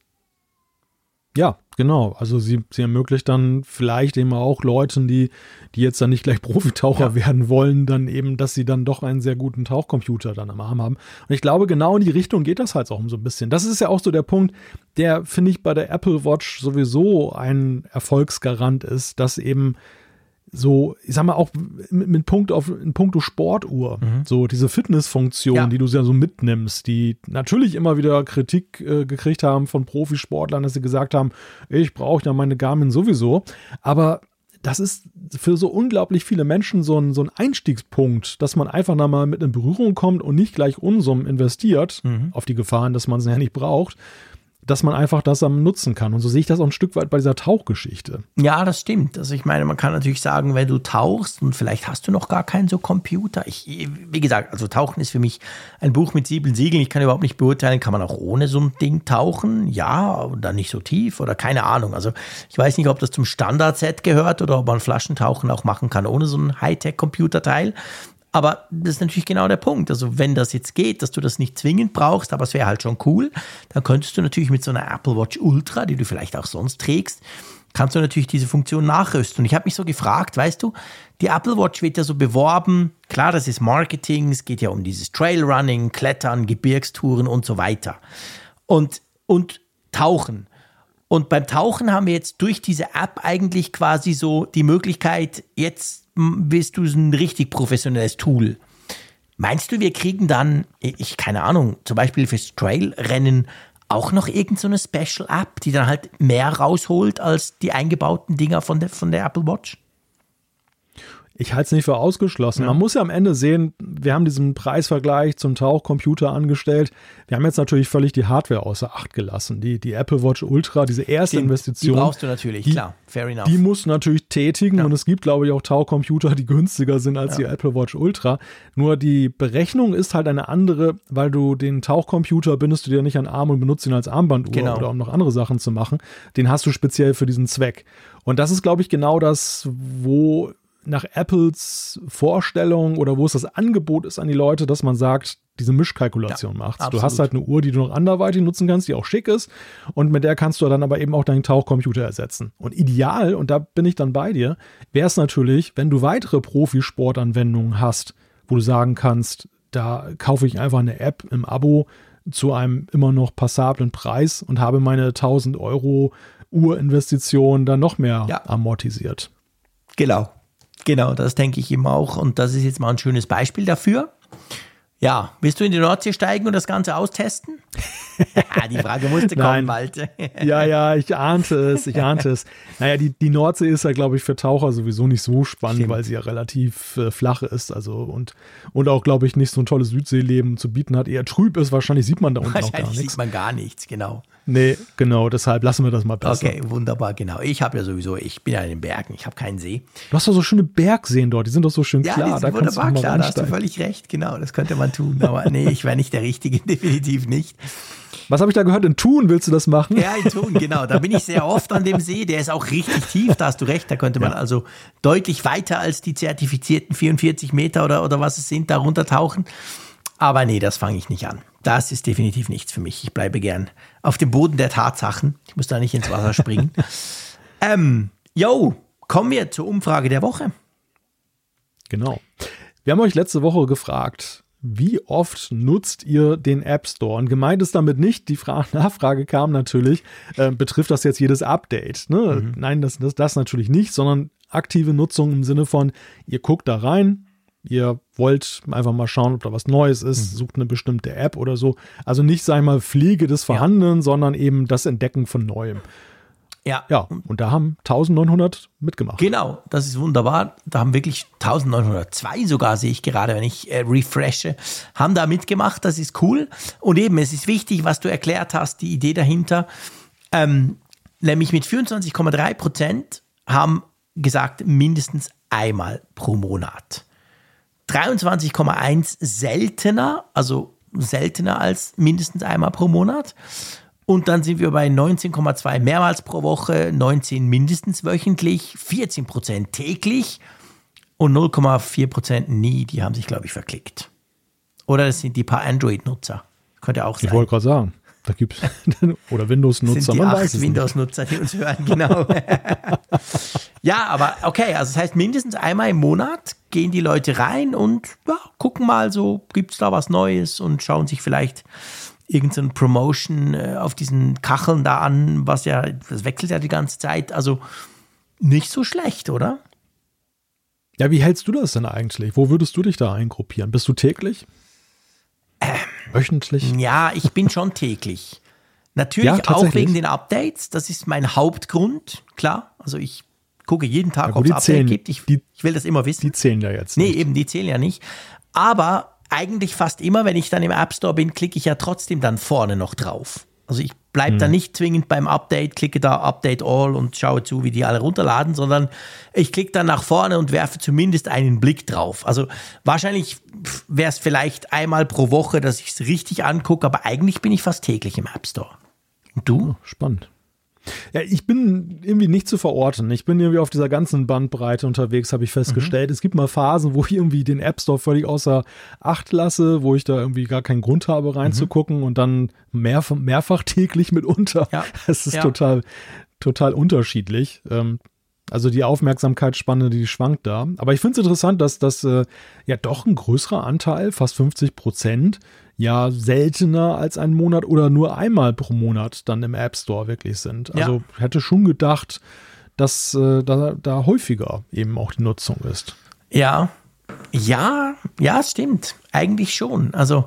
Ja, genau. Also sie, sie ermöglicht dann vielleicht eben auch Leuten, die, die jetzt dann nicht gleich Profitaucher ja. werden wollen, dann eben, dass sie dann doch einen sehr guten Tauchcomputer dann am Arm haben. Und ich glaube, genau in die Richtung geht das halt auch so ein bisschen. Das ist ja auch so der Punkt, der, finde ich, bei der Apple Watch sowieso ein Erfolgsgarant ist, dass eben so, ich sag mal, auch mit, mit Punkt auf, in puncto Sportuhr, mhm. so diese Fitnessfunktion, ja. die du ja so mitnimmst, die natürlich immer wieder Kritik äh, gekriegt haben von Profisportlern, dass sie gesagt haben, ich brauche ja meine Garmin sowieso, aber das ist für so unglaublich viele Menschen so ein, so ein Einstiegspunkt, dass man einfach da mal mit in Berührung kommt und nicht gleich Unsummen investiert, mhm. auf die Gefahren, dass man es ja nicht braucht, dass man einfach das am nutzen kann. Und so sehe ich das auch ein Stück weit bei dieser Tauchgeschichte. Ja, das stimmt. Also ich meine, man kann natürlich sagen, wenn du tauchst und vielleicht hast du noch gar keinen so Computer. Ich, wie gesagt, also Tauchen ist für mich ein Buch mit sieben Siegeln. Ich kann überhaupt nicht beurteilen, kann man auch ohne so ein Ding tauchen? Ja, oder nicht so tief oder keine Ahnung. Also ich weiß nicht, ob das zum Standardset gehört oder ob man Flaschentauchen auch machen kann ohne so ein Hightech-Computerteil. Aber das ist natürlich genau der Punkt. Also wenn das jetzt geht, dass du das nicht zwingend brauchst, aber es wäre halt schon cool, dann könntest du natürlich mit so einer Apple Watch Ultra, die du vielleicht auch sonst trägst, kannst du natürlich diese Funktion nachrüsten. Und ich habe mich so gefragt, weißt du, die Apple Watch wird ja so beworben, klar, das ist Marketing, es geht ja um dieses Trailrunning, Klettern, Gebirgstouren und so weiter. Und, und Tauchen. Und beim Tauchen haben wir jetzt durch diese App eigentlich quasi so die Möglichkeit, jetzt bist du ein richtig professionelles Tool. Meinst du, wir kriegen dann, ich keine Ahnung, zum Beispiel fürs Trailrennen auch noch irgendeine so Special-App, die dann halt mehr rausholt als die eingebauten Dinger von der, von der Apple Watch? Ich halte es nicht für ausgeschlossen. Ja. Man muss ja am Ende sehen, wir haben diesen Preisvergleich zum Tauchcomputer angestellt. Wir haben jetzt natürlich völlig die Hardware außer Acht gelassen. Die, die Apple Watch Ultra, diese erste Stimmt, Investition. Die brauchst du natürlich, die, klar, fair enough. Die musst du natürlich tätigen ja. und es gibt, glaube ich, auch Tauchcomputer, die günstiger sind als ja. die Apple Watch Ultra. Nur die Berechnung ist halt eine andere, weil du den Tauchcomputer bindest du dir nicht an den Arm und benutzt ihn als Armbanduhr genau. oder um noch andere Sachen zu machen. Den hast du speziell für diesen Zweck. Und das ist, glaube ich, genau das, wo nach Apples Vorstellung oder wo es das Angebot ist an die Leute, dass man sagt, diese Mischkalkulation ja, macht. Du hast halt eine Uhr, die du noch anderweitig nutzen kannst, die auch schick ist und mit der kannst du dann aber eben auch deinen Tauchcomputer ersetzen. Und ideal, und da bin ich dann bei dir, wäre es natürlich, wenn du weitere Profisportanwendungen hast, wo du sagen kannst, da kaufe ich einfach eine App im Abo zu einem immer noch passablen Preis und habe meine tausend Euro Urinvestition dann noch mehr ja. amortisiert. Genau. Genau, das denke ich immer auch und das ist jetzt mal ein schönes Beispiel dafür. Ja, willst du in die Nordsee steigen und das Ganze austesten? Ja, die Frage musste kommen, Malte. Ja, ja, ich ahnte es, ich ahnte es. Naja, die, die Nordsee ist ja, glaube ich, für Taucher sowieso nicht so spannend, Stimmt. weil sie ja relativ äh, flach ist, also und, und auch, glaube ich, nicht so ein tolles Südseeleben zu bieten hat. Eher trüb ist, wahrscheinlich sieht man da unten auch gar nichts. Wahrscheinlich sieht man gar nichts, genau. Nee, genau, deshalb lassen wir das mal besser. Okay, wunderbar, genau. Ich habe ja sowieso, ich bin ja in den Bergen, ich habe keinen See. Du hast doch so schöne Bergseen dort, die sind doch so schön ja, klar. Ja, die sind da wunderbar klar, da hast du völlig recht, genau, das könnte man tun. Aber nee, ich wäre nicht der Richtige, definitiv nicht. Was habe ich da gehört? In Thun willst du das machen? Ja, in Thun, genau. Da bin ich sehr oft an dem See. Der ist auch richtig tief, da hast du recht. Da könnte man ja. also deutlich weiter als die zertifizierten vierundvierzig Meter oder, oder was es sind, da runtertauchen. Aber nee, das fange ich nicht an. Das ist definitiv nichts für mich. Ich bleibe gern auf dem Boden der Tatsachen. Ich muss da nicht ins Wasser springen. ähm, yo, kommen wir zur Umfrage der Woche. Genau. Wir haben euch letzte Woche gefragt, wie oft nutzt ihr den App Store? Und gemeint ist damit nicht, die Fra- Nachfrage kam natürlich, äh, betrifft das jetzt jedes Update? Ne? Mhm. Nein, das, das, das natürlich nicht, sondern aktive Nutzung im Sinne von, ihr guckt da rein, ihr wollt einfach mal schauen, ob da was Neues ist, mhm. sucht eine bestimmte App oder so. Also nicht, sag ich mal, Pflege des Vorhandenen, ja. sondern eben das Entdecken von Neuem. Ja. ja, und da haben neunzehnhundert mitgemacht. Genau, das ist wunderbar. Da haben wirklich neunzehnhundertzwei sogar, sehe ich gerade, wenn ich äh, refreshe, haben da mitgemacht. Das ist cool. Und eben, es ist wichtig, was du erklärt hast, die Idee dahinter. Ähm, nämlich mit vierundzwanzig Komma drei Prozent haben gesagt, mindestens einmal pro Monat. dreiundzwanzig Komma eins seltener, also seltener als mindestens einmal pro Monat. Und dann sind wir bei neunzehn Komma zwei mehrmals pro Woche, neunzehn mindestens wöchentlich, vierzehn Prozent täglich Und null Komma vier Prozent nie, die haben sich, glaube ich, verklickt. Oder das sind die paar Android-Nutzer. Könnte auch sein. Ich wollte gerade sagen, da gibt es, oder Windows-Nutzer, sind die man acht weiß es Windows-Nutzer, die uns hören, genau. Ja, aber okay, also das heißt, mindestens einmal im Monat gehen die Leute rein und ja, gucken mal so, gibt es da was Neues und schauen sich vielleicht irgendeine Promotion äh, auf diesen Kacheln da an, was ja, das wechselt ja die ganze Zeit. Also nicht so schlecht, oder? Ja, wie hältst du das denn eigentlich? Wo würdest du dich da eingruppieren? Bist du täglich? Ähm, Wöchentlich? Ja, ich bin schon täglich. Natürlich Ja, auch wegen den Updates. Das ist mein Hauptgrund, klar. Also ich gucke jeden Tag, Ja, ob gut, es Update zählen, gibt. Ich, die, ich will das immer wissen. Die zählen ja jetzt Nee, nicht. eben, die zählen ja nicht. Aber eigentlich fast immer, wenn ich dann im App Store bin, klicke ich ja trotzdem dann vorne noch drauf. Also ich bleibe Hm. da nicht zwingend beim Update, klicke da Update All und schaue zu, wie die alle runterladen, sondern ich klicke dann nach vorne und werfe zumindest einen Blick drauf. Also wahrscheinlich wäre es vielleicht einmal pro Woche, dass ich es richtig angucke, aber eigentlich bin ich fast täglich im App Store. Und du? Oh, spannend. Ja, ich bin irgendwie nicht zu verorten. Ich bin irgendwie auf dieser ganzen Bandbreite unterwegs, habe ich festgestellt. Mhm. Es gibt mal Phasen, wo ich irgendwie den App Store völlig außer Acht lasse, wo ich da irgendwie gar keinen Grund habe reinzugucken mhm. und dann mehrf- mehrfach täglich mitunter. Ja. Das ist ja. total, total unterschiedlich. Ähm, Also die Aufmerksamkeitsspanne, die schwankt da. Aber ich finde es interessant, dass das äh, ja doch ein größerer Anteil, fast fünfzig Prozent, ja seltener als einen Monat oder nur einmal pro Monat dann im App Store wirklich sind. Also ja. ich hätte schon gedacht, dass äh, da, da häufiger eben auch die Nutzung ist. Ja, ja, ja, stimmt. Eigentlich schon. Also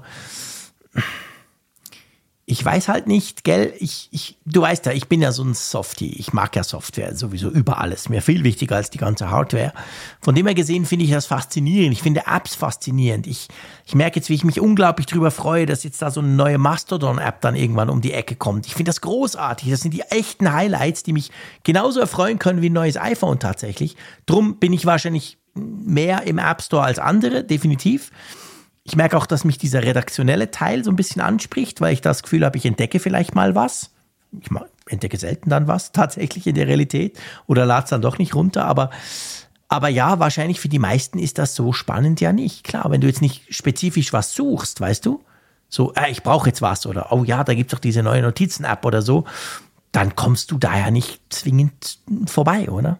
ich weiß halt nicht, gell, ich, ich, du weißt ja, ich bin ja so ein Softie, ich mag ja Software sowieso über alles, mir viel wichtiger als die ganze Hardware. Von dem her gesehen finde ich das faszinierend, ich finde Apps faszinierend. Ich, ich merke jetzt, wie ich mich unglaublich darüber freue, dass jetzt da so eine neue Mastodon-App dann irgendwann um die Ecke kommt. Ich finde das großartig, das sind die echten Highlights, die mich genauso erfreuen können wie ein neues iPhone tatsächlich. Drum bin ich wahrscheinlich mehr im App Store als andere, definitiv. Ich merke auch, dass mich dieser redaktionelle Teil so ein bisschen anspricht, weil ich das Gefühl habe, ich entdecke vielleicht mal was. Ich entdecke selten dann was tatsächlich in der Realität oder lade es dann doch nicht runter. Aber, aber ja, wahrscheinlich für die meisten ist das so spannend ja nicht. Klar, wenn du jetzt nicht spezifisch was suchst, weißt du, so, äh, ich brauche jetzt was oder oh ja, da gibt es doch diese neue Notizen-App oder so, dann kommst du da ja nicht zwingend vorbei, oder?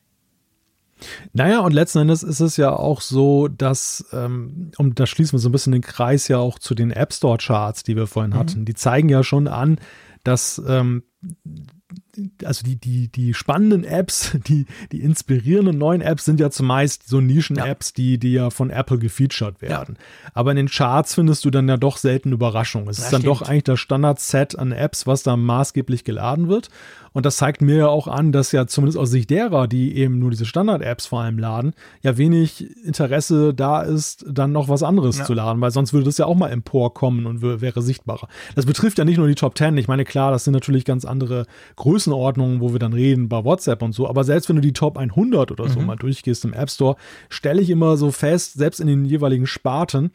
Naja, und letzten Endes ist es ja auch so, dass, ähm, und da schließen wir so ein bisschen den Kreis ja auch zu den App Store Charts, die wir vorhin mhm. hatten. Die zeigen ja schon an, dass ähm, also die, die, die spannenden Apps, die, die inspirierenden neuen Apps sind ja zumeist so Nischen-Apps, ja. die, die ja von Apple gefeatured werden. Ja. Aber in den Charts findest du dann ja doch selten Überraschungen. Es das ist dann stimmt. doch eigentlich das Standard-Set an Apps, was da maßgeblich geladen wird. Und das zeigt mir ja auch an, dass ja zumindest aus Sicht derer, die eben nur diese Standard-Apps vor allem laden, ja wenig Interesse da ist, dann noch was anderes ja. zu laden, weil sonst würde das ja auch mal emporkommen und w- wäre sichtbarer. Das betrifft ja nicht nur die Top Ten. Ich meine, klar, das sind natürlich ganz andere Größenordnungen, wo wir dann reden bei WhatsApp und so. Aber selbst wenn du die Top hundert oder so mhm. mal durchgehst im App Store, stelle ich immer so fest, selbst in den jeweiligen Sparten,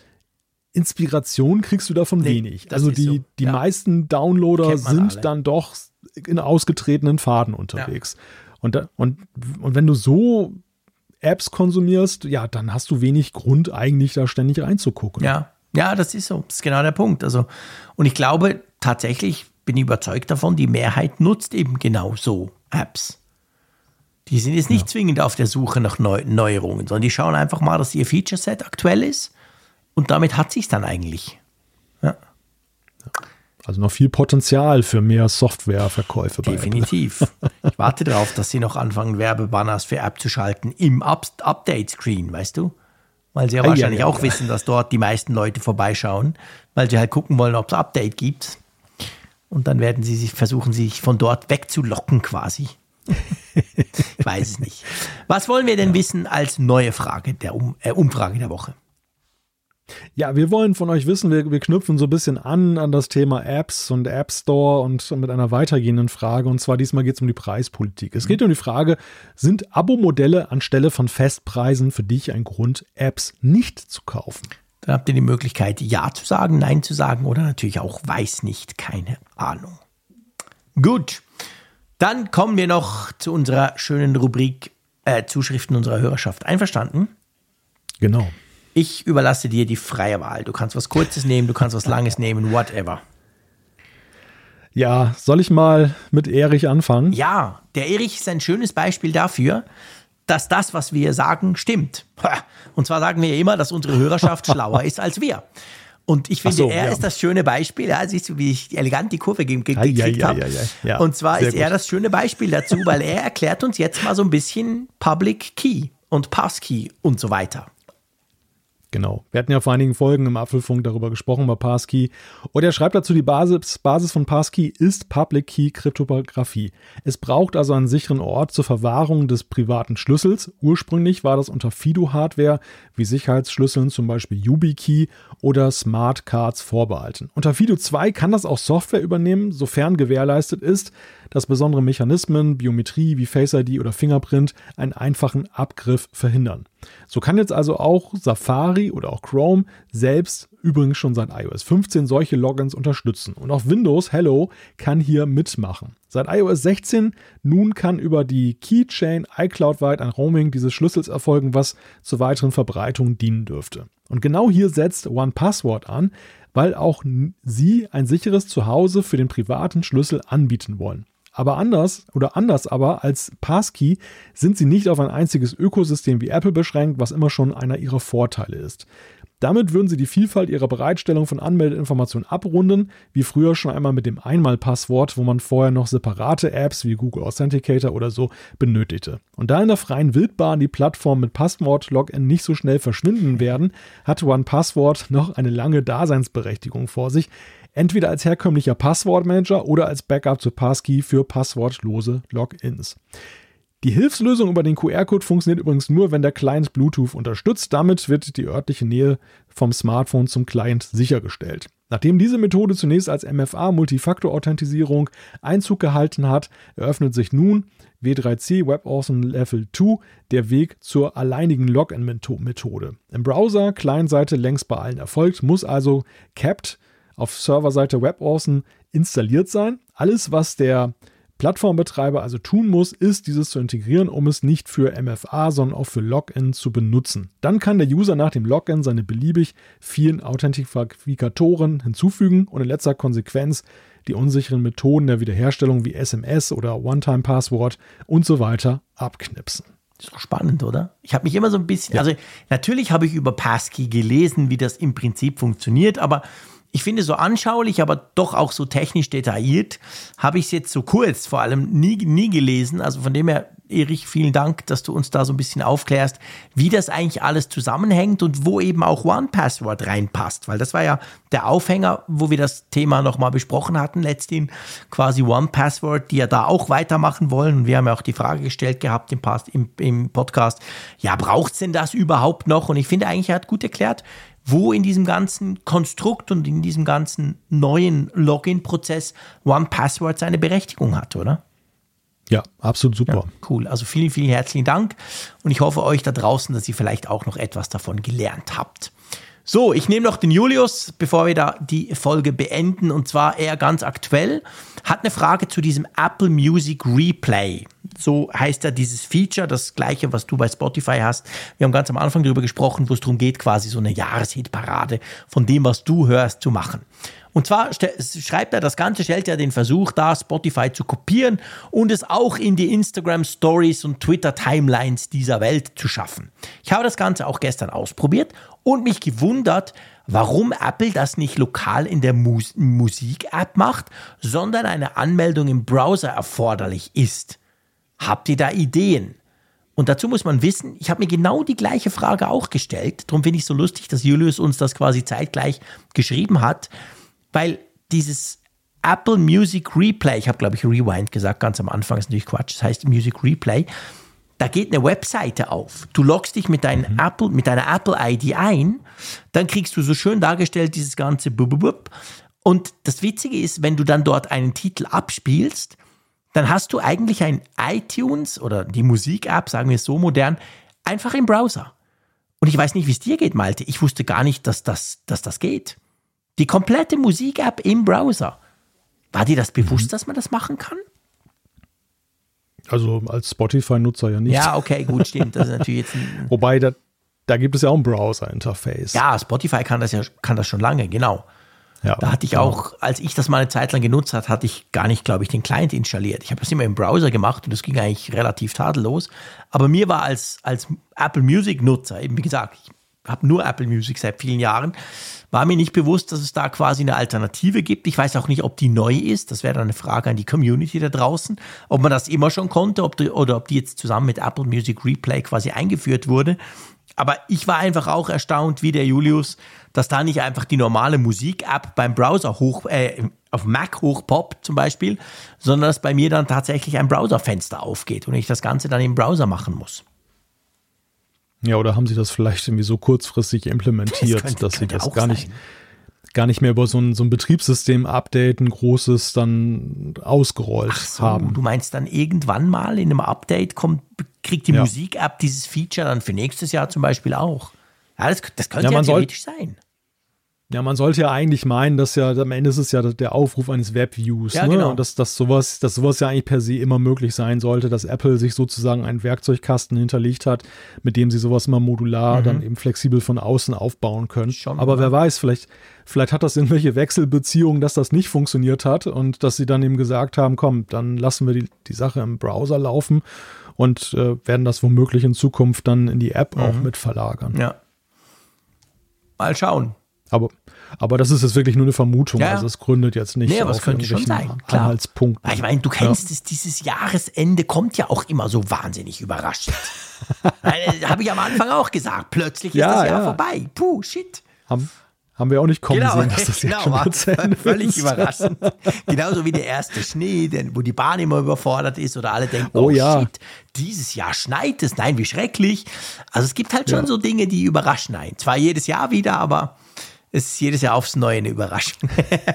Inspiration kriegst du davon nee, wenig. Also die, so. die ja. meisten Downloader sind alle. dann doch in ausgetretenen Pfaden unterwegs. Ja. Und, und, und wenn du so Apps konsumierst, ja, dann hast du wenig Grund, eigentlich da ständig reinzugucken. Ja, ja, das ist so. Das ist genau der Punkt. Also, und ich glaube, tatsächlich bin ich überzeugt davon, die Mehrheit nutzt eben genau so Apps. Die sind jetzt nicht ja. zwingend auf der Suche nach Neu- Neuerungen, sondern die schauen einfach mal, dass ihr Feature-Set aktuell ist und damit hat sich's dann eigentlich. Ja. Also noch viel Potenzial für mehr Softwareverkäufe. Definitiv. Ich warte darauf, dass sie noch anfangen, Werbebanners für App zu schalten im Up- Update-Screen, weißt du? Weil sie ja wahrscheinlich ja, ja, ja. auch wissen, dass dort die meisten Leute vorbeischauen, weil sie halt gucken wollen, ob es Update gibt. Und dann werden sie sich versuchen, sich von dort wegzulocken quasi. Ich weiß es nicht. Was wollen wir denn ja. wissen als neue Frage der um- äh, Umfrage der Woche? Ja, wir wollen von euch wissen, wir, wir knüpfen so ein bisschen an an das Thema Apps und App Store und mit einer weitergehenden Frage. Und zwar diesmal geht es um die Preispolitik. Es geht um die Frage, sind Abo-Modelle anstelle von Festpreisen für dich ein Grund, Apps nicht zu kaufen? Dann habt ihr die Möglichkeit, Ja zu sagen, Nein zu sagen oder natürlich auch Weiß nicht, keine Ahnung. Gut, dann kommen wir noch zu unserer schönen Rubrik äh, Zuschriften unserer Hörerschaft. Einverstanden? Genau. Ich überlasse dir die freie Wahl. Du kannst was Kurzes nehmen, du kannst was Langes nehmen, whatever. Ja, soll ich mal mit Erich anfangen? Ja, der Erich ist ein schönes Beispiel dafür, dass das, was wir sagen, stimmt. Und zwar sagen wir immer, dass unsere Hörerschaft schlauer ist als wir. Und ich finde, so, er ja. ist das schöne Beispiel. Ja, siehst du, wie ich elegant die Kurve ge- ge- gekriegt ja, ja, habe. Ja, ja, ja. Und zwar Sehr ist gut. er das schöne Beispiel dazu, weil er erklärt uns jetzt mal so ein bisschen Public Key und Passkey und so weiter. Genau. Wir hatten ja vor einigen Folgen im Apfelfunk darüber gesprochen, über Passkey. Und er schreibt dazu, die Basis, Basis von Passkey ist Public Key Kryptographie. Es braucht also einen sicheren Ort zur Verwahrung des privaten Schlüssels. Ursprünglich war das unter FIDO-Hardware wie Sicherheitsschlüsseln, zum Beispiel YubiKey oder Smart Cards vorbehalten. Unter FIDO zwei kann das auch Software übernehmen, sofern gewährleistet ist, dass besondere Mechanismen, Biometrie wie Face I D oder Fingerprint einen einfachen Abgriff verhindern. So kann jetzt also auch Safari oder auch Chrome selbst übrigens schon seit i O S fünfzehn solche Logins unterstützen. Und auch Windows Hello kann hier mitmachen. Seit i O S sechzehn nun kann über die Keychain iCloud-weit ein Roaming dieses Schlüssels erfolgen, was zur weiteren Verbreitung dienen dürfte. Und genau hier setzt one Password an, weil auch sie ein sicheres Zuhause für den privaten Schlüssel anbieten wollen. Aber anders oder anders aber als Passkey sind sie nicht auf ein einziges Ökosystem wie Apple beschränkt, was immer schon einer ihrer Vorteile ist. Damit würden sie die Vielfalt ihrer Bereitstellung von Anmeldeinformationen abrunden, wie früher schon einmal mit dem Einmalpasswort, wo man vorher noch separate Apps wie Google Authenticator oder so benötigte. Und da in der freien Wildbahn die Plattformen mit Passwort-Login nicht so schnell verschwinden werden, hat one Password noch eine lange Daseinsberechtigung vor sich, entweder als herkömmlicher Passwortmanager oder als Backup zu Passkey für passwortlose Logins. Die Hilfslösung über den Q R-Code funktioniert übrigens nur, wenn der Client Bluetooth unterstützt. Damit wird die örtliche Nähe vom Smartphone zum Client sichergestellt. Nachdem diese Methode zunächst als M F A-Multifaktor-Authentisierung Einzug gehalten hat, eröffnet sich nun W drei C WebAuthn Level zwei der Weg zur alleinigen Login-Methode. Im Browser, Client-Seite längst bei allen erfolgt, muss also capped auf Serverseite WebAuthn installiert sein. Alles, was der Plattformbetreiber also tun muss, ist, dieses zu integrieren, um es nicht für M F A, sondern auch für Login zu benutzen. Dann kann der User nach dem Login seine beliebig vielen Authentifikatoren hinzufügen und in letzter Konsequenz die unsicheren Methoden der Wiederherstellung wie S M S oder One-Time-Passwort und so weiter abknipsen. Das ist doch spannend, oder? Ich habe mich immer so ein bisschen, ja. also natürlich habe ich über Passkey gelesen, wie das im Prinzip funktioniert, aber ich finde, so anschaulich, aber doch auch so technisch detailliert, habe ich es jetzt so kurz vor allem nie, nie gelesen. Also von dem her, Erich, vielen Dank, dass du uns da so ein bisschen aufklärst, wie das eigentlich alles zusammenhängt und wo eben auch one Password reinpasst. Weil das war ja der Aufhänger, wo wir das Thema nochmal besprochen hatten, letzthin quasi one Password, die ja da auch weitermachen wollen. Und wir haben ja auch die Frage gestellt gehabt im, Past, im, im Podcast, ja, braucht es denn das überhaupt noch? Und ich finde eigentlich, er hat gut erklärt, wo in diesem ganzen Konstrukt und in diesem ganzen neuen Login-Prozess one Password seine Berechtigung hat, oder? Ja, absolut super. Ja, cool, also vielen, vielen herzlichen Dank und ich hoffe euch da draußen, dass ihr vielleicht auch noch etwas davon gelernt habt. So, ich nehme noch den Julius, bevor wir da die Folge beenden, und zwar er ganz aktuell, hat eine Frage zu diesem Apple Music Replay. So heißt ja dieses Feature, das gleiche, was du bei Spotify hast. Wir haben ganz am Anfang darüber gesprochen, wo es darum geht, quasi so eine Jahreshitparade von dem, was du hörst, zu machen. Und zwar schreibt er, das Ganze stellt ja den Versuch dar, Spotify zu kopieren und es auch in die Instagram Stories und Twitter Timelines dieser Welt zu schaffen. Ich habe das Ganze auch gestern ausprobiert und mich gewundert, warum Apple das nicht lokal in der Mus- Musik-App macht, sondern eine Anmeldung im Browser erforderlich ist. Habt ihr da Ideen? Und dazu muss man wissen, ich habe mir genau die gleiche Frage auch gestellt. Darum finde ich es so lustig, dass Julius uns das quasi zeitgleich geschrieben hat. Weil dieses Apple Music Replay, ich habe glaube ich Rewind gesagt, ganz am Anfang, ist natürlich Quatsch, das heißt Music Replay, da geht eine Webseite auf. Du loggst dich mit, deinen mhm. Apple, mit deiner Apple I D ein, dann kriegst du so schön dargestellt dieses ganze Bub-Bub-Bub. Und das Witzige ist, wenn du dann dort einen Titel abspielst, dann hast du eigentlich ein iTunes oder die Musik-App, sagen wir es so modern, einfach im Browser. Und ich weiß nicht, wie es dir geht, Malte. Ich wusste gar nicht, dass das, dass das geht. Die komplette Musik-App im Browser. War dir das bewusst, mhm. dass man das machen kann? Also als Spotify-Nutzer ja nicht. Ja, okay, gut, stimmt. Das ist natürlich jetzt ein Wobei, da, da gibt es ja auch ein Browser-Interface. Ja, Spotify kann das ja kann das schon lange, genau. Ja, da hatte ich genau. auch, als ich das mal eine Zeit lang genutzt habe, hatte ich gar nicht, glaube ich, den Client installiert. Ich habe das immer im Browser gemacht und das ging eigentlich relativ tadellos. Aber mir war als, als Apple Music-Nutzer, eben wie gesagt, ich habe nur Apple Music seit vielen Jahren, war mir nicht bewusst, dass es da quasi eine Alternative gibt. Ich weiß auch nicht, ob die neu ist. Das wäre dann eine Frage an die Community da draußen, ob man das immer schon konnte ob die, oder ob die jetzt zusammen mit Apple Music Replay quasi eingeführt wurde. Aber ich war einfach auch erstaunt, wie der Julius, dass da nicht einfach die normale Musik-App beim Browser hoch, äh, auf Mac hochpoppt zum Beispiel, sondern dass bei mir dann tatsächlich ein Browserfenster aufgeht und ich das Ganze dann im Browser machen muss. Ja, oder haben sie das vielleicht irgendwie so kurzfristig implementiert, das könnte, dass sie könnte das auch gar nicht, sein. gar nicht mehr über so ein, so ein Betriebssystem-Update, ein großes, dann ausgerollt Ach so, haben. du meinst dann irgendwann mal in einem Update kommt, kriegt die Ja. Musik-App dieses Feature dann für nächstes Jahr zum Beispiel auch? Ja, das, das könnte Ja, ja, man soll- theoretisch sein. Ja, man sollte ja eigentlich meinen, dass ja am Ende ist es ja der Aufruf eines Webviews, Ja, ne? genau. Und dass, dass sowas, dass sowas ja eigentlich per se immer möglich sein sollte, dass Apple sich sozusagen einen Werkzeugkasten hinterlegt hat, mit dem sie sowas immer modular Mhm. dann eben flexibel von außen aufbauen können. Schon, Aber oder? wer weiß, vielleicht, vielleicht hat das irgendwelche Wechselbeziehungen, dass das nicht funktioniert hat und dass sie dann eben gesagt haben, komm, dann lassen wir die, die Sache im Browser laufen und äh, werden das womöglich in Zukunft dann in die App auch mit verlagern. Ja. Mal schauen. Aber, aber das ist jetzt wirklich nur eine Vermutung. Ja, ja. Also es gründet jetzt nicht Nee, aber es auf könnte schon irgendwelchen sein, klar. Anhaltspunkten. Ich meine, du kennst es, dieses Jahresende kommt ja auch immer so wahnsinnig überraschend. Habe ich am Anfang auch gesagt. Plötzlich ist Ja, das Jahr ja. vorbei. Puh, shit. Haben, haben wir auch nicht kommen sehen, dass das jetzt genau, schon war wieder zu Ende völlig ist. überraschend. Genauso wie der erste Schnee, denn, wo die Bahn immer überfordert ist oder alle denken, Oh oh, ja. shit, dieses Jahr schneit es. Nein, wie schrecklich. Also es gibt halt schon Ja. so Dinge, die überraschen einen. Zwar jedes Jahr wieder, aber es ist jedes Jahr aufs Neue eine Überraschung.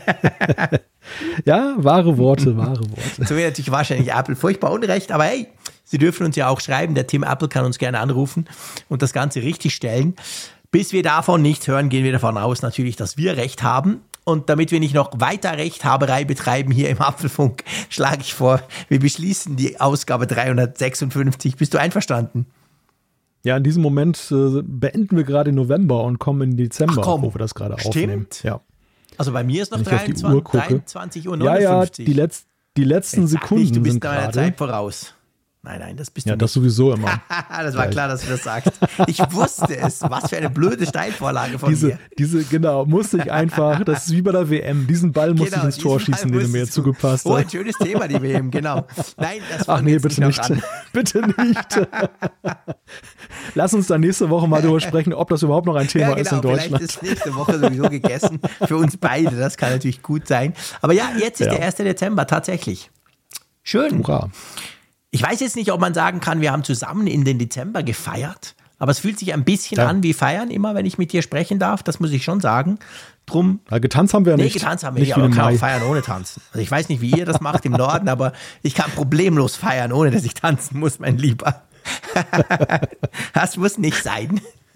Ja, wahre Worte, wahre Worte. So wäre natürlich wahrscheinlich Apple furchtbar unrecht, aber hey, Sie dürfen uns ja auch schreiben, der Tim Apple kann uns gerne anrufen und das Ganze richtig stellen. Bis wir davon nichts hören, gehen wir davon aus natürlich, dass wir Recht haben. Und damit wir nicht noch weiter Rechthaberei betreiben hier im Apfelfunk, schlage ich vor, wir beschließen die Ausgabe dreihundertsechsundfünfzig. Bist du einverstanden? Ja, in diesem Moment äh, beenden wir gerade November und kommen in Dezember, Ach komm, wo wir das gerade stimmt. aufnehmen. Ja, Also bei mir ist noch Wenn ich auf die dreiundzwanzig, Uhr gucke. dreiundzwanzig Uhr ja, ja neunundfünfzig. die, Letz-, die letzten Jetzt sag Sekunden nicht, du bist sind deiner gerade. Zeit voraus. Nein, nein, das bist Ja, du das nicht. sowieso immer. Das war klar, dass du das sagst. Ich wusste es. Was für eine blöde Steilvorlage von Diese, mir. diese, genau, musste ich einfach, das ist wie bei der W M, diesen Ball musste ich ins diesen Tor Mal schießen, den du mir musstest jetzt zugepasst Oh, hast. ein schönes Thema, die W M, genau. Nein, das Ach fangen nee, wir jetzt bitte nicht. noch nicht. an. Bitte nicht. Lass uns dann nächste Woche mal darüber sprechen, ob das überhaupt noch ein Thema Ja, ist in genau, vielleicht Deutschland. ist nächste Woche sowieso gegessen. Für uns beide, das kann natürlich gut sein. Aber ja, jetzt ist Ja. der erste Dezember, tatsächlich. Schön. Hurra. Ich weiß jetzt nicht, ob man sagen kann, wir haben zusammen in den Dezember gefeiert, aber es fühlt sich ein bisschen Ja. an wie feiern, immer wenn ich mit dir sprechen darf, das muss ich schon sagen. Drum, Ja, getanzt haben wir ja nee, nicht. getanzt haben wir nicht nicht, wie aber man im kann Mai. auch feiern ohne tanzen. Also ich weiß nicht, wie ihr das macht im Norden, aber ich kann problemlos feiern, ohne dass ich tanzen muss, mein Lieber. Das muss nicht sein.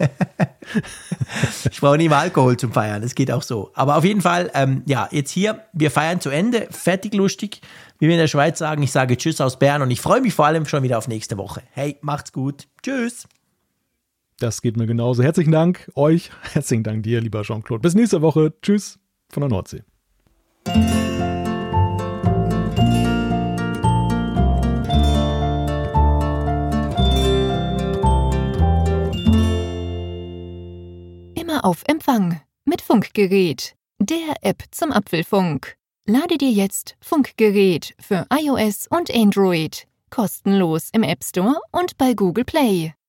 Ich brauche nie mal Alkohol zum Feiern, das geht auch so. Aber auf jeden Fall, ähm, ja, jetzt hier, wir feiern zu Ende, fertig lustig, wie wir in der Schweiz sagen. Ich sage Tschüss aus Bern und ich freue mich vor allem schon wieder auf nächste Woche. Hey, macht's gut. Tschüss. Das geht mir genauso. Herzlichen Dank euch, herzlichen Dank dir, lieber Jean-Claude. Bis nächste Woche. Tschüss von der Nordsee. Immer auf Empfang mit Funkgerät, der App zum Apfelfunk. Lade dir jetzt Funkgerät für iOS und Android kostenlos im App Store und bei Google Play.